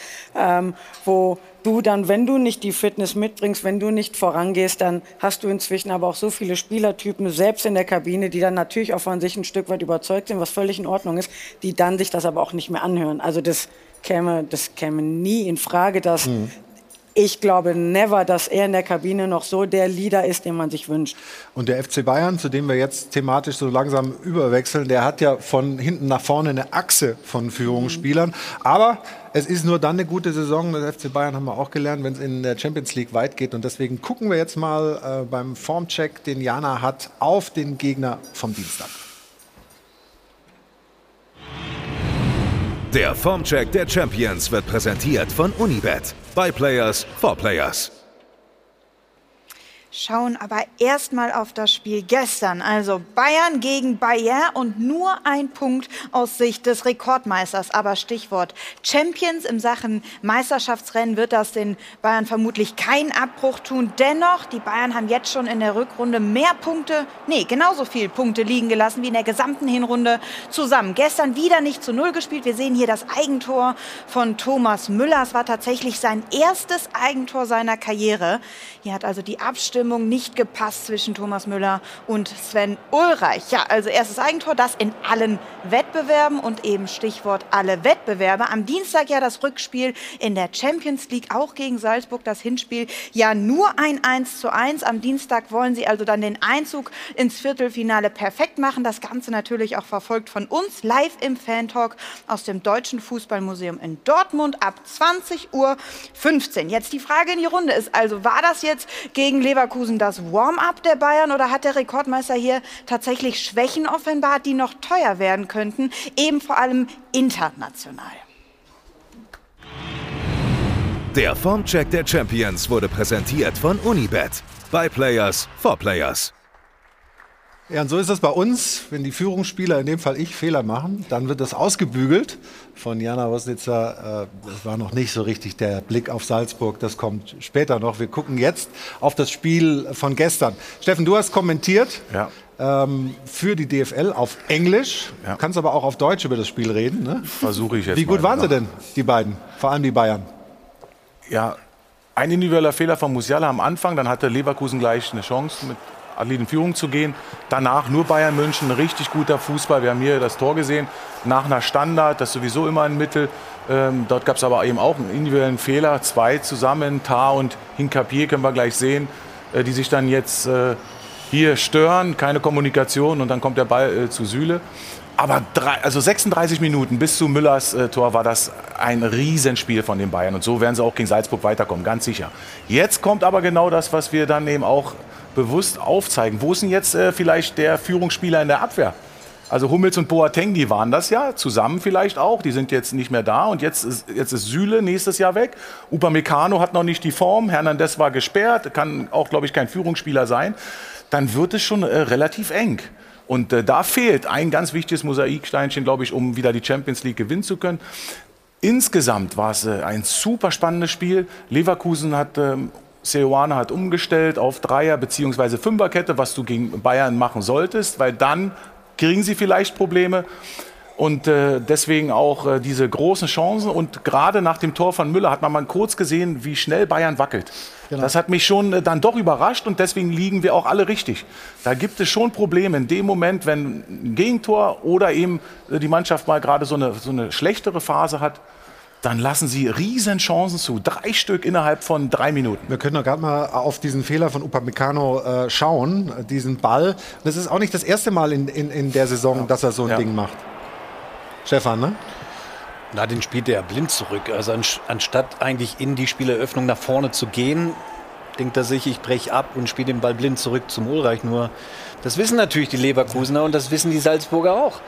wo du dann, wenn du nicht die Fitness mitbringst, wenn du nicht vorangehst, dann hast du inzwischen aber auch so viele Spielertypen, selbst in der Kabine, die dann natürlich auch von sich ein Stück weit überzeugt sind, was völlig in Ordnung ist, die dann sich das aber auch nicht mehr anhören. Also das käme nie in Frage, dass ich glaube never, dass er in der Kabine noch so der Leader ist, den man sich wünscht. Und der FC Bayern, zu dem wir jetzt thematisch so langsam überwechseln, der hat ja von hinten nach vorne eine Achse von Führungsspielern. Aber es ist nur dann eine gute Saison, das FC Bayern haben wir auch gelernt, wenn es in der Champions League weit geht. Und deswegen gucken wir jetzt mal beim Formcheck, den Jana hat, auf den Gegner vom Dienstag. Der Formcheck der Champions wird präsentiert von Unibet. By Players for Players. Schauen aber erstmal auf das Spiel gestern. Also Bayern gegen Bayer und nur ein Punkt aus Sicht des Rekordmeisters. Aber Stichwort Champions in Sachen Meisterschaftsrennen wird das den Bayern vermutlich keinen Abbruch tun. Dennoch, die Bayern haben jetzt schon in der Rückrunde genauso viele Punkte liegen gelassen wie in der gesamten Hinrunde zusammen. Gestern wieder nicht zu 0 gespielt. Wir sehen hier das Eigentor von Thomas Müller. Es war tatsächlich sein erstes Eigentor seiner Karriere. Hier hat also die Abstimmung Abstimmung nicht gepasst zwischen Thomas Müller und Sven Ulreich. Ja, also erstes Eigentor, das in allen Wettbewerben und eben Stichwort alle Wettbewerbe. Am Dienstag ja das Rückspiel in der Champions League, auch gegen Salzburg, das Hinspiel ja nur ein 1:1. Am Dienstag wollen sie also dann den Einzug ins Viertelfinale perfekt machen. Das Ganze natürlich auch verfolgt von uns live im Fan-Talk aus dem Deutschen Fußballmuseum in Dortmund ab 20:15 Uhr. Jetzt die Frage in die Runde ist also, war das jetzt gegen Leverkusen das Warm-up der Bayern oder hat der Rekordmeister hier tatsächlich Schwächen offenbart, die noch teuer werden könnten, eben vor allem international? Der Formcheck der Champions wurde präsentiert von Unibet. By Players, for Players. Ja, und so ist das bei uns. Wenn die Führungsspieler, in dem Fall ich, Fehler machen, dann wird das ausgebügelt von Jana Wosnitzer. Das war noch nicht so richtig der Blick auf Salzburg. Das kommt später noch. Wir gucken jetzt auf das Spiel von gestern. Steffen, du hast kommentiert für die DFL auf Englisch. Ja. Du kannst aber auch auf Deutsch über das Spiel reden. Ne? Versuche ich jetzt. Wie gut waren sie denn, die beiden? Vor allem die Bayern. Ja, ein individueller Fehler von Musiala am Anfang. Dann hatte Leverkusen gleich eine Chance, mit Adli in Führung zu gehen. Danach nur Bayern München, richtig guter Fußball. Wir haben hier das Tor gesehen, nach einer Standard, das ist sowieso immer ein Mittel. Dort gab es aber eben auch einen individuellen Fehler. 2 zusammen, Tah und Hincapié können wir gleich sehen, die sich dann jetzt hier stören. Keine Kommunikation und dann kommt der Ball zu Süle. Aber 36 Minuten bis zu Müllers Tor war das ein Riesenspiel von den Bayern. Und so werden sie auch gegen Salzburg weiterkommen, ganz sicher. Jetzt kommt aber genau das, was wir dann eben auch bewusst aufzeigen. Wo ist denn jetzt vielleicht der Führungsspieler in der Abwehr? Also Hummels und Boateng, die waren das ja, zusammen vielleicht auch. Die sind jetzt nicht mehr da und jetzt ist Süle nächstes Jahr weg. Upamecano hat noch nicht die Form, Hernandez war gesperrt, kann auch, glaube ich, kein Führungsspieler sein. Dann wird es schon relativ eng. Und da fehlt ein ganz wichtiges Mosaiksteinchen, glaube ich, um wieder die Champions League gewinnen zu können. Insgesamt war es ein super spannendes Spiel. Leverkusen hat Seoane hat umgestellt auf Dreier- bzw. Fünferkette, was du gegen Bayern machen solltest, weil dann kriegen sie vielleicht Probleme. Und deswegen auch diese großen Chancen. Und gerade nach dem Tor von Müller hat man mal kurz gesehen, wie schnell Bayern wackelt. Genau. Das hat mich schon dann doch überrascht und deswegen liegen wir auch alle richtig. Da gibt es schon Probleme in dem Moment, wenn ein Gegentor oder eben die Mannschaft mal gerade so eine schlechtere Phase hat. Dann lassen sie riesen Chancen zu. 3 Stück innerhalb von 3 Minuten. Wir können doch gerade mal auf diesen Fehler von Upamecano schauen, diesen Ball. Das ist auch nicht das erste Mal in der Saison, dass er so ein Ding macht. Stefan, ne? Na, den spielt er blind zurück. Also anstatt eigentlich in die Spieleröffnung nach vorne zu gehen, denkt er sich, ich breche ab und spiele den Ball blind zurück zum Ulreich. Nur, das wissen natürlich die Leverkusener und das wissen die Salzburger auch.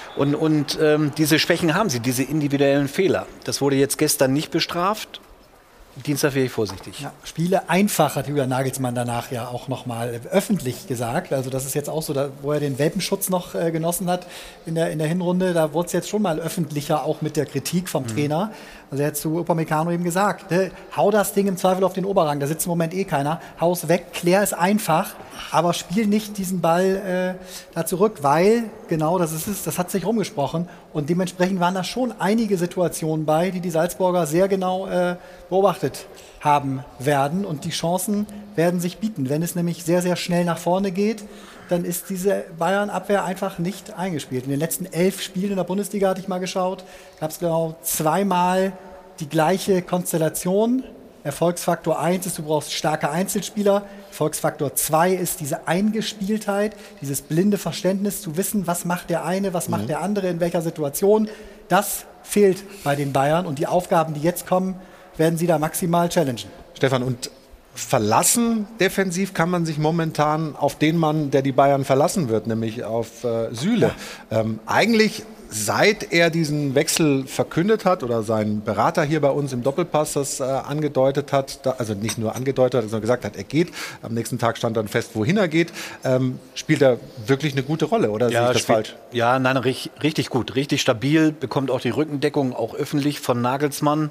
Und diese Schwächen haben sie, diese individuellen Fehler. Das wurde jetzt gestern nicht bestraft. Dienstag wäre ich vorsichtig. Ja, Spiele einfach, hat Julian Nagelsmann danach ja auch noch mal öffentlich gesagt. Also das ist jetzt auch so, wo er den Welpenschutz noch genossen hat in der Hinrunde. Da wurde es jetzt schon mal öffentlicher, auch mit der Kritik vom Trainer. Also er hat zu Upamecano eben gesagt, ne, hau das Ding im Zweifel auf den Oberrang, da sitzt im Moment eh keiner. Hau es weg, klär es einfach, aber spiel nicht diesen Ball da zurück, weil, genau, das hat sich rumgesprochen. Und dementsprechend waren da schon einige Situationen bei, die Salzburger sehr genau beobachtet haben werden. Und die Chancen werden sich bieten. Wenn es nämlich sehr, sehr schnell nach vorne geht, dann ist diese Bayern-Abwehr einfach nicht eingespielt. In den letzten 11 Spielen in der Bundesliga, hatte ich mal geschaut, gab es genau 2-mal die gleiche Konstellation. Erfolgsfaktor 1 ist, du brauchst starke Einzelspieler. Erfolgsfaktor 2 ist diese Eingespieltheit, dieses blinde Verständnis zu wissen, was macht der eine, was macht der andere, in welcher Situation. Das fehlt bei den Bayern und die Aufgaben, die jetzt kommen, werden sie da maximal challengen. Stefan, und verlassen defensiv kann man sich momentan auf den Mann, der die Bayern verlassen wird, nämlich auf Süle. Ja. Eigentlich seit er diesen Wechsel verkündet hat oder sein Berater hier bei uns im Doppelpass das angedeutet hat, also nicht nur angedeutet hat, sondern gesagt hat, er geht. Am nächsten Tag stand dann fest, wohin er geht. Spielt er wirklich eine gute Rolle oder sehe ich das falsch? Ja, nein, richtig gut, richtig stabil, bekommt auch die Rückendeckung, auch öffentlich von Nagelsmann.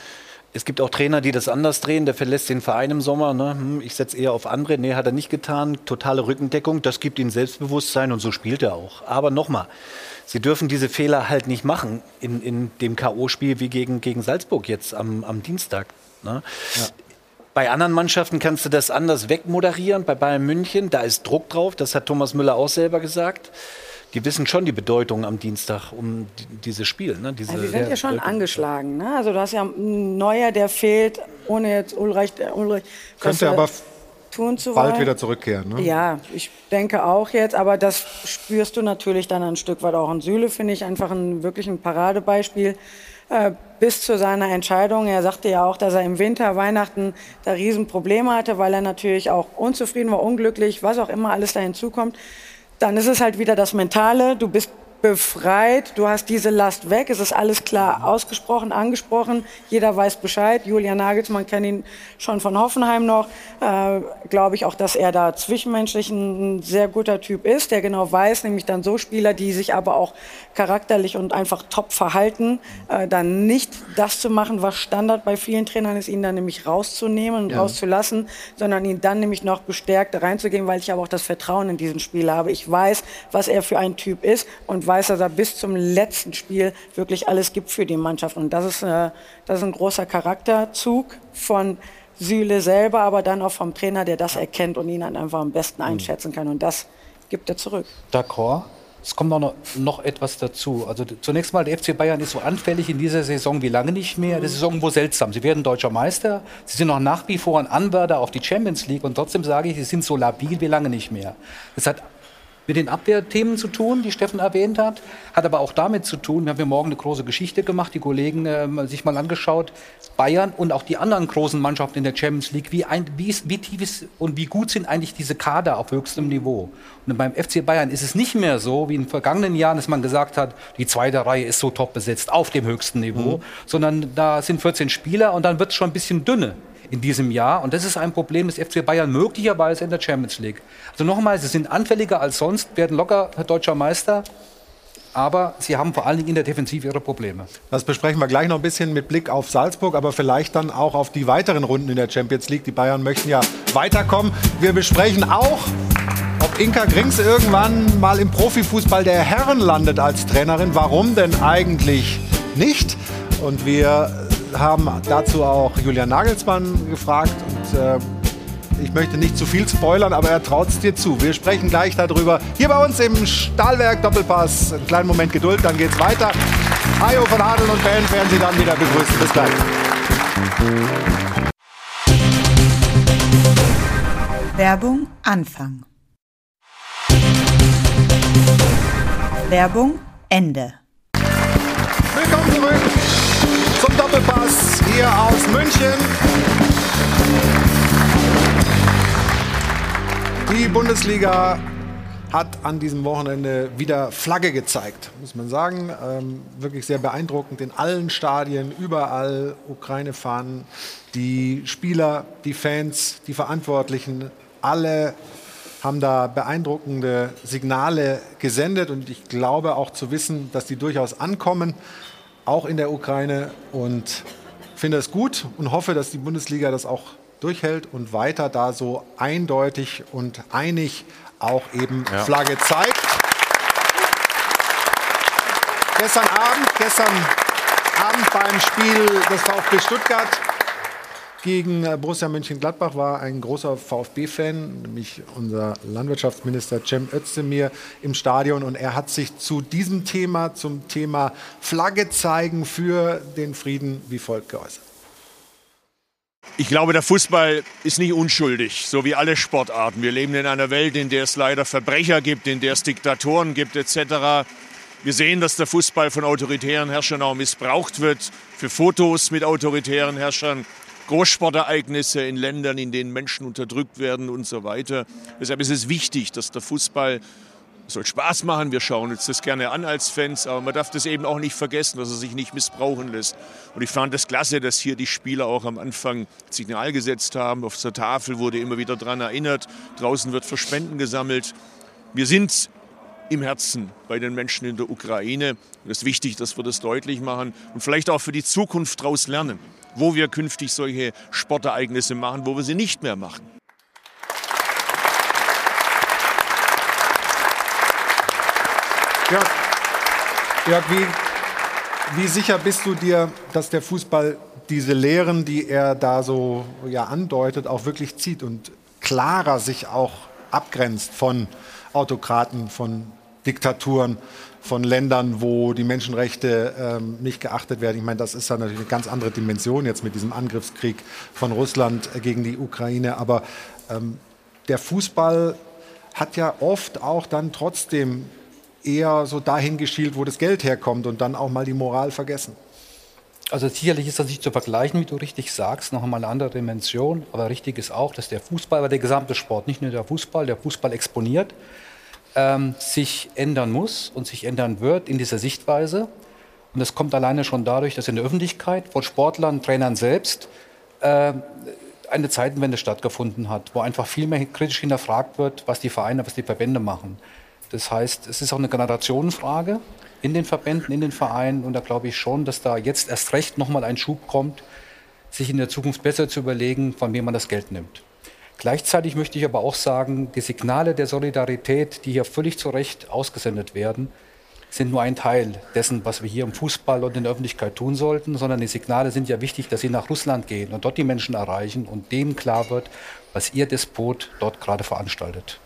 Es gibt auch Trainer, die das anders drehen. Der verlässt den Verein im Sommer. Ne? Ich setze eher auf andere. Nee, hat er nicht getan. Totale Rückendeckung. Das gibt ihm Selbstbewusstsein und so spielt er auch. Aber nochmal, sie dürfen diese Fehler halt nicht machen in dem K.O.-Spiel wie gegen Salzburg jetzt am Dienstag. Ne? Ja. Bei anderen Mannschaften kannst du das anders wegmoderieren. Bei Bayern München, da ist Druck drauf. Das hat Thomas Müller auch selber gesagt. Die wissen schon die Bedeutung am Dienstag um dieses Spiel. Ne? Die sind ja schon angeschlagen. Ne? Also du hast ja einen Neuer, der fehlt, ohne jetzt Ulreich könnte aber tun zu bald wollen. wieder zurückkehren. Ne? Ja, ich denke auch jetzt, aber das spürst du natürlich dann ein Stück weit auch in Süle, finde ich einfach wirklich ein Paradebeispiel. Bis zu seiner Entscheidung. Er sagte ja auch, dass er im Winter, Weihnachten da Riesenprobleme hatte, weil er natürlich auch unzufrieden war, unglücklich, was auch immer alles da hinzukommt. Dann ist es halt wieder das Mentale. Du bist befreit, du hast diese Last weg, es ist alles klar ausgesprochen, angesprochen, jeder weiß Bescheid. Julian Nagelsmann kennt ihn schon von Hoffenheim noch. Glaube ich auch, dass er da zwischenmenschlich ein sehr guter Typ ist, der genau weiß, nämlich dann so Spieler, die sich aber auch charakterlich und einfach top verhalten, dann nicht das zu machen, was Standard bei vielen Trainern ist, ihn dann nämlich rauszunehmen und rauszulassen, sondern ihn dann nämlich noch bestärkt reinzugehen, weil ich aber auch das Vertrauen in diesen Spieler habe. Ich weiß, was er für ein Typ ist und weiß, dass er bis zum letzten Spiel wirklich alles gibt für die Mannschaft. Und das ist ein großer Charakterzug von Süle selber, aber dann auch vom Trainer, der das erkennt und ihn dann einfach am besten einschätzen kann. Und das gibt er zurück. D'accord. Es kommt noch etwas dazu. Also zunächst mal, der FC Bayern ist so anfällig in dieser Saison wie lange nicht mehr. Das ist irgendwo seltsam. Sie werden deutscher Meister. Sie sind noch nach wie vor ein Anwärter auf die Champions League. Und trotzdem sage ich, sie sind so labil wie lange nicht mehr. Das hat mit den Abwehrthemen zu tun, die Steffen erwähnt hat aber auch damit zu tun, wir haben ja morgen eine große Geschichte gemacht, die Kollegen sich mal angeschaut, Bayern und auch die anderen großen Mannschaften in der Champions League, wie tief ist und wie gut sind eigentlich diese Kader auf höchstem Niveau. Und beim FC Bayern ist es nicht mehr so, wie in den vergangenen Jahren, dass man gesagt hat, die zweite Reihe ist so top besetzt auf dem höchsten Niveau, sondern da sind 14 Spieler und dann wird es schon ein bisschen dünne in diesem Jahr. Und das ist ein Problem des FC Bayern möglicherweise in der Champions League. Also nochmal, sie sind anfälliger als sonst, werden locker deutscher Meister, aber sie haben vor allen Dingen in der Defensive ihre Probleme. Das besprechen wir gleich noch ein bisschen mit Blick auf Salzburg, aber vielleicht dann auch auf die weiteren Runden in der Champions League. Die Bayern möchten ja weiterkommen. Wir besprechen auch, ob Inka Grings irgendwann mal im Profifußball der Herren landet als Trainerin. Warum denn eigentlich nicht? Und wir haben dazu auch Julian Nagelsmann gefragt. Und ich möchte nicht zu viel spoilern, aber er traut es dir zu. Wir sprechen gleich darüber. Hier bei uns im Stahlwerk Doppelpass. Einen kleinen Moment Geduld, dann geht's weiter. Hajo von Adel und Band werden Sie dann wieder begrüßen. Bis gleich. Werbung Anfang. Werbung Ende. Willkommen zurück zum Doppelpass hier aus München. Die Bundesliga hat an diesem Wochenende wieder Flagge gezeigt, muss man sagen. Wirklich sehr beeindruckend in allen Stadien, überall Ukraine-Fahnen. Die Spieler, die Fans, die Verantwortlichen, alle haben da beeindruckende Signale gesendet. Und ich glaube auch zu wissen, dass die durchaus ankommen, auch in der Ukraine. Und finde es gut und hoffe, dass die Bundesliga das auch durchhält und weiter da so eindeutig und einig auch eben Flagge zeigt. Gestern Abend beim Spiel des VfB Stuttgart gegen Borussia Mönchengladbach war ein großer VfB-Fan, nämlich unser Landwirtschaftsminister Cem Özdemir im Stadion. Und er hat sich zu diesem Thema, zum Thema Flagge zeigen für den Frieden, wie folgt geäußert. Ich glaube, der Fußball ist nicht unschuldig, so wie alle Sportarten. Wir leben in einer Welt, in der es leider Verbrecher gibt, in der es Diktatoren gibt etc. Wir sehen, dass der Fußball von autoritären Herrschern auch missbraucht wird, für Fotos mit autoritären Herrschern, Großsportereignisse in Ländern, in denen Menschen unterdrückt werden und so weiter. Deshalb ist es wichtig, dass der Fußball soll Spaß machen. Wir schauen uns das gerne an als Fans, aber man darf das eben auch nicht vergessen, dass er sich nicht missbrauchen lässt. Und ich fand es klasse, dass hier die Spieler auch am Anfang Signal gesetzt haben. Auf der Tafel wurde immer wieder daran erinnert. Draußen wird für Spenden gesammelt. Wir sind im Herzen bei den Menschen in der Ukraine. Und es ist wichtig, dass wir das deutlich machen und vielleicht auch für die Zukunft daraus lernen, wo wir künftig solche Sportereignisse machen, wo wir sie nicht mehr machen. Jörg, Wie sicher bist du dir, dass der Fußball diese Lehren, die er da so andeutet, auch wirklich zieht und klarer sich auch abgrenzt von Autokraten, von Diktaturen, von Ländern, wo die Menschenrechte nicht geachtet werden? Ich meine, das ist ja natürlich eine ganz andere Dimension jetzt mit diesem Angriffskrieg von Russland gegen die Ukraine. Aber der Fußball hat ja oft auch dann trotzdem eher so dahin geschielt, wo das Geld herkommt und dann auch mal die Moral vergessen. Also sicherlich ist das nicht zu vergleichen, wie du richtig sagst, noch einmal eine andere Dimension. Aber richtig ist auch, dass der Fußball, aber der gesamte Sport, nicht nur der Fußball exponiert, sich ändern muss und sich ändern wird in dieser Sichtweise. Und das kommt alleine schon dadurch, dass in der Öffentlichkeit von Sportlern, Trainern selbst eine Zeitenwende stattgefunden hat, wo einfach viel mehr kritisch hinterfragt wird, was die Vereine, was die Verbände machen. Das heißt, es ist auch eine Generationenfrage in den Verbänden, in den Vereinen. Und da glaube ich schon, dass da jetzt erst recht nochmal ein Schub kommt, sich in der Zukunft besser zu überlegen, von wem man das Geld nimmt. Gleichzeitig möchte ich aber auch sagen, die Signale der Solidarität, die hier völlig zu Recht ausgesendet werden, sind nur ein Teil dessen, was wir hier im Fußball und in der Öffentlichkeit tun sollten, sondern die Signale sind ja wichtig, dass sie nach Russland gehen und dort die Menschen erreichen und denen klar wird, was ihr Despot dort gerade veranstaltet.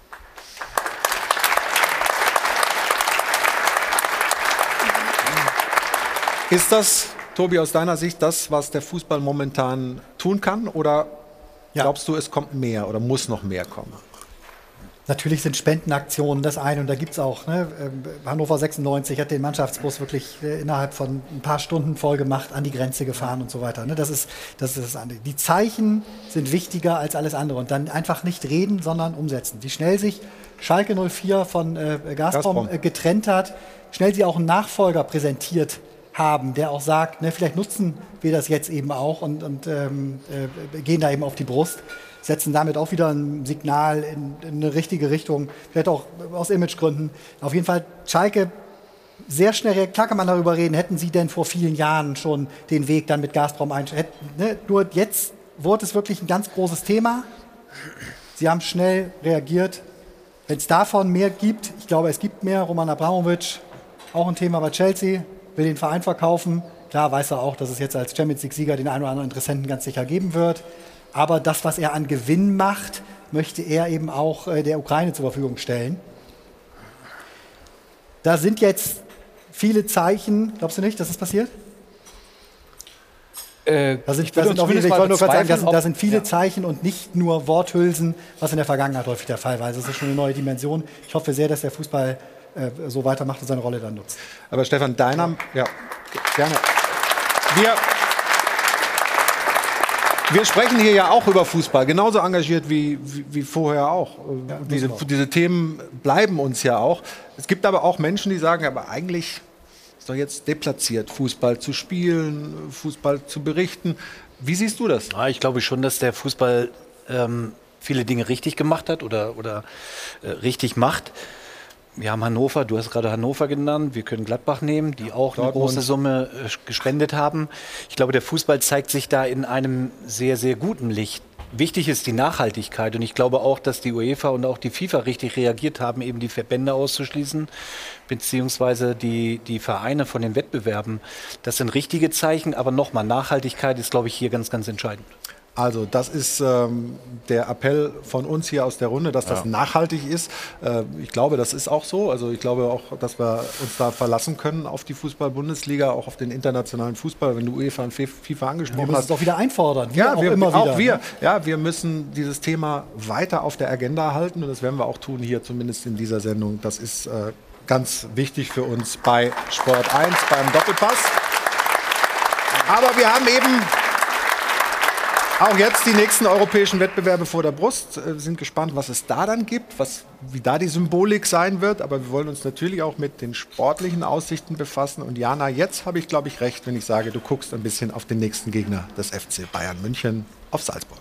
Ist das, Tobi, aus deiner Sicht das, was der Fußball momentan tun kann? Oder glaubst du, es kommt mehr oder muss noch mehr kommen? Natürlich sind Spendenaktionen das eine und da gibt es auch, Hannover 96 hat den Mannschaftsbus wirklich innerhalb von ein paar Stunden voll gemacht, an die Grenze gefahren und so weiter. Das ist das andere. Die Zeichen sind wichtiger als alles andere und dann einfach nicht reden, sondern umsetzen. Wie schnell sich Schalke 04 von Gazprom getrennt hat, schnell sie auch einen Nachfolger präsentiert haben, der auch sagt, vielleicht nutzen wir das jetzt eben auch und gehen da eben auf die Brust, setzen damit auch wieder ein Signal in eine richtige Richtung, vielleicht auch aus Imagegründen. Auf jeden Fall Schalke sehr schnell, klar kann man darüber reden, hätten sie denn vor vielen Jahren schon den Weg dann mit Gazprom einschätzen. Nur jetzt wurde es wirklich ein ganz großes Thema. Sie haben schnell reagiert. Wenn es davon mehr gibt, ich glaube, es gibt mehr, Roman Abramovich, auch ein Thema bei Chelsea, will den Verein verkaufen. Klar weiß er auch, dass es jetzt als Champions-League-Sieger den einen oder anderen Interessenten ganz sicher geben wird. Aber das, was er an Gewinn macht, möchte er eben auch der Ukraine zur Verfügung stellen. Da sind jetzt viele Zeichen. Glaubst du nicht, dass das passiert? Da sind viele Zeichen und nicht nur Worthülsen, was in der Vergangenheit häufig der Fall war. Also das ist schon eine neue Dimension. Ich hoffe sehr, dass der Fußball so weitermacht und seine Rolle dann nutzt. Aber Stefan, gerne. Wir sprechen hier ja auch über Fußball, genauso engagiert wie vorher auch. Ja, diese Themen bleiben uns ja auch. Es gibt aber auch Menschen, die sagen, aber eigentlich ist doch jetzt deplatziert, Fußball zu spielen, Fußball zu berichten. Wie siehst du das? Ja, ich glaube schon, dass der Fußball viele Dinge richtig gemacht hat oder richtig macht. Wir haben Hannover, du hast gerade Hannover genannt, wir können Gladbach nehmen, die auch eine große Summe gespendet haben. Ich glaube, der Fußball zeigt sich da in einem sehr, sehr guten Licht. Wichtig ist die Nachhaltigkeit und ich glaube auch, dass die UEFA und auch die FIFA richtig reagiert haben, eben die Verbände auszuschließen, beziehungsweise die Vereine von den Wettbewerben. Das sind richtige Zeichen, aber nochmal, Nachhaltigkeit ist, glaube ich, hier ganz, ganz entscheidend. Also das ist der Appell von uns hier aus der Runde, dass das nachhaltig ist. Ich glaube, das ist auch so. Also ich glaube auch, dass wir uns da verlassen können auf die Fußball-Bundesliga, auch auf den internationalen Fußball, wenn du UEFA und FIFA angesprochen hast. Wir müssen es auch wieder einfordern. Wir müssen dieses Thema weiter auf der Agenda halten und das werden wir auch tun hier zumindest in dieser Sendung. Das ist ganz wichtig für uns bei Sport 1, beim Doppelpass. Aber wir haben eben auch jetzt die nächsten europäischen Wettbewerbe vor der Brust. Wir sind gespannt, was es da dann gibt, wie da die Symbolik sein wird. Aber wir wollen uns natürlich auch mit den sportlichen Aussichten befassen. Und Jana, jetzt habe ich, glaube ich, recht, wenn ich sage, du guckst ein bisschen auf den nächsten Gegner des FC Bayern München, auf Salzburg.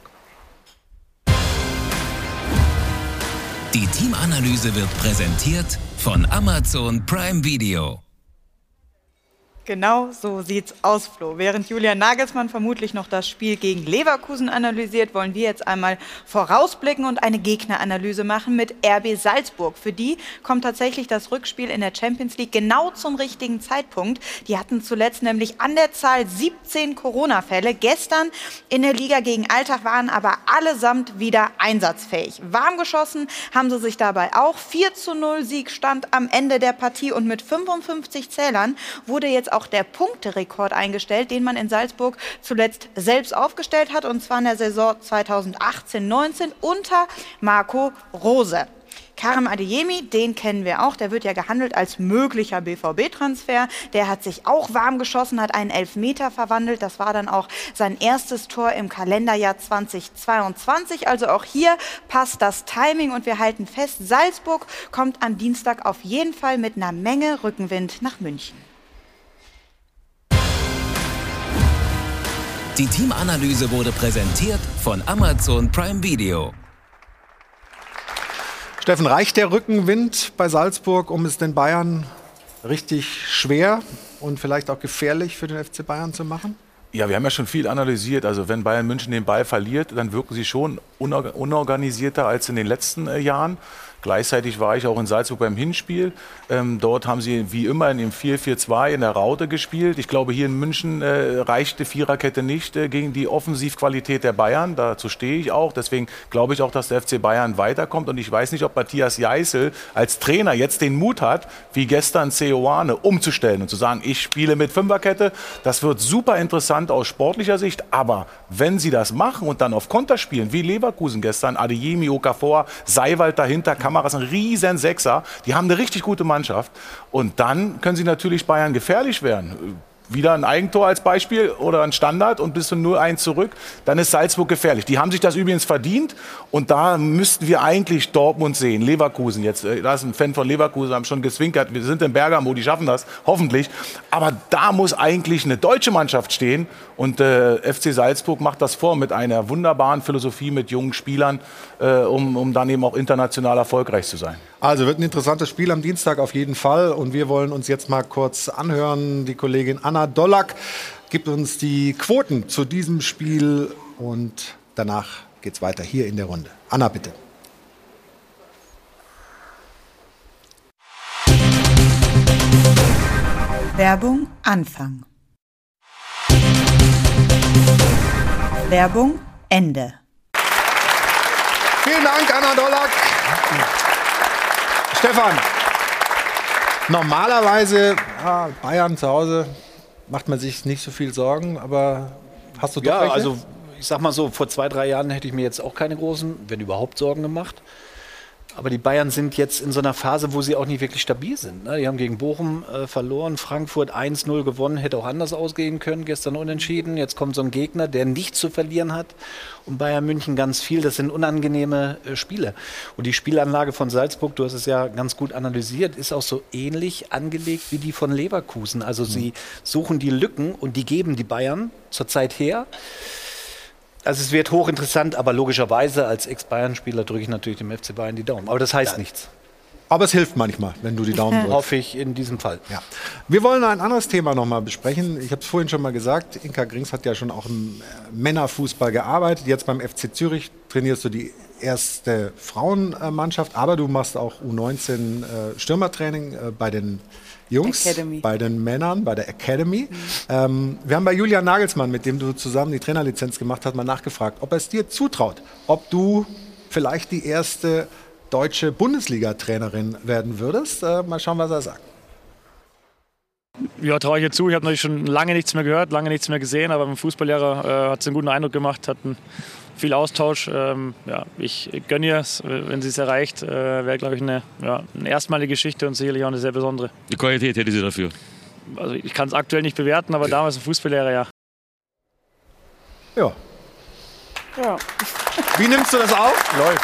Die Teamanalyse wird präsentiert von Amazon Prime Video. Genau so sieht's aus, Flo. Während Julian Nagelsmann vermutlich noch das Spiel gegen Leverkusen analysiert, wollen wir jetzt einmal vorausblicken und eine Gegneranalyse machen mit RB Salzburg. Für die kommt tatsächlich das Rückspiel in der Champions League genau zum richtigen Zeitpunkt. Die hatten zuletzt nämlich an der Zahl 17 Corona-Fälle. Gestern in der Liga gegen Altach waren aber allesamt wieder einsatzfähig. Warm geschossen haben sie sich dabei auch. 4:0 Sieg stand am Ende der Partie und mit 55 Zählern wurde jetzt auch der Punkterekord eingestellt, den man in Salzburg zuletzt selbst aufgestellt hat, und zwar in der Saison 2018/19 unter Marco Rose. Karim Adeyemi, den kennen wir auch, der wird ja gehandelt als möglicher BVB-Transfer. Der hat sich auch warm geschossen, hat einen Elfmeter verwandelt. Das war dann auch sein erstes Tor im Kalenderjahr 2022. Also auch hier passt das Timing und wir halten fest, Salzburg kommt am Dienstag auf jeden Fall mit einer Menge Rückenwind nach München. Die Teamanalyse wurde präsentiert von Amazon Prime Video. Steffen, reicht der Rückenwind bei Salzburg, um es den Bayern richtig schwer und vielleicht auch gefährlich für den FC Bayern zu machen? Ja, wir haben ja schon viel analysiert. Also wenn Bayern München den Ball verliert, dann wirken sie schon unorganisierter als in den letzten Jahren. Gleichzeitig war ich auch in Salzburg beim Hinspiel. Dort haben sie wie immer in dem 4-4-2 in der Raute gespielt. Ich glaube, hier in München reicht die Viererkette nicht gegen die Offensivqualität der Bayern. Dazu stehe ich auch. Deswegen glaube ich auch, dass der FC Bayern weiterkommt. Und ich weiß nicht, ob Matthias Jeißl als Trainer jetzt den Mut hat, wie gestern Seoane, umzustellen und zu sagen, ich spiele mit Fünferkette. Das wird super interessant aus sportlicher Sicht. Aber wenn sie das machen und dann auf Konter spielen, wie Leverkusen gestern, Adeyemi, Okafor, Seiwald dahinter, Kameras, ein riesen Sechser. Die haben eine richtig gute Mannschaft. Und dann können sie natürlich Bayern gefährlich werden. Wieder ein Eigentor als Beispiel oder ein Standard und bis zu 0-1 zurück, dann ist Salzburg gefährlich. Die haben sich das übrigens verdient und da müssten wir eigentlich Dortmund sehen, Leverkusen jetzt. Da ist ein Fan von Leverkusen, haben schon gezwinkert, wir sind in Bergamo, die schaffen das, hoffentlich. Aber da muss eigentlich eine deutsche Mannschaft stehen und FC Salzburg macht das vor mit einer wunderbaren Philosophie mit jungen Spielern, um dann eben auch international erfolgreich zu sein. Also wird ein interessantes Spiel am Dienstag auf jeden Fall. Und wir wollen uns jetzt mal kurz anhören. Die Kollegin Anna Dollack gibt uns die Quoten zu diesem Spiel. Und danach geht's weiter hier in der Runde. Anna, bitte. Werbung Anfang. Werbung Ende. Vielen Dank, Anna Dollack. Stefan, normalerweise Bayern zu Hause macht man sich nicht so viel Sorgen, aber hast du doch Ja, welche? also ich sag mal so, vor 2-3 Jahren hätte ich mir jetzt auch keine großen, wenn überhaupt, Sorgen gemacht. Aber die Bayern sind jetzt in so einer Phase, wo sie auch nicht wirklich stabil sind. Ne? Die haben gegen Bochum verloren, Frankfurt 1-0 gewonnen, hätte auch anders ausgehen können, gestern unentschieden. Jetzt kommt so ein Gegner, der nichts zu verlieren hat und Bayern München ganz viel. Das sind unangenehme Spiele. Und die Spielanlage von Salzburg, du hast es ja ganz gut analysiert, ist auch so ähnlich angelegt wie die von Leverkusen. Also sie suchen die Lücken und die geben die Bayern zurzeit her. Also es wird hochinteressant, aber logischerweise als Ex-Bayern-Spieler drücke ich natürlich dem FC Bayern die Daumen. Aber das heißt nichts. Aber es hilft manchmal, wenn du die Daumen drückst. Hoffe ich in diesem Fall. Ja. Wir wollen ein anderes Thema noch mal besprechen. Ich habe es vorhin schon mal gesagt, Inka Grings hat ja schon auch im Männerfußball gearbeitet. Jetzt beim FC Zürich trainierst du die erste Frauenmannschaft, aber du machst auch U19 Stürmertraining bei den Jungs, Academy. Bei den Männern, bei der Academy. Wir haben bei Julian Nagelsmann, mit dem du zusammen die Trainerlizenz gemacht hast, mal nachgefragt, ob er es dir zutraut, ob du vielleicht die erste deutsche Bundesliga-Trainerin werden würdest. Mal schauen, was er sagt. Ja, traue ich ihr zu. Ich habe natürlich schon lange nichts mehr gehört, lange nichts mehr gesehen, aber mit dem Fußballlehrer hat es einen guten Eindruck gemacht, hatten viel Austausch. Ja, ich gönne ihr es, wenn sie es erreicht. Wäre, glaube ich, eine erstmalige Geschichte und sicherlich auch eine sehr besondere. Die Qualität hätte sie dafür? Also ich kann es aktuell nicht bewerten, aber damals ein Fußballlehrer, ja. Ja. Ja. Wie nimmst du das auf? Läuft.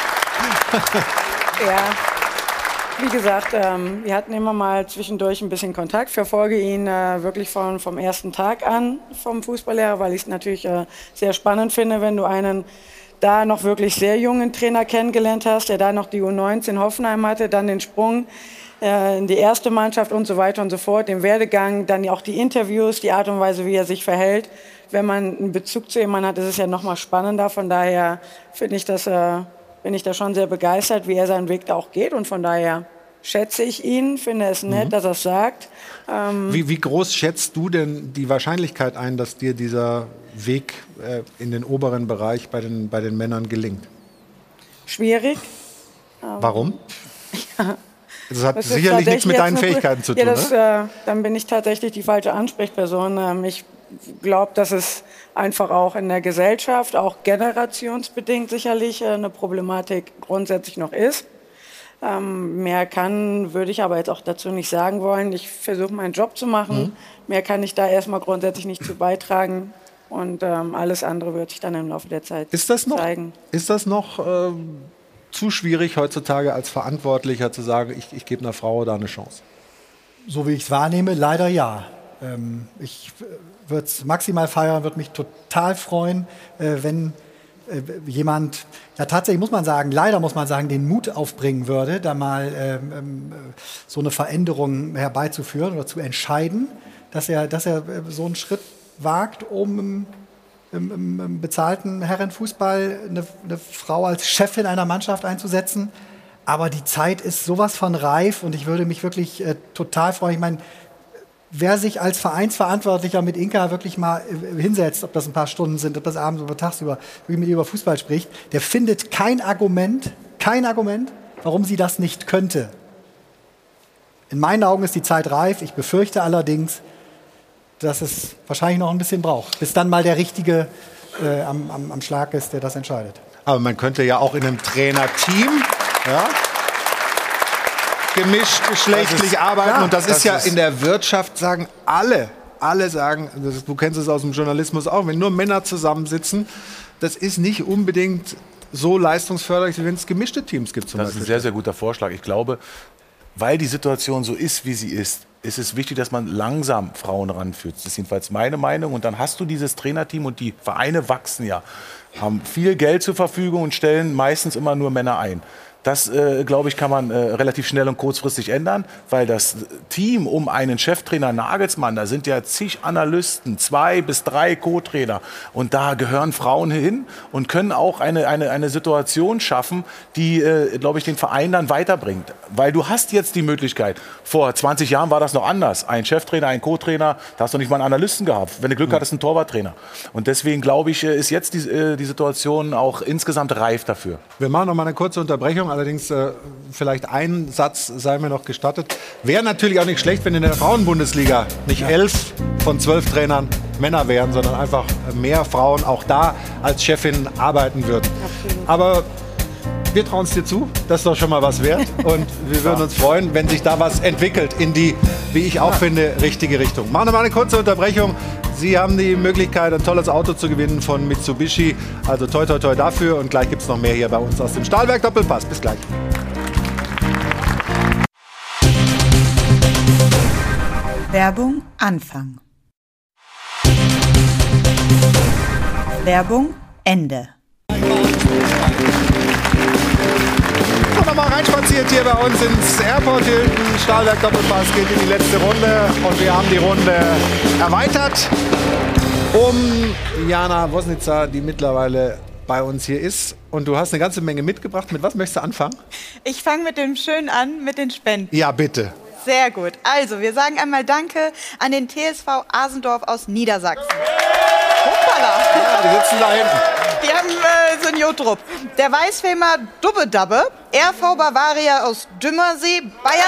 Ja, wie gesagt, wir hatten immer mal zwischendurch ein bisschen Kontakt. Ich verfolge ihn wirklich vom ersten Tag an vom Fußballlehrer, weil ich es natürlich sehr spannend finde, wenn du einen da noch wirklich sehr jungen Trainer kennengelernt hast, der da noch die U19 Hoffenheim hatte, dann den Sprung in die erste Mannschaft und so weiter und so fort, den Werdegang, dann auch die Interviews, die Art und Weise, wie er sich verhält. Wenn man einen Bezug zu jemandem hat, ist es ja noch mal spannender. Von daher bin ich da schon sehr begeistert, wie er seinen Weg da auch geht. Und von daher schätze ich ihn, finde es nett, dass er es sagt. Wie groß schätzt du denn die Wahrscheinlichkeit ein, dass dir dieser Weg in den oberen Bereich bei den Männern gelingt? Schwierig. Warum? Das hat sicherlich nichts mit deinen Fähigkeiten zu tun. Ja, dann bin ich tatsächlich die falsche Ansprechperson. Ich glaube, dass es einfach auch in der Gesellschaft, auch generationsbedingt sicherlich eine Problematik grundsätzlich noch ist. Mehr würde ich aber jetzt auch dazu nicht sagen wollen. Ich versuche meinen Job zu machen. Mehr kann ich da erstmal grundsätzlich nicht zu beitragen. Und alles andere wird sich dann im Laufe der Zeit zeigen. Ist das noch zu schwierig heutzutage als Verantwortlicher zu sagen, ich gebe einer Frau da eine Chance? So wie ich es wahrnehme, leider ja. Ich würde es maximal feiern, würde mich total freuen, wenn jemand, ja tatsächlich muss man sagen, leider muss man sagen, den Mut aufbringen würde, da mal so eine Veränderung herbeizuführen oder zu entscheiden, dass er so einen Schritt wagt, um im bezahlten Herrenfußball eine Frau als Chefin einer Mannschaft einzusetzen. Aber die Zeit ist sowas von reif und ich würde mich wirklich total freuen. Ich meine, wer sich als Vereinsverantwortlicher mit Inka wirklich mal hinsetzt, ob das ein paar Stunden sind, ob das abends oder tagsüber, wie mit ihr über Fußball spricht, der findet kein Argument, warum sie das nicht könnte. In meinen Augen ist die Zeit reif. Ich befürchte allerdings, dass es wahrscheinlich noch ein bisschen braucht, bis dann mal der Richtige am Schlag ist, der das entscheidet. Aber man könnte ja auch in einem Trainerteam gemischt geschlechtlich arbeiten. klar, und das ist ja in der Wirtschaft, sagen alle sagen, du kennst es aus dem Journalismus auch, wenn nur Männer zusammensitzen, das ist nicht unbedingt so leistungsförderlich, wie wenn es gemischte Teams gibt. Das ist ein sehr, sehr guter Vorschlag. Ich glaube, weil die Situation so ist, wie sie ist es wichtig, dass man langsam Frauen ranführt. Das ist jedenfalls meine Meinung. Und dann hast du dieses Trainerteam und die Vereine wachsen ja, haben viel Geld zur Verfügung und stellen meistens immer nur Männer ein. Das, glaube ich, kann man relativ schnell und kurzfristig ändern, weil das Team um einen Cheftrainer Nagelsmann, da sind ja zig Analysten, 2 bis 3 Co-Trainer. Und da gehören Frauen hin und können auch eine Situation schaffen, die, glaube ich, den Verein dann weiterbringt. Weil du hast jetzt die Möglichkeit, vor 20 Jahren war das noch anders. Ein Cheftrainer, ein Co-Trainer, da hast du nicht mal einen Analysten gehabt. Wenn du Glück hattest, einen Torwarttrainer. Und deswegen, glaube ich, ist jetzt die Situation auch insgesamt reif dafür. Wir machen noch mal eine kurze Unterbrechung. Allerdings vielleicht ein Satz sei mir noch gestattet. Wäre natürlich auch nicht schlecht, wenn in der Frauenbundesliga nicht 11 von 12 Trainern Männer wären, sondern einfach mehr Frauen auch da als Chefin arbeiten würden. Absolut. Aber wir trauen es dir zu, das ist doch schon mal was wert. Und wir würden uns freuen, wenn sich da was entwickelt in die, wie ich auch finde, richtige Richtung. Machen wir mal eine kurze Unterbrechung. Sie haben die Möglichkeit, ein tolles Auto zu gewinnen von Mitsubishi. Also toi, toi, toi dafür. Und gleich gibt es noch mehr hier bei uns aus dem Stahlwerk Doppelpass. Bis gleich. Werbung Anfang. Werbung Ende. Nochmal reinspaziert hier bei uns ins Airport Hilton. Stahlwerk Doppelpass geht in die letzte Runde und wir haben die Runde erweitert um Jana Wosnica, die mittlerweile bei uns hier ist. Und du hast eine ganze Menge mitgebracht. Mit was möchtest du anfangen? Ich fange mit dem Schönen an, mit den Spenden. Ja, bitte. Sehr gut. Also, wir sagen einmal Danke an den TSV Asendorf aus Niedersachsen. Hoppala. Ja, die sitzen da hinten. Die haben Seniortrupp. Der Weißfilmer Dubbe Dabbe, RV Bavaria aus Dümmersee,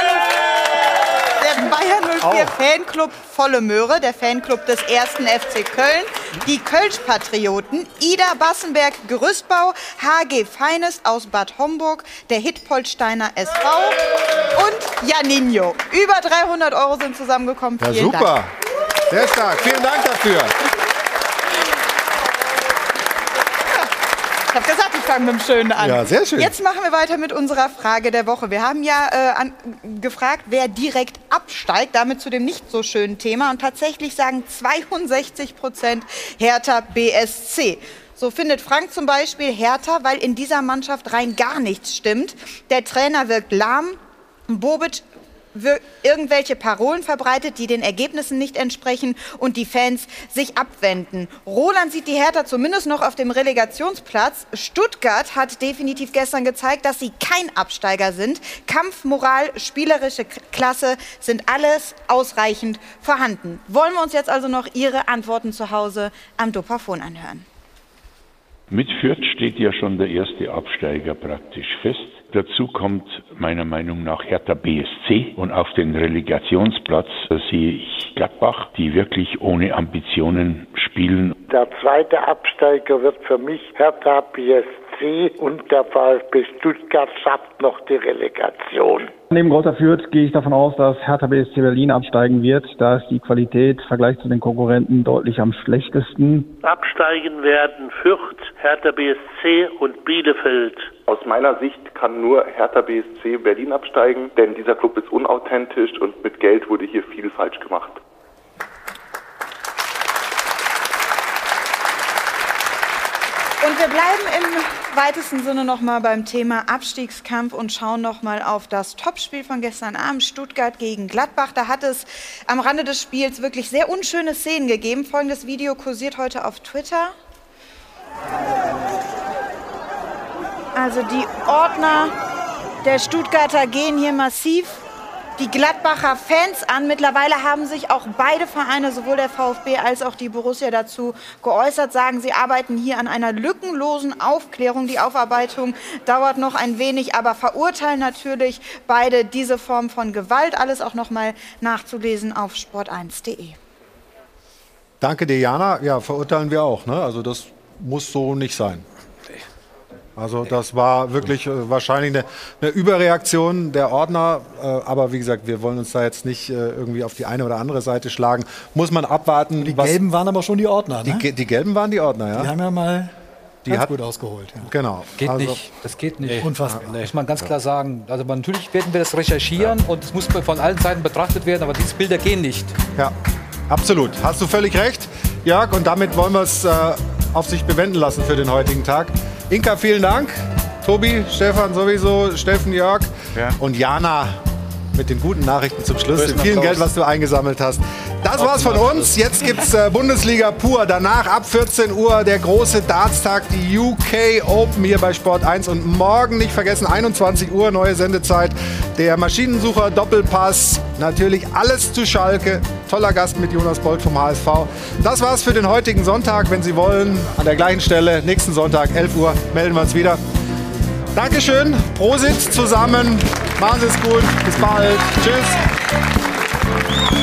der Bayern 04 Fanclub Volle Möhre, der Fanclub des 1. FC Köln, die Kölsch-Patrioten, Ida Bassenberg Gerüstbau, HG Feinest aus Bad Homburg, der Hittpolsteiner SV und Janinho. Über 300 € sind zusammengekommen. Ja, Vielen super. Dank. Sehr stark. Vielen Dank dafür. Ich habe gesagt, ich fange mit dem Schönen an. Ja, sehr schön. Jetzt machen wir weiter mit unserer Frage der Woche. Wir haben ja gefragt, wer direkt absteigt, damit zu dem nicht so schönen Thema. Und tatsächlich sagen 62% Hertha BSC. So findet Frank zum Beispiel Hertha, weil in dieser Mannschaft rein gar nichts stimmt. Der Trainer wirkt lahm. Bobic irgendwelche Parolen verbreitet, die den Ergebnissen nicht entsprechen und die Fans sich abwenden. Roland sieht die Hertha zumindest noch auf dem Relegationsplatz. Stuttgart hat definitiv gestern gezeigt, dass sie kein Absteiger sind. Kampfmoral, spielerische Klasse sind alles ausreichend vorhanden. Wollen wir uns jetzt also noch Ihre Antworten zu Hause am Dopafon anhören? Mit Fürth steht ja schon der erste Absteiger praktisch fest. Dazu kommt meiner Meinung nach Hertha BSC und auf den Relegationsplatz sehe ich Gladbach, die wirklich ohne Ambitionen spielen. Der zweite Absteiger wird für mich Hertha BSC und der VfB Stuttgart schafft noch die Relegation. Neben Greuther Fürth gehe ich davon aus, dass Hertha BSC Berlin absteigen wird. Da ist die Qualität im Vergleich zu den Konkurrenten deutlich am schlechtesten. Absteigen werden Fürth, Hertha BSC und Bielefeld. Aus meiner Sicht kann nur Hertha BSC Berlin absteigen, denn dieser Club ist unauthentisch und mit Geld wurde hier viel falsch gemacht. Und wir bleiben im weitesten Sinne noch mal beim Thema Abstiegskampf und schauen noch mal auf das Topspiel von gestern Abend, Stuttgart gegen Gladbach. Da hat es am Rande des Spiels wirklich sehr unschöne Szenen gegeben. Folgendes Video kursiert heute auf Twitter. Also die Ordner der Stuttgarter gehen hier massiv die Gladbacher Fans an. Mittlerweile haben sich auch beide Vereine, sowohl der VfB als auch die Borussia, dazu geäußert, sagen, sie arbeiten hier an einer lückenlosen Aufklärung. Die Aufarbeitung dauert noch ein wenig, aber verurteilen natürlich beide diese Form von Gewalt. Alles auch noch mal nachzulesen auf sport1.de. Danke dir, Jana. Ja, verurteilen wir auch. Ne? Also das muss so nicht sein. Also das war wirklich wahrscheinlich eine Überreaktion der Ordner. Aber wie gesagt, wir wollen uns da jetzt nicht irgendwie auf die eine oder andere Seite schlagen. Muss man abwarten. Die Gelben waren aber schon die Ordner, ne? Die Gelben waren die Ordner, ja. Die haben ja mal ganz gut ausgeholt. Ja. Genau. Geht nicht. Das geht nicht. Unfassbar. Muss man ganz klar sagen. Also natürlich werden wir das recherchieren und es muss von allen Seiten betrachtet werden, aber diese Bilder gehen nicht. Ja, absolut. Hast du völlig recht, Jörg. Und damit wollen wir es auf sich bewenden lassen für den heutigen Tag. Inka, vielen Dank. Tobi, Stefan sowieso, Steffen, Jörg und Jana mit den guten Nachrichten zum Schluss, dem vielen Geld, was du eingesammelt hast. Das war's von uns. Jetzt gibt's Bundesliga pur. Danach ab 14 Uhr der große Dartstag, die UK Open hier bei Sport 1. Und morgen nicht vergessen, 21 Uhr, neue Sendezeit. Der Maschinensucher Doppelpass. Natürlich alles zu Schalke. Toller Gast mit Jonas Bolt vom HSV. Das war's für den heutigen Sonntag. Wenn Sie wollen, an der gleichen Stelle, nächsten Sonntag, 11 Uhr, melden wir uns wieder. Dankeschön. Prosit zusammen. Machen Sie es gut. Bis bald. Tschüss.